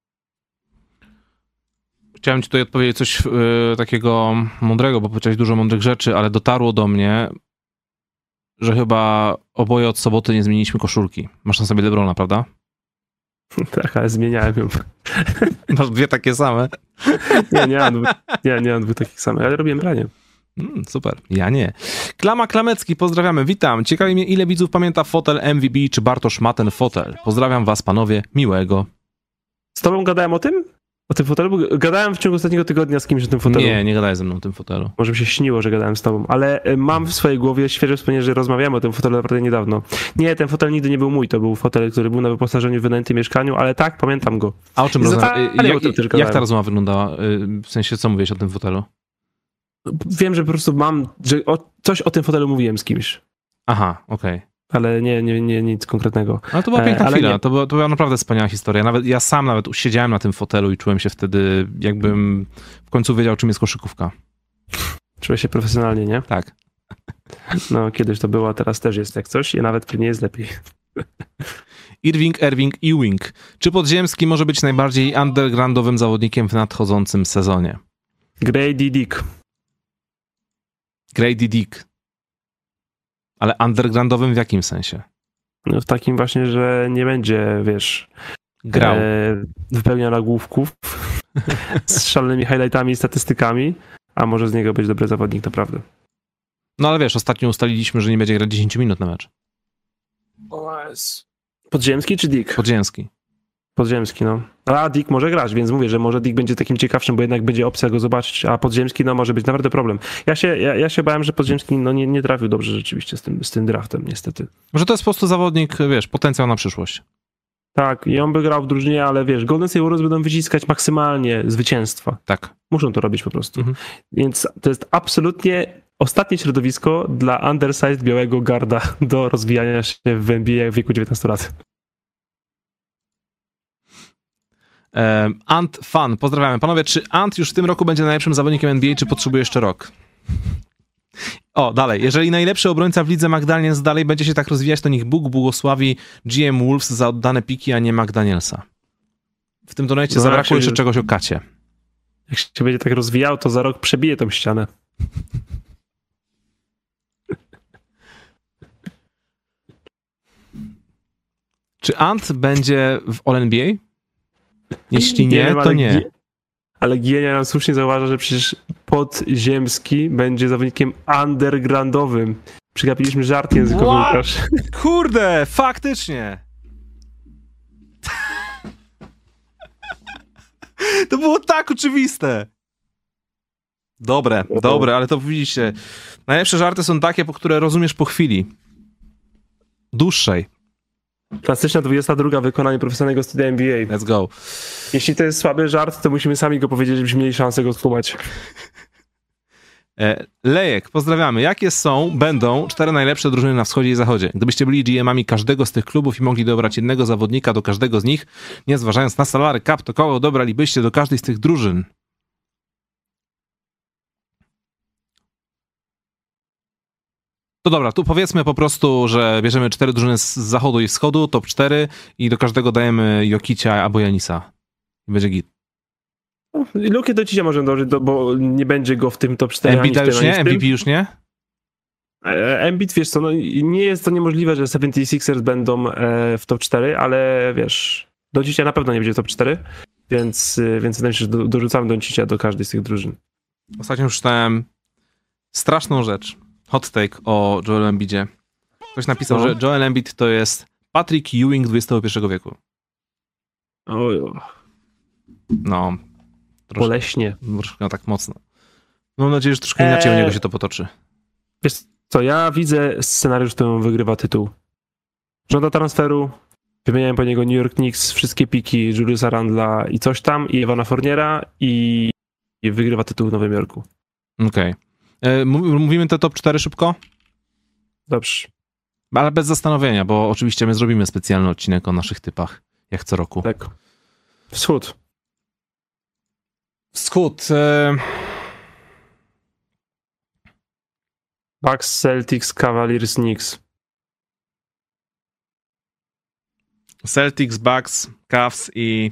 Chciałem ci tutaj odpowiedzieć coś yy, takiego mądrego, bo powiedziałeś dużo mądrych rzeczy, ale dotarło do mnie, że chyba oboje od soboty nie zmieniliśmy koszulki. Masz na sobie LeBrona, prawda? Tak, ale zmieniałem ją. Masz dwie takie same? Nie, nie mam, nie, nie mam dwóch takich samych, ale robiłem branie. Mm, super, ja nie. Klama Klamecki, pozdrawiamy, witam. Ciekawi mnie, ile widzów pamięta fotel M V B, czy Bartosz ma ten fotel. Pozdrawiam was, panowie, miłego. Z tobą gadałem o tym? O tym fotelu? Bo gadałem w ciągu ostatniego tygodnia z kimś o tym fotelu. Nie, nie gadaj ze mną o tym fotelu. Może mi się śniło, że gadałem z tobą, ale mam w swojej głowie świeże wspomnienie, że rozmawiamy o tym fotelu naprawdę niedawno. Nie, ten fotel nigdy nie był mój, to był fotel, który był na wyposażeniu w wynajętym mieszkaniu, ale tak, pamiętam go. A o czym rozmawiamy? Jak, jak, jak ta rozmowa wyglądała? W sensie, co mówiłeś o tym fotelu? Wiem, że po prostu mam, że o, coś o tym fotelu mówiłem z kimś. Aha, okej. Okay. Ale nie, nie, nie, nic konkretnego. Ale to była piękna e, chwila, to była, to była naprawdę wspaniała historia. Nawet ja sam nawet siedziałem na tym fotelu i czułem się wtedy, jakbym w końcu wiedział, czym jest koszykówka. Czułem się profesjonalnie, nie? Tak. No, kiedyś to było, a teraz też jest jak coś i nawet pewnie jest lepiej. Irving, Irving, Ewing. Czy Podziemski może być najbardziej undergroundowym zawodnikiem w nadchodzącym sezonie? Grady Dick. Grady Dick. Ale undergroundowym w jakim sensie? No w takim właśnie, że nie będzie, wiesz, grał. E, wypełniał nagłówków z szalonymi highlightami i statystykami, a może z niego być dobry zawodnik naprawdę. No ale wiesz, ostatnio ustaliliśmy, że nie będzie grać dziesięć minut na mecz. Podziemski czy Dick? Podziemski. Podziemski, no. A Dick może grać, więc mówię, że może Dick będzie takim ciekawszym, bo jednak będzie opcja go zobaczyć, a Podziemski, no może być naprawdę problem. Ja się, ja, ja się bałem, że Podziemski no, nie, nie trafił dobrze rzeczywiście z tym, z tym draftem, niestety. Może to jest po prostu zawodnik, wiesz, potencjał na przyszłość. Tak, i on by grał w drużynie, ale wiesz, Golden State Warriors będą wyciskać maksymalnie zwycięstwa. Tak. Muszą to robić po prostu. Mhm. Więc to jest absolutnie ostatnie środowisko dla undersized białego garda do rozwijania się w N B A w wieku dziewiętnastu lat. Um, Ant Fan, pozdrawiamy. Panowie, czy Ant już w tym roku będzie najlepszym zawodnikiem N B A, czy potrzebuje jeszcze rok? O, dalej. Jeżeli najlepszy obrońca w lidze McDaniels dalej będzie się tak rozwijać, to niech Bóg błogosławi G M Wolves za oddane piki, a nie McDanielsa. W tym donecie No, zabrakło jak się- jeszcze czegoś o Kacie. Jak się będzie tak rozwijał, to za rok przebije tą ścianę. Czy Ant będzie w All N B A? Jeśli nie, wiem, to ale nie. Gie- Ale Gienia nam słusznie zauważa, że przecież podziemski będzie zawodnikiem undergroundowym. Przegapiliśmy żart językowy, What? Łukasz. Kurde, faktycznie. To było tak oczywiste. Dobre, dobre, ale to widzicie. Najlepsze żarty są takie, po które rozumiesz po chwili. Dłuższej. Klasyczna dwudziesta druga wykonanie profesjonalnego studia N B A. Let's go. Jeśli to jest słaby żart, to musimy sami go powiedzieć, żebyśmy mieli szansę go skumać. E, Lejek, pozdrawiamy. Jakie są, będą cztery najlepsze drużyny na wschodzie i zachodzie? Gdybyście byli G M-ami każdego z tych klubów i mogli dobrać jednego zawodnika do każdego z nich, nie zważając na salary cap, to kogo dobralibyście do każdej z tych drużyn? To dobra, tu powiedzmy po prostu, że bierzemy cztery drużyny z zachodu i wschodu, top cztery i do każdego dajemy Jokicia albo Janisa. I będzie git. Lukę do cicia możemy dążyć, do- bo nie będzie go w tym top cztery. ani w Embiida tym, już ani nie? w tym. M V P już nie? E, Embiid, wiesz co, no, nie jest to niemożliwe, że seventy-sixers będą e, w top cztery, ale wiesz, do cicia na pewno nie będzie w top cztery, więc, e, więc wydaje mi się, że do, dorzucamy do cicia do każdej z tych drużyn. Ostatnio czytałem straszną rzecz. Hot take o Joel Embiidzie. Ktoś napisał, No. że Joel Embiid to jest Patrick Ewing dwudziestego pierwszego wieku. Oj, No, troszkę, boleśnie. troszkę tak mocno. Mam nadzieję, że troszkę inaczej Eee. u niego się to potoczy. Wiesz co, ja widzę scenariusz, w którym wygrywa tytuł. Żąda transferu, wymieniałem po niego New York Knicks, wszystkie piki Juliusa Randla i coś tam, i Evana Fourniera i, i wygrywa tytuł w Nowym Jorku. Okej. Okay. Mówimy te top cztery szybko? Dobrze. Ale bez zastanowienia, bo oczywiście my zrobimy specjalny odcinek o naszych typach, jak co roku. Tak. Wschód. Wschód. E... Bucks, Celtics, Cavaliers, Knicks. Celtics, Bucks, Cavs i...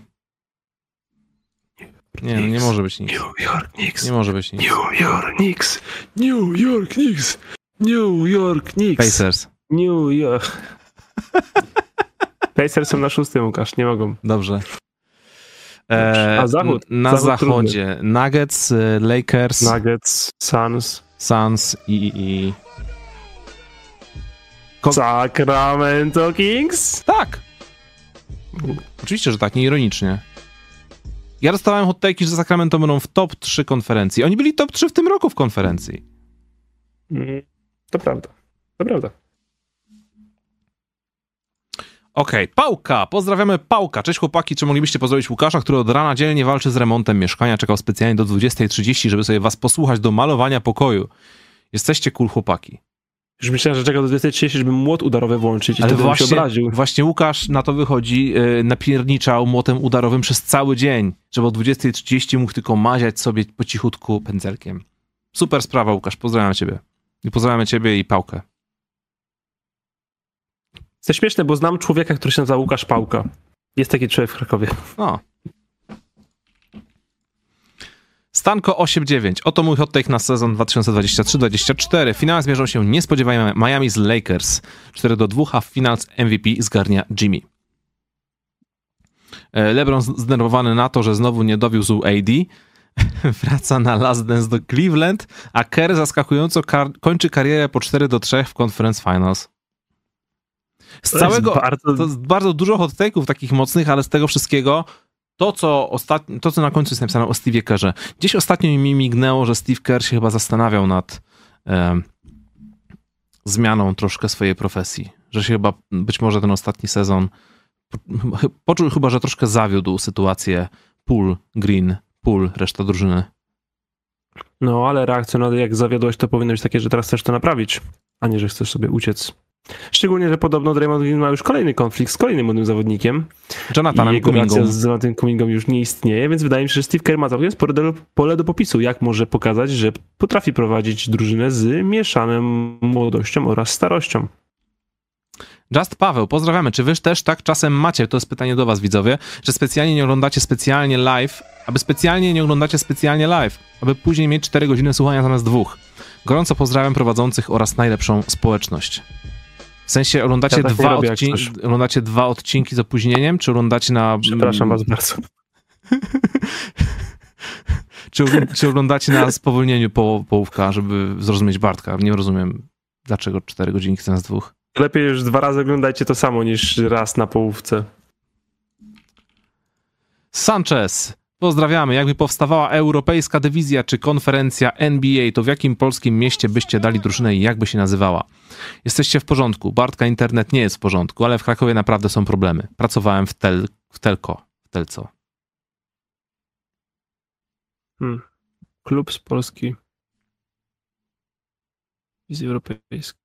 Nie, no nie może być nic. New York Knicks. Nie może być nic. New York Knicks. New York Knicks. New York Knicks. Pacers. New York. Pacers są na szóstym, Łukasz, nie mogą. Dobrze. E, A zachód? Na Zachód zachodzie Nuggets, e, Lakers, Nuggets, Suns. Suns i... i... Ko- Sacramento Kings. Tak! Oczywiście, że tak, nieironicznie. Ja dostałem hot take'i, że Sacramento będą w top trzy konferencji. Oni byli top trzy w tym roku w konferencji. Mm, To prawda. To prawda. Okej, okay. Pałka, pozdrawiamy Pałka. Cześć chłopaki, czy moglibyście pozdrowić Łukasza, który od rana dzielnie walczy z remontem mieszkania, czekał specjalnie do dwudziestej trzydzieści, żeby sobie was posłuchać do malowania pokoju. Jesteście cool chłopaki. Już myślałem, że czekał do dwudziestej trzydzieści, żeby młot udarowy włączyć i Ale wtedy bym się właśnie, obraził. właśnie Łukasz na to wychodzi, yy, napierniczał młotem udarowym przez cały dzień, żeby o dwudziestej trzydzieści mógł tylko maziać sobie po cichutku pędzelkiem. Super sprawa, Łukasz, pozdrawiam ciebie. I pozdrawiamy ciebie i Pałkę. To śmieszne, bo znam człowieka, który się nazywa Łukasz Pałka. Jest taki człowiek w Krakowie. O. Stanko osiem dziewięć. Oto mój hot take na sezon dwa tysiące dwudziesty trzeci dwudziesty czwarty. W finale zmierzą się niespodziewanie Miami z Lakers. cztery do dwóch, a w finals M V P zgarnia Jimmy. LeBron zdenerwowany na to, że znowu nie dowiózł A D. Wraca na Last Dance do Cleveland, a Kerr zaskakująco kar- kończy karierę po cztery do trzech w Conference Finals. Z To całego, jest bardzo... to jest bardzo dużo hot take'ów takich mocnych, ale z tego wszystkiego to, co ostatnio, to, co na końcu jest napisane o Steve'ie Kerrze. Gdzieś ostatnio mi mignęło, że Steve Kerr się chyba zastanawiał nad e, zmianą troszkę swojej profesji. Że się chyba być może ten ostatni sezon poczuł chyba, że troszkę zawiódł sytuację Pool, Green, Pool, reszta drużyny. No, ale reakcja na jak zawiodłeś, to powinno być takie, że teraz chcesz to naprawić, a nie, że chcesz sobie uciec. Szczególnie, że podobno Draymond Green ma już kolejny konflikt z kolejnym młodym zawodnikiem. Jonathanem I jego Kumingą. relacja z Jonathanem Kumingą już nie istnieje, więc wydaje mi się, że Steve Kerr ma całkiem spore do, pole do popisu, jak może pokazać, że potrafi prowadzić drużynę z mieszaną młodością oraz starością. Just Paweł, pozdrawiamy. Czy wy też tak czasem macie, to jest pytanie do was, widzowie, że specjalnie nie oglądacie specjalnie live, aby specjalnie nie oglądacie specjalnie live, aby później mieć cztery godziny słuchania zamiast dwóch. Gorąco pozdrawiam prowadzących oraz najlepszą społeczność. W sensie oglądacie, Ja tak dwa, robię, odcinki, oglądacie dwa odcinki z opóźnieniem, czy oglądacie na... Przepraszam was bardzo. czy, czy oglądacie na spowolnieniu po, połówka, żeby zrozumieć Bartka? Nie rozumiem, dlaczego cztery godzinki zamiast dwóch. Lepiej już dwa razy oglądajcie to samo niż raz na połówce. Sanchez, pozdrawiamy. Jakby powstawała europejska dywizja czy konferencja N B A, to w jakim polskim mieście byście dali drużynę i jakby się nazywała? Jesteście w porządku. Bartka internet nie jest w porządku, ale w Krakowie naprawdę są problemy. Pracowałem w, tel, w Telko. W Telco. Hmm. Klub z Polski. Wizji europejskiej.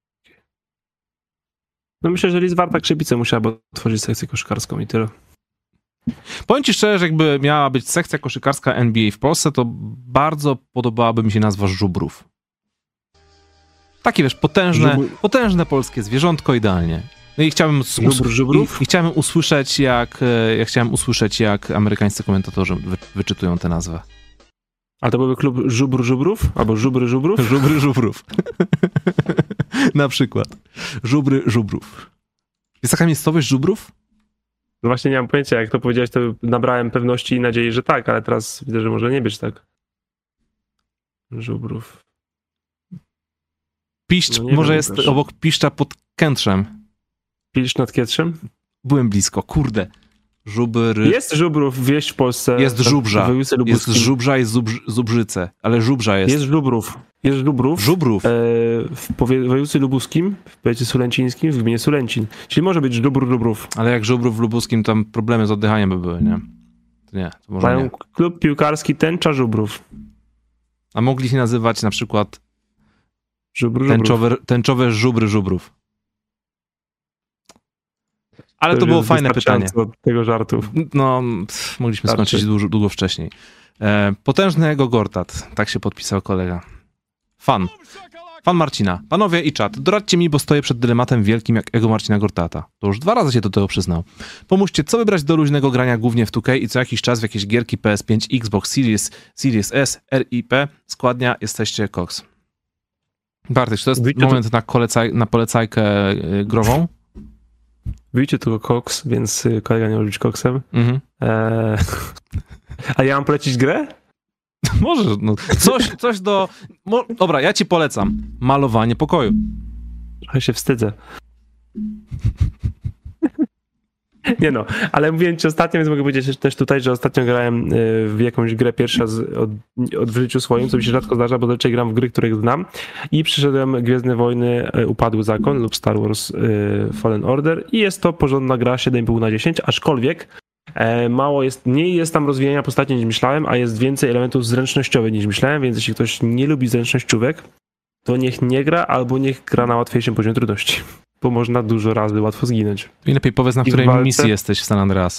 No myślę, że Lizwarta Krzepice musiałaby otworzyć sekcję koszykarską i tyle. Powiem ci szczerze, że jakby miała być sekcja koszykarska N B A w Polsce, to bardzo podobałaby mi się nazwa Żubrów. Takie, wiesz, potężne, Żubr... potężne polskie zwierzątko idealnie. No i chciałbym, us- Żubr, żubrów? i, i chciałbym usłyszeć, jak ja chciałem usłyszeć, jak amerykańscy komentatorzy wy, wyczytują tę nazwę. A to byłby klub Żubr Żubrów? Albo Żubry Żubrów? Żubry Żubrów. Na przykład. Żubry Żubrów. Jest taka miejscowość Żubrów? No właśnie nie mam pojęcia, jak to powiedziałeś, to nabrałem pewności i nadziei, że tak, ale teraz widzę, że może nie być tak. Żubrów. Piszcz, No może wiem, jest też. obok Piszcza pod Kętrzem. Piszcz nad Kietrzem? Byłem blisko, kurde. Żubry... Jest Żubrów, wieś w Polsce. Jest Żubrza. W Województwie Jest Lubuskim. Żubrza, jest Zubrz, Zubrzyce, ale Żubrza jest. Jest Żubrów. Jest Żubrów. Żubrów. E, w powie- województwie lubuskim, w powiecie sulęcińskim, w gminie Sulęcin. Czyli może być Żubr Żubrów. Ale jak Żubrów w Lubuskim, tam problemy z oddychaniem by były, nie? To nie, to może Mają nie. klub piłkarski Tęcza Żubrów. A mogli się nazywać na przykład Żubr Żubrów. tęczowe, tęczowe Żubry Żubrów. Ale to, już było jest fajne pytanie. wystarczająco od tego żartu. No, pff, mogliśmy Starczy. skończyć dużo, długo wcześniej. E, potężnego Gortat, tak się podpisał kolega. Fan. Fan Marcina. Panowie i czat, doradźcie mi, bo stoję przed dylematem wielkim jak ego Marcina Gortata. To już dwa razy się do tego przyznał. Pomóżcie, co wybrać do luźnego grania głównie w two K i co jakiś czas w jakieś gierki P S pięć, Xbox Series, Series S, R I P. Składnia, jesteście koks. Bartek, czy to jest Wiecie, moment na, kolecaj, na polecajkę y, grową? Widzicie tylko koks, więc y, kolega nie może być koksem. Mhm. Eee... A ja mam polecić grę? Może, no, coś, coś do... Mo... Dobra, ja ci polecam. Malowanie pokoju. Trochę się wstydzę. Nie no, ale mówiłem ci ostatnio, więc mogę powiedzieć też tutaj, że ostatnio grałem w jakąś grę pierwszy raz od, od w życiu swoim, co mi się rzadko zdarza, bo zazwyczaj gram w gry, których znam i przyszedłem Gwiezdne Wojny Upadły Zakon lub Star Wars Fallen Order i jest to porządna gra siedem i pół na dziesięć, aczkolwiek mało jest, mniej jest tam rozwijania postaci niż myślałem, a jest więcej elementów zręcznościowych niż myślałem, więc jeśli ktoś nie lubi zręcznościówek, to niech nie gra albo niech gra na łatwiejszym poziomie trudności, bo można dużo razy łatwo zginąć. I lepiej powiedz, na I w której walce? misji jesteś w San Andreas.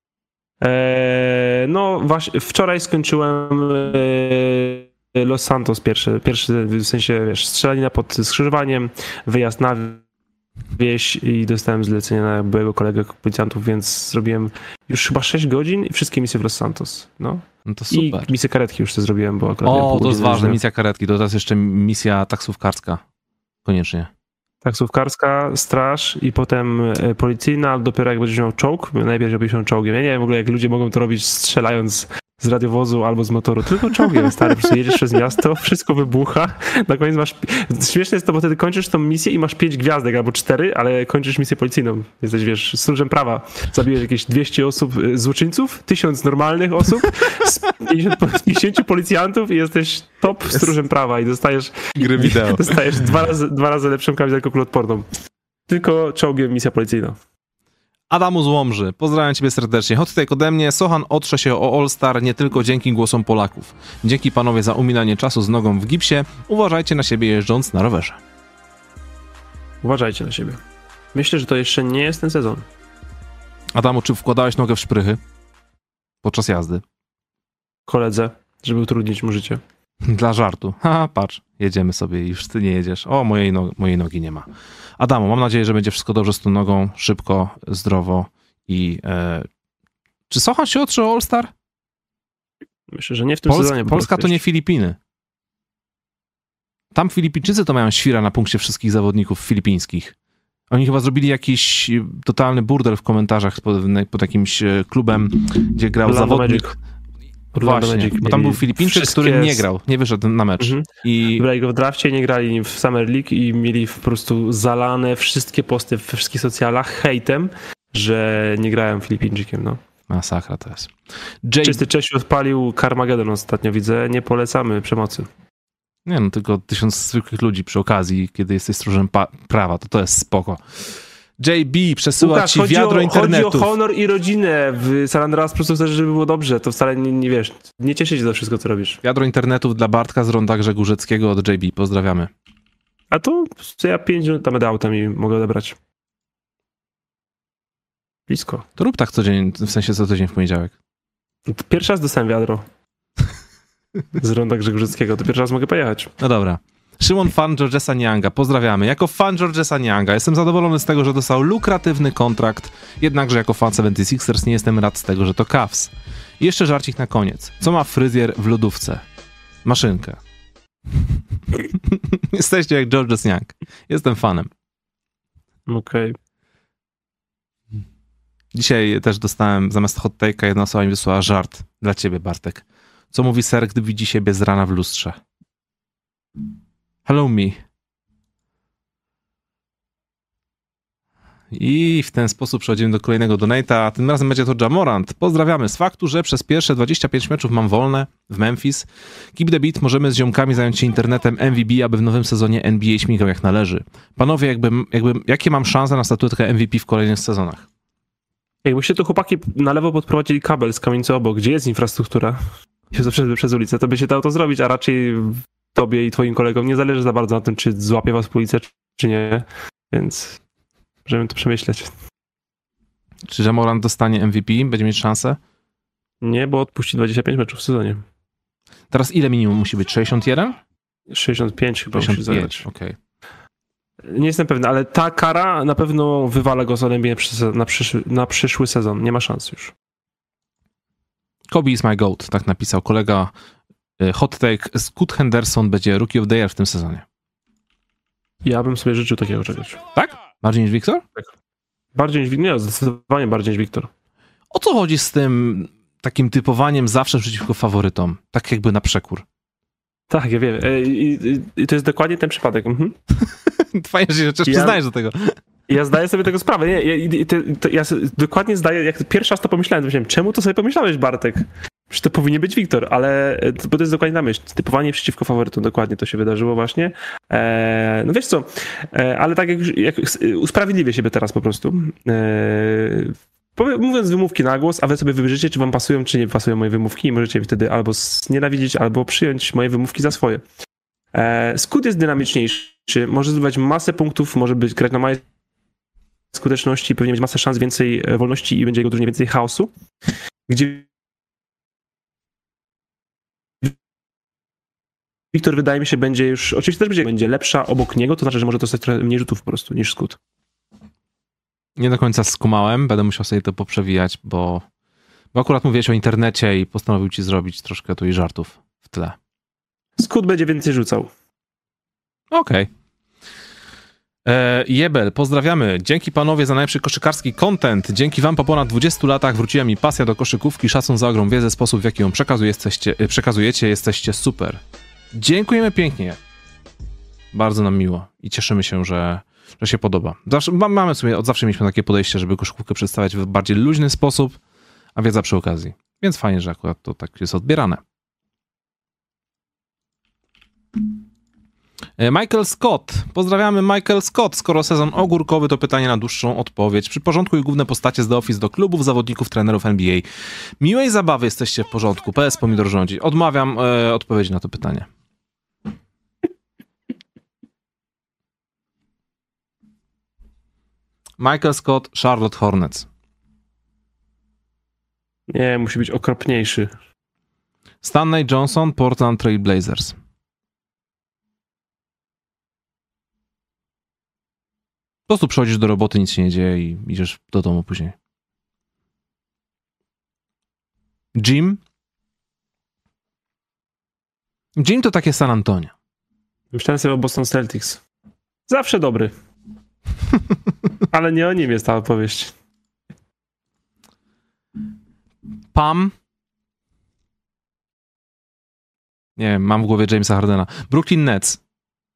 Eee, no właśnie, wczoraj skończyłem e, Los Santos pierwszy, pierwszy w sensie, wiesz, strzelanina pod skrzyżowaniem, wyjazd na wieś i dostałem zlecenie na byłego kolegę policjantów, więc zrobiłem już chyba sześć godzin i wszystkie misje w Los Santos. No. No to I super. misję karetki już to zrobiłem, bo akurat miałem O, pół to jest godziny, ważne, że- misja karetki. To teraz jeszcze misja taksówkarska. Koniecznie. Taksówkarska, straż i potem e, policyjna, ale dopiero jak będziesz miał czołg, bo najpierw żebyś miał czołgiem. Ja nie wiem w ogóle, jak ludzie mogą to robić strzelając z radiowozu albo z motoru, tylko czołgiem, stary, po prostu jedziesz przez miasto, wszystko wybucha, na koniec masz... Śmieszne jest to, bo wtedy kończysz tą misję i masz pięć gwiazdek albo cztery, ale kończysz misję policyjną. Jesteś, wiesz, stróżem prawa. Zabiłeś jakieś dwieście osób y, złoczyńców, tysiąc normalnych osób, z pięćdziesięciu, pięćdziesięciu policjantów i jesteś top stróżem prawa i dostajesz... Gry wideo. Dostajesz dwa razy, dwa razy lepszą kamizelkę kuloodporną. Tylko czołgiem misja policyjna. Adamu z Łomży, pozdrawiam ciebie serdecznie. Hot take ode mnie, Sochan otrze się o All-Star nie tylko dzięki głosom Polaków. Dzięki panowie za uminanie czasu z nogą w gipsie. Uważajcie na siebie jeżdżąc na rowerze. Uważajcie na siebie. Myślę, że to jeszcze nie jest ten sezon. Adamu, czy wkładałeś nogę w szprychy podczas jazdy? Koledze, żeby utrudnić mu życie. Dla żartu. Ha, patrz, jedziemy sobie i już ty nie jedziesz. O, mojej, no, mojej nogi nie ma. Adamu, mam nadzieję, że będzie wszystko dobrze z tą nogą, szybko, zdrowo i... E... Czy Sochan się otrze o All-Star? Myślę, że nie w tym Polska, sezonie. Polska to nie Filipiny. Tam Filipińczycy to mają świra na punkcie wszystkich zawodników filipińskich. Oni chyba zrobili jakiś totalny burdel w komentarzach pod, pod jakimś klubem, gdzie grał Orlando zawodnik... Magic. Właśnie, Magic bo tam był Filipińczyk, wszystkie... który nie grał, nie wyszedł na mecz. Mhm. I... Brali go w drafcie, nie grali w Summer League i mieli po prostu zalane wszystkie posty we wszystkich socjalach hejtem, że nie grałem Filipińczykiem, no. Masakra to jest. J... Czysty Czesiu odpalił Carmageddon ostatnio, widzę, nie polecamy przemocy. Nie no, tylko tysiąc zwykłych ludzi przy okazji, kiedy jesteś stróżem pa- prawa, to to jest spoko. J B przesyła Łukasz, ci chodzi wiadro o, internetu. Chodzi o honor i rodzinę w San Andreas, po prostu chcesz, żeby było dobrze, to wcale nie, nie wiesz, nie cieszy się za wszystko, co robisz. Wiadro internetów dla Bartka z Ronda Grzegórzeckiego od J B, pozdrawiamy. A to ja pięć minut tam będę autem i mogę odebrać. Blisko. To rób tak codziennie, w sensie co tydzień w poniedziałek. Pierwszy raz dostałem wiadro z Ronda Grzegórzeckiego, to pierwszy raz mogę pojechać. No dobra. Szymon, fan Georgesa Nianga, pozdrawiamy. Jako fan Georgesa Nianga jestem zadowolony z tego, że dostał lukratywny kontrakt, jednakże jako fan seventy-sixers nie jestem rad z tego, że to Cavs. I jeszcze żarcik na koniec. Co ma fryzjer w lodówce? Maszynkę. Jesteście jak Georges Niang. Jestem fanem. Okej. Okay. Dzisiaj też dostałem, zamiast hot take'a, jedna osoba mi wysłała żart dla ciebie, Bartek. Co mówi ser, gdy widzi siebie z rana w lustrze? Hello me. I w ten sposób przechodzimy do kolejnego donata. Tym razem będzie to Ja Morant. Pozdrawiamy. Z faktu, że przez pierwsze dwadzieścia pięć meczów mam wolne w Memphis. Keep the beat, możemy z ziomkami zająć się internetem M V B, aby w nowym sezonie N B A śmigał jak należy. Panowie, jakby, jakby, jakie mam szanse na statuetkę M V P w kolejnych sezonach? Jakbyście tu chłopaki na lewo podprowadzili kabel z kamienicy obok, gdzie jest infrastruktura, przez, przez ulicę, to by się dało to zrobić, a raczej tobie i twoim kolegom nie zależy za bardzo na tym, czy złapie was policja, czy nie, więc możemy to przemyśleć. Czy Ja Morant dostanie M V P? Będzie mieć szansę? Nie, bo odpuści dwadzieścia pięć meczów w sezonie. Teraz ile minimum musi być? sześćdziesiąt jeden? sześćdziesiąt pięć chyba musi zagrać. Okej. Okay. Nie jestem pewny, ale ta kara na pewno wywala go z N B A na przyszły, na przyszły sezon. Nie ma szans już. Kobe is my goat, tak napisał kolega. Hot take, Scoot Henderson będzie Rookie of the Year w tym sezonie. Ja bym sobie życzył takiego czegoś. Tak? Bardziej niż Wiktor? Tak. Bardziej niż Wiktor? Nie, zdecydowanie bardziej niż Wiktor. O co chodzi z tym takim typowaniem zawsze przeciwko faworytom? Tak jakby na przekór. Tak, ja wiem. I, i, i to jest dokładnie ten przypadek. Mhm. Fajnie, że chociaż ja... przyznajesz do tego. Ja zdaję sobie tego sprawę. Nie, ja, to, to, ja dokładnie zdaję, jak pierwszy raz to pomyślałem, to myślałem, czemu to sobie pomyślałeś, Bartek? Przecież to powinien być Wiktor, ale bo to jest dokładnie na myśl. Typowanie przeciwko faworytom, dokładnie to się wydarzyło właśnie. E, no wiesz co, e, ale tak jak, już, jak usprawiedliwię siebie teraz po prostu. E, mówiąc wymówki na głos, a wy sobie wybierzecie, czy wam pasują, czy nie pasują moje wymówki i możecie wtedy albo znienawidzić, albo przyjąć moje wymówki za swoje. E, Scoot jest dynamiczniejszy, może zdobywać masę punktów, może być grać na małej skuteczności, pewnie mieć masę szans, więcej wolności i będzie jego drużynie więcej chaosu. Gdzie Wiktor, wydaje mi się, będzie już, oczywiście też będzie, będzie lepsza obok niego, to znaczy, że może dostać trochę mniej rzutów po prostu niż Scoot. Nie do końca skumałem, będę musiał sobie to poprzewijać, bo, bo akurat mówiłeś o internecie i postanowił ci zrobić troszkę tu i żartów w tle. Scoot będzie więcej rzucał. Okej. Okay. E, Jebel, pozdrawiamy. Dzięki panowie za najlepszy koszykarski content. Dzięki wam po ponad dwudziestu latach wróciła mi pasja do koszykówki. Szacun za ogrom wiedzę, sposób w jaki ją jesteście, przekazujecie. Jesteście super. Dziękujemy pięknie. Bardzo nam miło i cieszymy się, że, że się podoba. Zawsze, mamy sobie, od zawsze mieliśmy takie podejście, żeby koszykówkę przedstawiać w bardziej luźny sposób, a wiedza przy okazji. Więc fajnie, że akurat to tak jest odbierane. Michael Scott. Pozdrawiamy, Michael Scott. Skoro sezon ogórkowy, to pytanie na dłuższą odpowiedź. Przyporządkuj główne postacie z The Office do klubów, zawodników, trenerów N B A. Miłej zabawy, jesteście w porządku. P S Pomidor rządzi. Odmawiam e, odpowiedzi na to pytanie. Michael Scott, Charlotte Hornets. Nie, musi być okropniejszy. Stanley Johnson, Portland Trail Blazers. Po prostu przychodzisz do roboty, nic się nie dzieje i idziesz do domu później. Jim? Jim to takie San Antonio. Myślałem sobie o Boston Celtics. Zawsze dobry. Ale nie o nim jest ta opowieść. Pam? Nie wiem, mam w głowie Jamesa Hardena. Brooklyn Nets.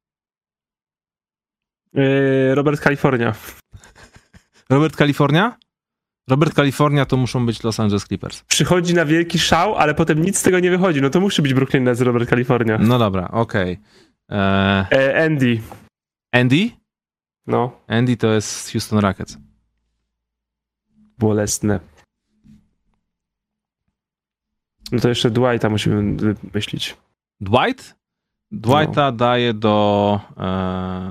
Yy, Robert California. Robert California? Robert California to muszą być Los Angeles Clippers. Przychodzi na wielki szał, ale potem nic z tego nie wychodzi. No to musi być Brooklyn Nets, Robert California. No dobra, okej. Okay. Eee... E, Andy. Andy? No. Andy to jest Houston Rockets. Bolesne. No to jeszcze Dwighta musimy wymyślić. Dwight? Dwighta no. daje do... E...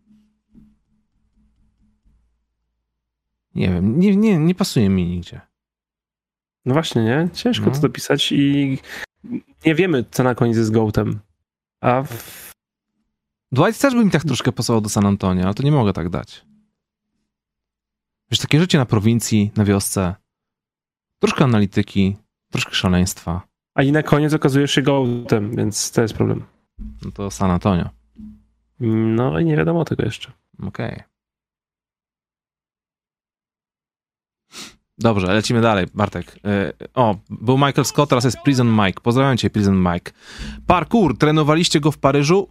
Nie wiem, nie, nie, nie pasuje mi nigdzie. No właśnie, nie? Ciężko no. to dopisać i nie wiemy, co na koniec jest gołtem. A w... Dwight też by mi tak troszkę pasował do San Antonio, ale to nie mogę tak dać. Wiesz, takie życie na prowincji, na wiosce, troszkę analityki, troszkę szaleństwa. A i na koniec okazujesz się gołtem, więc to jest problem. No to San Antonio. No i nie wiadomo tego jeszcze. Okej. Okay. Dobrze, lecimy dalej, Bartek. O, był Michael Scott, teraz jest Prison Mike. Pozdrawiam cię, Prison Mike. Parkour, trenowaliście go w Paryżu?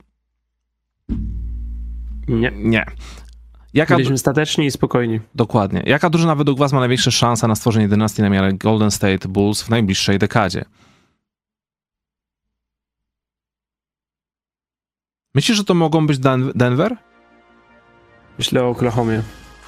Nie. Nie. Jaka Byliśmy stateczni i spokojni. Dokładnie. Jaka drużyna według was ma największe szanse na stworzenie dynastii na miarę Golden State Bulls w najbliższej dekadzie? Myślisz, że to mogą być Dan- Denver? Myślę o Oklahomie.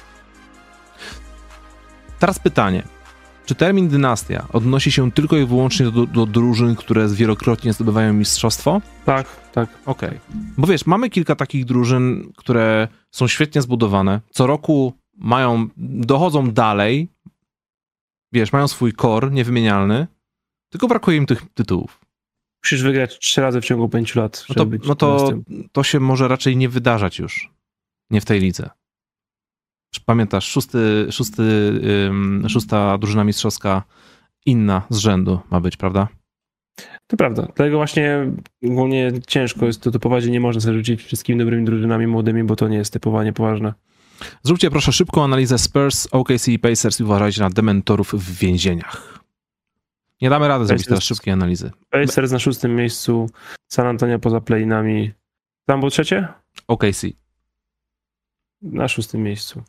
Teraz pytanie. Czy termin dynastia odnosi się tylko i wyłącznie do, do drużyn, które wielokrotnie zdobywają mistrzostwo? Tak, tak. Okej. Okay. Bo wiesz, mamy kilka takich drużyn, które są świetnie zbudowane. Co roku mają, dochodzą dalej. Wiesz, mają swój core niewymienialny. Tylko brakuje im tych tytułów. Musisz wygrać trzy razy w ciągu pięciu lat. No to, być no to, to się może raczej nie wydarzać już. Nie w tej lidze. Pamiętasz, szósty, szósty, ym, szósta drużyna mistrzowska inna z rzędu ma być, prawda? To prawda. Dlatego właśnie ogólnie ciężko jest to typować i nie można sobie rzucić wszystkimi dobrymi drużynami młodymi, bo to nie jest typowanie poważne. Zróbcie proszę szybką analizę Spurs, O K C i Pacers i uważajcie na dementorów w więzieniach. Nie damy rady Pacers, zrobić teraz szybkiej analizy. Pacers na szóstym miejscu, San Antonio poza play-inami. Tam było trzecie? O K C. Na szóstym miejscu.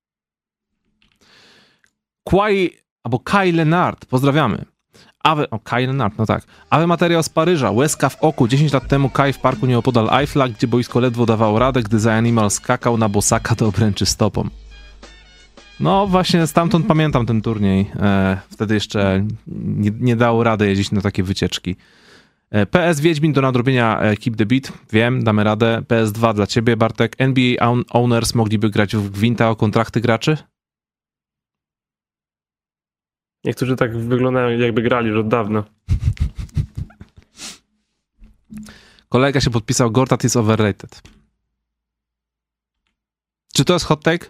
Kawhi, albo Kyle Leonard, pozdrawiamy. Awe, o, Kyle Leonard, no tak. Awe materiał z Paryża, łezka w oku. dziesięć lat temu Kai w parku nieopodal Eiffla, gdzie boisko ledwo dawało radę, gdy za Animal skakał na bosaka do obręczy stopą. No właśnie stamtąd pamiętam ten turniej. E, wtedy jeszcze nie, nie dało rady jeździć na takie wycieczki. E, P S Wiedźmin do nadrobienia e, Keep the Beat. Wiem, damy radę. P S dwa dla ciebie, Bartek. N B A Owners mogliby grać w gwinta o kontrakty graczy? Niektórzy tak wyglądają, jakby grali już od dawna. Kolega się podpisał, Gortat is overrated. Czy to jest hot take?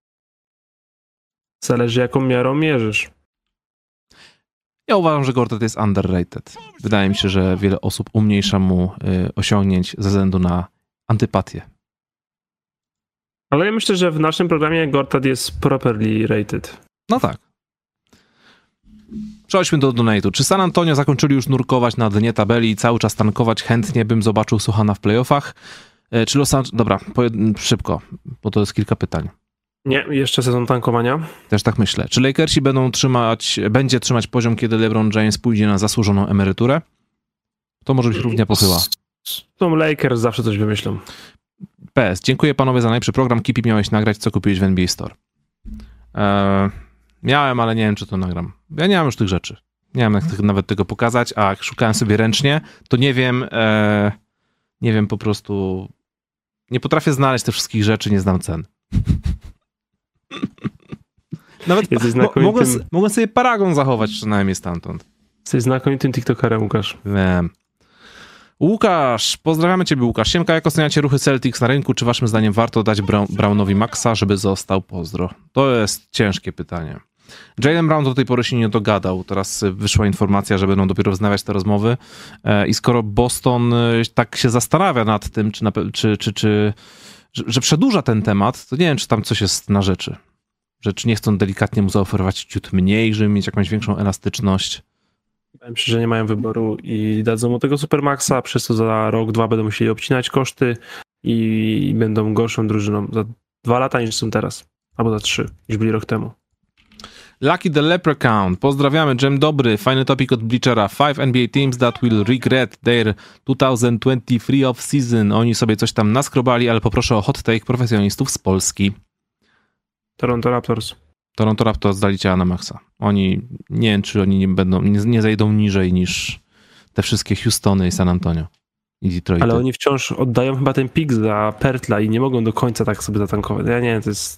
Zależy jaką miarą mierzysz. Ja uważam, że Gortat jest underrated. Wydaje mi się, że wiele osób umniejsza mu y, osiągnięć ze względu na antypatię. Ale ja myślę, że w naszym programie Gortat jest properly rated. No tak. Przechodźmy do donate'u. Czy San Antonio zakończyli już nurkować na dnie tabeli i cały czas tankować? Chętnie bym zobaczył Suchana w playoffach. Czy Los Angeles... Dobra, szybko, bo to jest kilka pytań. Nie, jeszcze sezon tankowania. Też tak myślę. Czy Lakersi będą trzymać, będzie trzymać poziom, kiedy LeBron James pójdzie na zasłużoną emeryturę? To może być równia pochyła. Są Lakers, zawsze coś wymyślą. P S. Dziękuję panowie za najlepszy program. Kipi, miałeś nagrać, co kupiłeś w N B A Store. Eee, miałem, ale nie wiem, czy to nagram. Ja nie mam już tych rzeczy. Nie mam jak nawet tego pokazać, a jak szukałem sobie ręcznie, to nie wiem, e, nie wiem po prostu, nie potrafię znaleźć tych wszystkich rzeczy, nie znam cen. Nawet mo, mogę, mogę sobie paragon zachować przynajmniej stamtąd. Jesteś znakomitym tiktokerem, Łukasz. Wiem. Łukasz, pozdrawiamy ciebie, Łukasz. Siemka, jak oceniacie ruchy Celtics na rynku? Czy waszym zdaniem warto dać Brown, Brownowi maksa, żeby został? Pozdro. To jest ciężkie pytanie. Jaylen Brown do tej pory się nie dogadał. Teraz wyszła informacja, że będą dopiero wznawiać te rozmowy. I skoro Boston tak się zastanawia nad tym, czy, na, czy, czy, czy że, że przedłuża ten temat, to nie wiem, czy tam coś jest na rzeczy. Że czy nie chcą delikatnie mu zaoferować ciut mniej, żeby mieć jakąś większą elastyczność. Wydaje mi się, że nie mają wyboru i dadzą mu tego Supermaxa, przez to za rok, dwa będą musieli obcinać koszty i będą gorszą drużyną za dwa lata niż są teraz. Albo za trzy, niż byli rok temu. Lucky the Leprechaun, pozdrawiamy, dżem dobry, fajny topic od Bleachera. Five N B A teams that will regret their two thousand twenty-three off-season. Oni sobie coś tam naskrobali, ale poproszę o hot take profesjonalistów z Polski. Toronto Raptors. Toronto Raptors dali ciała na maksa. Oni, nie wiem, czy oni nie będą, nie, nie zejdą niżej niż te wszystkie Houstony i San Antonio i Detroit. Ale oni wciąż oddają chyba ten pik za Pertla i nie mogą do końca tak sobie zatankować. Ja nie wiem, to jest...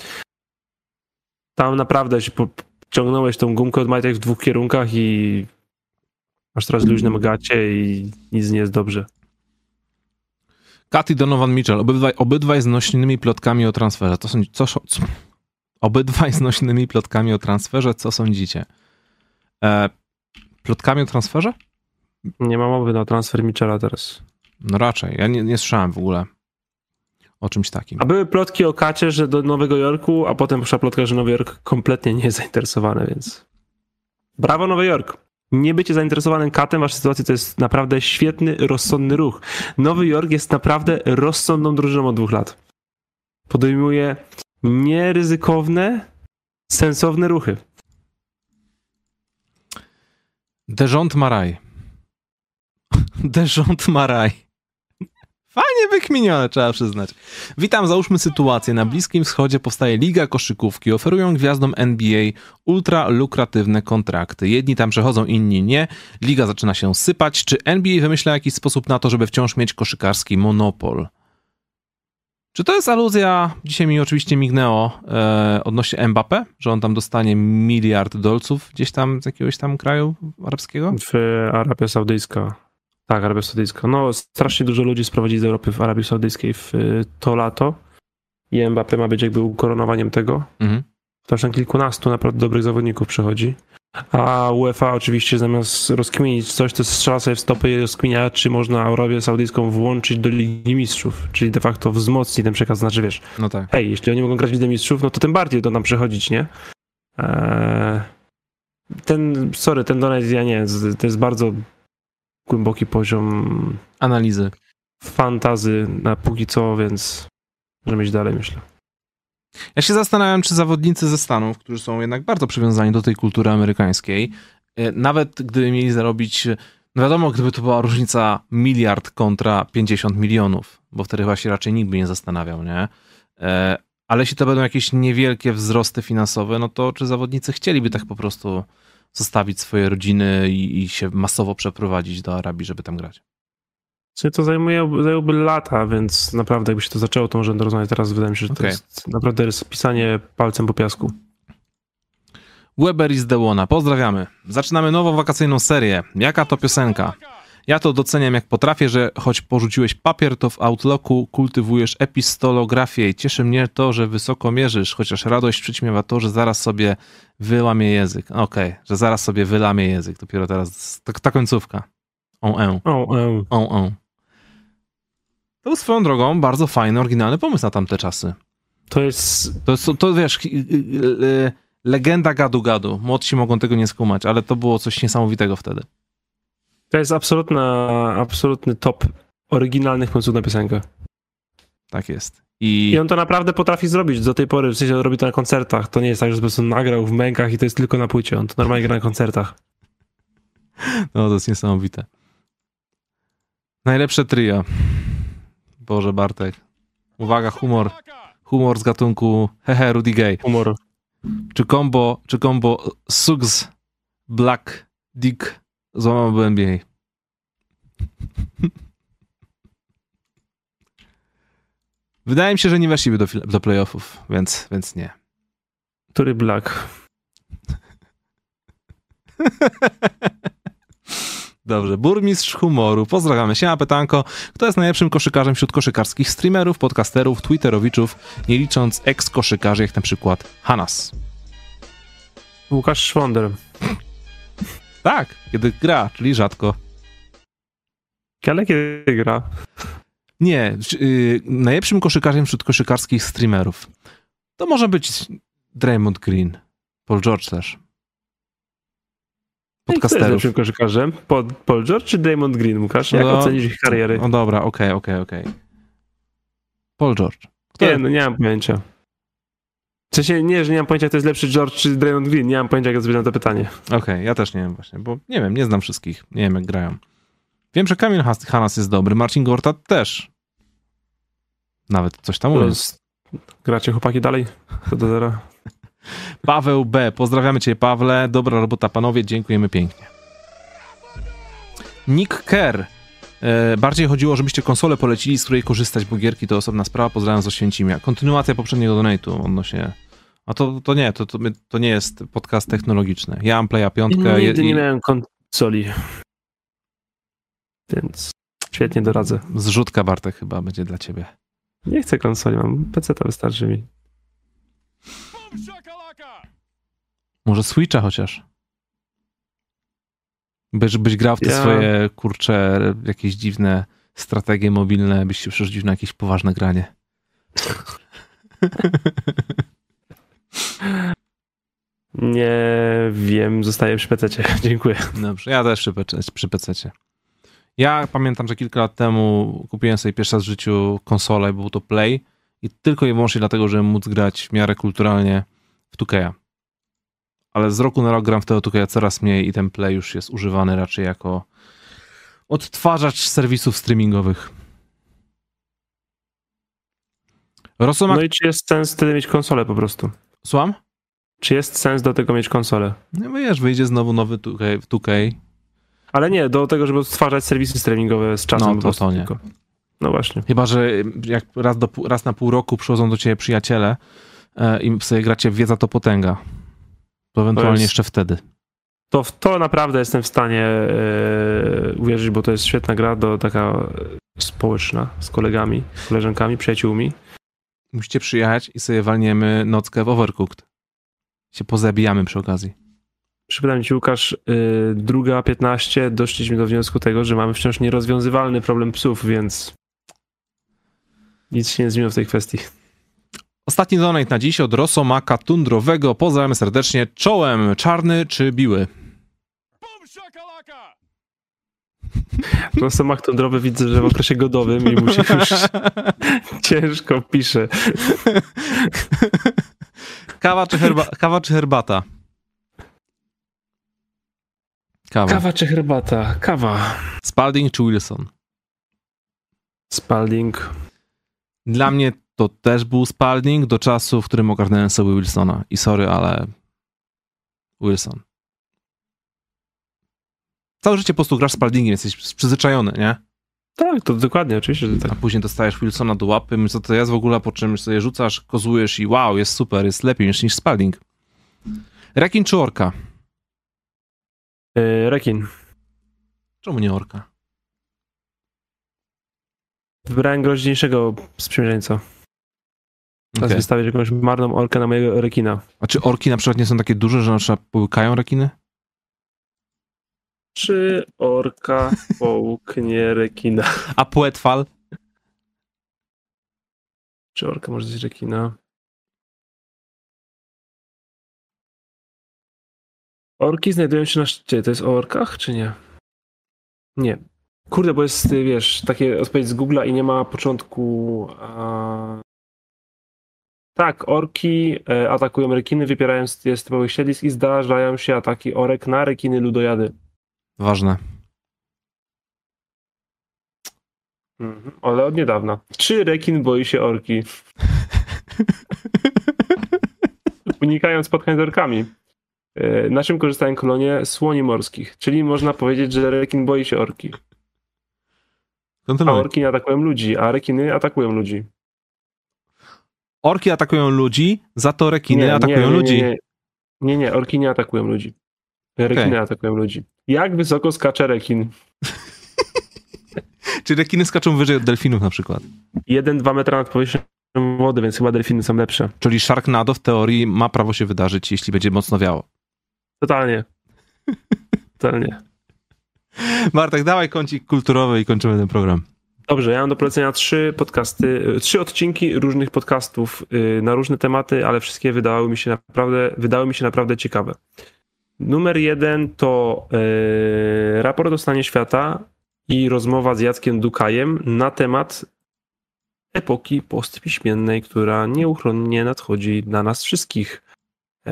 Tam naprawdę się ciągnąłeś tą gumkę od majtek w dwóch kierunkach i masz teraz luźne gacie i nic nie jest dobrze. Kat i Donovan Mitchell, obydwaj, obydwaj z nośnymi plotkami o transferze. To są, co, co, obydwaj z nośnymi plotkami o transferze, co sądzicie? E, plotkami o transferze? Nie ma mowy na transfer Mitchella teraz. No raczej, ja nie, nie słyszałem w ogóle o czymś takim. A były plotki o Kacie, że do Nowego Jorku, a potem poszła plotka, że Nowy Jork kompletnie nie jest zainteresowany, więc brawo Nowy Jork. Nie bycie zainteresowanym Katem w waszej sytuacji to jest naprawdę świetny, rozsądny ruch. Nowy Jork jest naprawdę rozsądną drużyną od dwóch lat. Podejmuje nieryzykowne, sensowne ruchy. Dejounte Murray. Dejounte Murray. Fajnie wykminione, trzeba przyznać. Witam, załóżmy sytuację. Na Bliskim Wschodzie powstaje liga koszykówki. Oferują gwiazdom N B A ultra lukratywne kontrakty. Jedni tam przechodzą, inni nie. Liga zaczyna się sypać. Czy N B A wymyśla jakiś sposób na to, żeby wciąż mieć koszykarski monopol? Czy to jest aluzja, dzisiaj mi oczywiście mignęło, e, odnośnie Mbappé, że on tam dostanie miliard dolców gdzieś tam z jakiegoś tam kraju arabskiego? W Arabia Saudyjska. Tak, Arabia Saudyjska. No, strasznie dużo ludzi sprowadzi z Europy w Arabii Saudyjskiej w to lato i Mbappé ma być jakby ukoronowaniem tego. Mhm. Też tam kilkunastu naprawdę dobrych zawodników przychodzi. A UEFA oczywiście zamiast rozkminić coś, to strzela sobie w stopy i rozkminia, czy można Arabię Saudyjską włączyć do Ligi Mistrzów, czyli de facto wzmocni ten przekaz, znaczy wiesz, no tak. Hej, jeśli oni mogą grać w Lidze Mistrzów, no to tym bardziej do nam przychodzić, nie? Eee, ten, sorry, ten donate, ja nie, to jest bardzo głęboki poziom analizy, fantazy na póki co, więc możemy iść dalej, myślę. Ja się zastanawiam, czy zawodnicy ze Stanów, którzy są jednak bardzo przywiązani do tej kultury amerykańskiej, nawet gdyby mieli zarobić, no wiadomo, gdyby to była różnica miliard kontra pięćdziesiąt milionów, bo wtedy chyba się raczej nikt by nie zastanawiał, nie? Ale jeśli to będą jakieś niewielkie wzrosty finansowe, no to czy zawodnicy chcieliby tak po prostu zostawić swoje rodziny i, i się masowo przeprowadzić do Arabii, żeby tam grać? To zajmuje, zajęłoby lata, więc naprawdę jakby się to zaczęło, to możemy rozmawiać teraz. Wydaje mi się, że okay. To jest naprawdę jest pisanie palcem po piasku. Weber is the one. Pozdrawiamy. Zaczynamy nową wakacyjną serię. Jaka to piosenka? Ja to doceniam jak potrafię, że choć porzuciłeś papier, to w Outlooku kultywujesz epistolografię i cieszy mnie to, że wysoko mierzysz, chociaż radość przyćmiewa to, że zaraz sobie wyłamie język. Okej, okay, że zaraz sobie wylamie język. Dopiero teraz ta, ta końcówka. O, e. O, e. O, e. To był swoją drogą bardzo fajny, oryginalny pomysł na tamte czasy. To jest... To, jest, to wiesz, legenda gadu-gadu. Młodsi mogą tego nie skumać, ale to było coś niesamowitego wtedy. To jest absolutna, absolutny top oryginalnych pomysłów na piosenkę. Tak jest. I... I on to naprawdę potrafi zrobić do tej pory, w sensie robi to na koncertach. To nie jest tak, że po prostu nagrał w mękach i to jest tylko na płycie. On to normalnie gra na koncertach. No to jest niesamowite. Najlepsze trio. Boże, Bartek. Uwaga, humor. Humor z gatunku hehe, Rudy Gay. Humor. Czy combo, czy combo Suggs, Black, Dick złamałby N B A? Wydaje mi się, że nie weszliby do, do playoffów, więc, więc nie. Który Black? Dobrze, burmistrz humoru. Pozdrawiamy się, a pytanko. Kto jest najlepszym koszykarzem wśród koszykarskich streamerów, podcasterów, twitterowiczów, nie licząc ex-koszykarzy, jak na przykład Hanas? Łukasz Szwonder. Tak, kiedy gra, czyli rzadko. Ale kiedy gra? Nie, yy, najlepszym koszykarzem wśród koszykarskich streamerów. To może być Draymond Green, Paul George też. Podcasterów. Kto jest lepszym koszykarzem? Paul George czy Draymond Green, Łukasz? Jak no, ocenisz ich kariery? No dobra, okej, okay, okej, okay, okej. Okay. Paul George. Kto nie, no nie mam pojęcia. W sensie nie, że nie mam pojęcia, kto jest lepszy George czy Draymond Green. Nie mam pojęcia, jak odpowiedzieć na to pytanie. Okej, okay, ja też nie wiem właśnie, bo nie wiem, nie znam wszystkich. Nie wiem, jak grają. Wiem, że Kamil Hanas jest dobry, Marcin Gortat też. Nawet coś tam mówię. Gracie chłopaki dalej? To do zera. Paweł B. Pozdrawiamy cię, Pawle. Dobra robota, panowie. Dziękujemy pięknie. Nick Kerr. E, bardziej chodziło, żebyście konsolę polecili, z której korzystać, bo gierki to osobna sprawa. Pozdrawiam z Oświęcimia. Kontynuacja poprzedniego donate'u odnośnie... A to, to nie, to, to, to nie jest podcast technologiczny. Ja mam Playa piątkę. Nigdy i... nie miałem konsoli. Więc świetnie doradzę. Zrzutka, Bartek, chyba będzie dla ciebie. Nie chcę konsoli, mam P C, to wystarczy mi. Może Switcha chociaż? Byś, byś grał w te ja... swoje, kurcze, jakieś dziwne strategie mobilne, byś się przerzucił na jakieś poważne granie. Nie wiem, zostaję przy pececie. Dziękuję. Dobrze, ja też przy, przy pececie. Ja pamiętam, że kilka lat temu kupiłem sobie pierwszy raz w życiu konsolę, był to Play i tylko i wyłącznie dlatego, żeby móc grać w miarę kulturalnie w two K'a. Ale z roku na rok gram w tego two K'a coraz mniej i ten Play już jest używany raczej jako odtwarzacz serwisów streamingowych. Rosomak... No i czy jest sens wtedy mieć konsolę po prostu? Słucham? Czy jest sens do tego mieć konsolę? No wiesz, wyjdzie znowu nowy two K. Ale nie, do tego, żeby odtwarzać serwisy streamingowe z czasem. No to, to nie. Tylko. No właśnie. Chyba, że jak raz, do, raz na pół roku przychodzą do ciebie przyjaciele e, i sobie gracie w Wiedza to potęga. To ewentualnie to jest, jeszcze wtedy. To, to naprawdę jestem w stanie e, uwierzyć, bo to jest świetna gra, do taka społeczna, z kolegami, koleżankami, przyjaciółmi. Musicie przyjechać i sobie walniemy nockę w Overcooked. Się pozabijamy przy okazji. Przypomnę ci, Łukasz, yy, druga piętnaście, doszliśmy do wniosku tego, że mamy wciąż nierozwiązywalny problem psów, więc nic się nie zmieniło w tej kwestii. Ostatni donate na dziś od Rosomaka Tundrowego. Pozdrawiamy serdecznie. Czołem, czarny czy biły? Rosomak Tundrowy widzę, że w okresie godowym i mu się już ciężko pisze. Kawa czy, herba kawa czy herbata? Kawa. Kawa czy herbata? Kawa. Spalding czy Wilson? Spalding. Dla mnie to też był Spalding do czasu, w którym ogarnąłem sobie Wilsona. I sorry, ale Wilson. Całe życie po prostu grasz Spaldingiem, jesteś przyzwyczajony, nie? Tak, to dokładnie, oczywiście, że tak. A później dostajesz Wilsona do łapy, myślisz, co to jest w ogóle, po czym sobie rzucasz, kozujesz i wow, jest super, jest lepiej niż, niż Spalding. Rekin czy orka? Yy, rekin. Czemu nie orka? Wybrałem groźniejszego sprzymierzeńca. Teraz Okay. wystawić jakąś marną orkę na mojego rekina. A czy orki na przykład nie są takie duże, że na przykład połykają rekiny? Czy orka połknie rekina? A płetwal? Czy orka może zjeść rekina? Orki znajdują się na szczycie. To jest o orkach, czy nie? Nie. Kurde, bo jest, wiesz, takie odpowiedź z Google'a i nie ma początku... A... Tak, orki e, atakują rekiny, wypierając je z typowych siedlisk i zdarzają się ataki orek na rekiny ludojady. Ważne. Mhm, ale od niedawna. Czy rekin boi się orki? Unikając spotkań z orkami. Na czym korzystają kolonie słoni morskich? Czyli można powiedzieć, że rekin boi się orki. A orki nie atakują ludzi, a rekiny atakują ludzi. Orki atakują ludzi, za to rekiny nie, atakują nie, nie, ludzi. Nie, nie, nie, nie, orki nie atakują ludzi. Rekiny okay. atakują ludzi. Jak wysoko skacze rekin? Czy rekiny skaczą wyżej od delfinów na przykład? jeden do dwóch metra nad powierzchnią wody, więc chyba delfiny są lepsze. Czyli Sharknado w teorii ma prawo się wydarzyć, jeśli będzie mocno wiało. Totalnie. Totalnie. Bartek, dawaj kącik kulturowy i kończymy ten program. Dobrze, ja mam do polecenia trzy podcasty, trzy odcinki różnych podcastów na różne tematy, ale wszystkie wydały mi się naprawdę, wydały mi się naprawdę ciekawe. Numer jeden to yy, raport o stanie świata i rozmowa z Jackiem Dukajem na temat epoki postpiśmiennej, która nieuchronnie nadchodzi na nas wszystkich yy,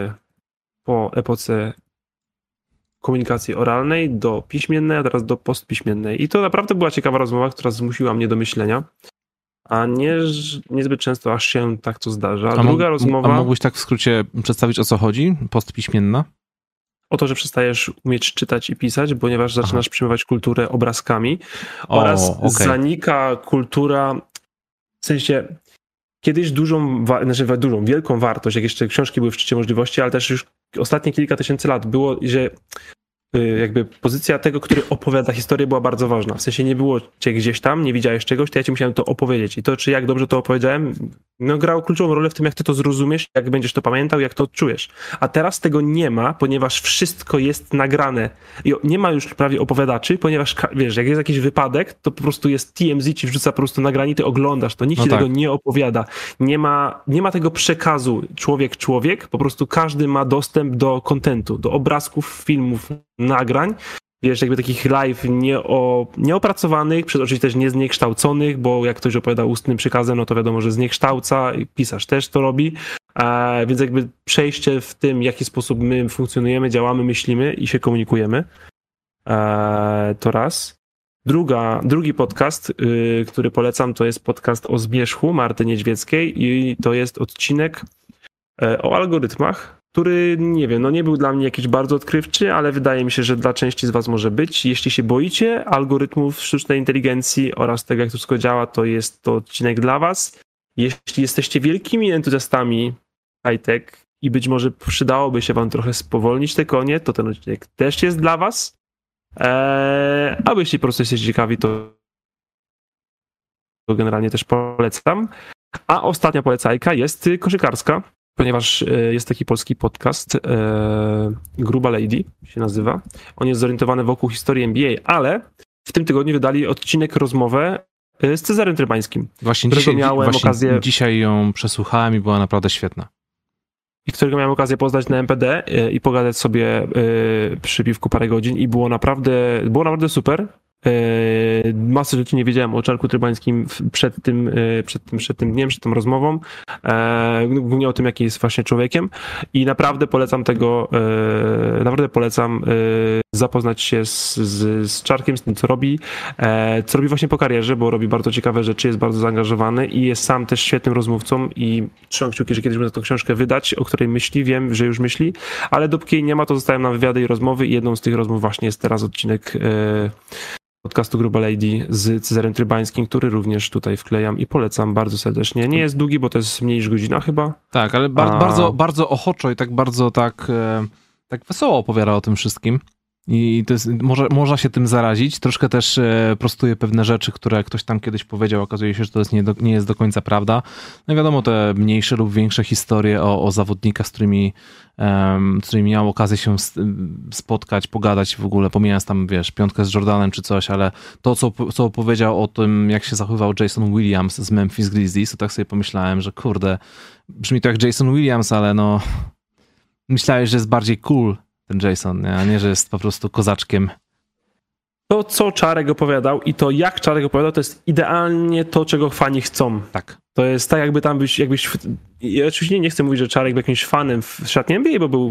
po epoce komunikacji oralnej do piśmiennej, a teraz do postpiśmiennej. I to naprawdę była ciekawa rozmowa, która zmusiła mnie do myślenia, a nie, niezbyt często aż się tak to zdarza. A druga mo- rozmowa... A mógłbyś tak w skrócie przedstawić, o co chodzi? Postpiśmienna? O to, że przestajesz umieć czytać i pisać, ponieważ zaczynasz Aha. przyjmować kulturę obrazkami o, oraz okay. zanika kultura, w sensie kiedyś dużą, znaczy dużą, wielką wartość, jak jeszcze książki były w szczycie możliwości, ale też już ostatnie kilka tysięcy lat było, że jakby pozycja tego, który opowiada historię, była bardzo ważna. W sensie nie było cię gdzieś tam, nie widziałeś czegoś, to ja ci musiałem to opowiedzieć. I to, czy jak dobrze to opowiedziałem, no grało kluczową rolę w tym, jak ty to zrozumiesz, jak będziesz to pamiętał, jak to odczujesz. A teraz tego nie ma, ponieważ wszystko jest nagrane. I nie ma już prawie opowiadaczy, ponieważ, wiesz, jak jest jakiś wypadek, to po prostu jest T M Z, ci wrzuca po prostu nagranie, ty oglądasz to, nikt no ci tak. tego nie opowiada. Nie ma, nie ma tego przekazu człowiek-człowiek, po prostu każdy ma dostęp do kontentu, do obrazków, filmów, nagrań, wiesz, jakby takich live nieo, nieopracowanych, przez oczywiście też nie zniekształconych, bo jak ktoś opowiada ustnym przekazem, no to wiadomo, że zniekształca, pisarz też to robi, e, więc jakby przejście w tym, w jaki sposób my funkcjonujemy, działamy, myślimy i się komunikujemy, e, to raz. Druga, drugi podcast, y, który polecam, to jest podcast o zmierzchu Marty Niedźwieckiej i to jest odcinek e, o algorytmach, który, nie wiem, no nie był dla mnie jakiś bardzo odkrywczy, ale wydaje mi się, że dla części z was może być. Jeśli się boicie algorytmów sztucznej inteligencji oraz tego, jak to wszystko działa, to jest to odcinek dla was. Jeśli jesteście wielkimi entuzjastami high-tech i być może przydałoby się wam trochę spowolnić te konie, to ten odcinek też jest dla was. Eee, a jeśli po prostu jesteście ciekawi, to, to generalnie też polecam. A ostatnia polecajka jest koszykarska, ponieważ jest taki polski podcast, e, Gruba Lady się nazywa. On jest zorientowany wokół historii N B A, ale w tym tygodniu wydali odcinek, rozmowę z Cezarym Trybańskim. Właśnie, dzisiaj, miałem właśnie okazję... dzisiaj ją przesłuchałem i była naprawdę świetna. I którego miałem okazję poznać na M P D i pogadać sobie przy piwku parę godzin i było naprawdę, było naprawdę super. Masę rzeczy nie wiedziałem o Czarku Trybańskim przed tym, przed tym, przed tym dniem, przed tą rozmową, głównie o tym, jaki jest właśnie człowiekiem i naprawdę polecam tego, naprawdę polecam zapoznać się z, z, z Czarkiem, z tym, co robi, co robi właśnie po karierze, bo robi bardzo ciekawe rzeczy, jest bardzo zaangażowany i jest sam też świetnym rozmówcą i trzymam kciuki, że kiedyś będzie tę książkę wydać, o której myśli, wiem, że już myśli, ale dopóki jej nie ma, to zostają nam wywiady i rozmowy i jedną z tych rozmów właśnie jest teraz odcinek podcastu Gruba Lady z Cezarem Trybańskim, który również tutaj wklejam i polecam bardzo serdecznie. Nie jest długi, bo to jest mniej niż godzina chyba. Tak, ale bar- A... bardzo, bardzo ochoczo i tak bardzo tak, e, tak wesoło opowiada o tym wszystkim. I to jest, może, można się tym zarazić. Troszkę też e, prostuje pewne rzeczy, które ktoś tam kiedyś powiedział. Okazuje się, że to jest nie, do, nie jest do końca prawda. No i wiadomo, te mniejsze lub większe historie o, o zawodnikach, z którymi, um, z którymi miał okazję się spotkać, pogadać w ogóle, pomijając tam, wiesz, piątkę z Jordanem czy coś, ale to, co, co opowiedział o tym, jak się zachowywał Jason Williams z Memphis Grizzlies, to tak sobie pomyślałem, że kurde, brzmi to jak Jason Williams, ale no myślałeś, że jest bardziej cool ten Jason, nie? A nie, że jest po prostu kozaczkiem. To, co Czarek opowiadał i to, jak Czarek opowiadał, to jest idealnie to, czego fani chcą. Tak. To jest tak, jakby tam byś... jakbyś ja oczywiście nie chcę mówić, że Czarek był jakimś fanem w szatni N B A, bo był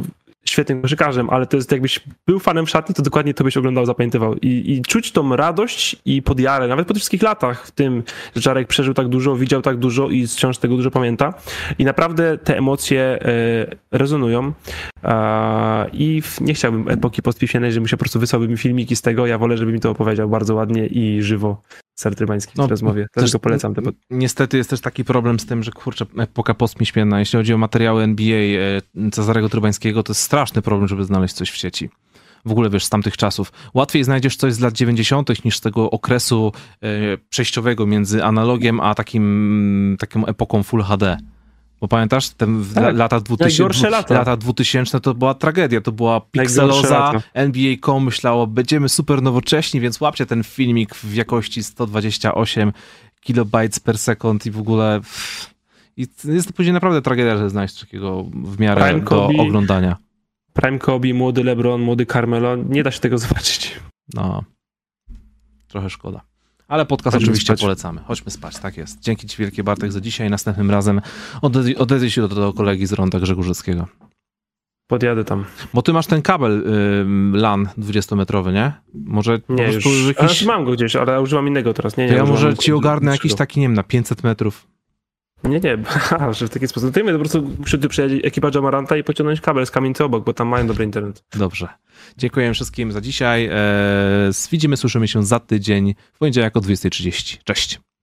świetnym koszykarzem, ale to jest jakbyś był fanem w szatni, to dokładnie to byś oglądał, zapamiętywał. I, i czuć tą radość i podjarę, nawet po tych wszystkich latach w tym, że Żarek przeżył tak dużo, widział tak dużo i wciąż tego dużo pamięta. I naprawdę te emocje e, rezonują. E, I w, nie chciałbym epoki postpiśmienej, że mu się po prostu wysłałby mi filmiki z tego. Ja wolę, żeby mi to opowiedział bardzo ładnie i żywo Ser Trybański w no, rozmowie. Też go polecam. Te... Niestety jest też taki problem z tym, że kurczę, epoka postpiśmienna, jeśli chodzi o materiały N B A Cezarego Trybańskiego, to jest straszny problem, żeby znaleźć coś w sieci. W ogóle, wiesz, z tamtych czasów. Łatwiej znajdziesz coś z lat dziewięćdziesiątych niż z tego okresu e, przejściowego między analogiem a takim, taką epoką Full H D. Bo pamiętasz, te tak, lata, dwutysięczne, lata. lata dwutysięczne to była tragedia, to była pikseloza, N B A kropka com myślało, będziemy super nowocześni, więc łapcie ten filmik w jakości sto dwadzieścia osiem kilobajtów per sekund i w ogóle... I jest to później naprawdę tragedia, że znaleźć takiego w miarę Prime do Kobe, oglądania. Prime Kobe, młody LeBron, młody Carmelo, nie da się tego zobaczyć. No, trochę szkoda. Ale podcast Chodźmy oczywiście spać. polecamy. Chodźmy spać, tak jest. Dzięki ci wielkie, Bartek, za dzisiaj. Następnym razem odezwij odezwij się do, do kolegi z Ronda Grzegorzyckiego. Podjadę tam. Bo ty masz ten kabel y, LAN dwudziestometrowy, nie? Może po Nie, prostu już, jakiś... już mam go gdzieś, ale używam innego teraz. Nie, nie, To ja używam może go- ci ogarnę jakiś lepszego. taki, nie wiem, na pięćset metrów. Nie, nie, aha, że w taki sposób. Ty po prostu muszę tu przyjechać ekipa Jamaranta i pociągnąć kabel z kamienicy obok, bo tam mają dobry internet. Dobrze. Dziękuję wszystkim za dzisiaj. Eee, widzimy, słyszymy się za tydzień w poniedziałek o dwudziestej trzydzieści. Cześć.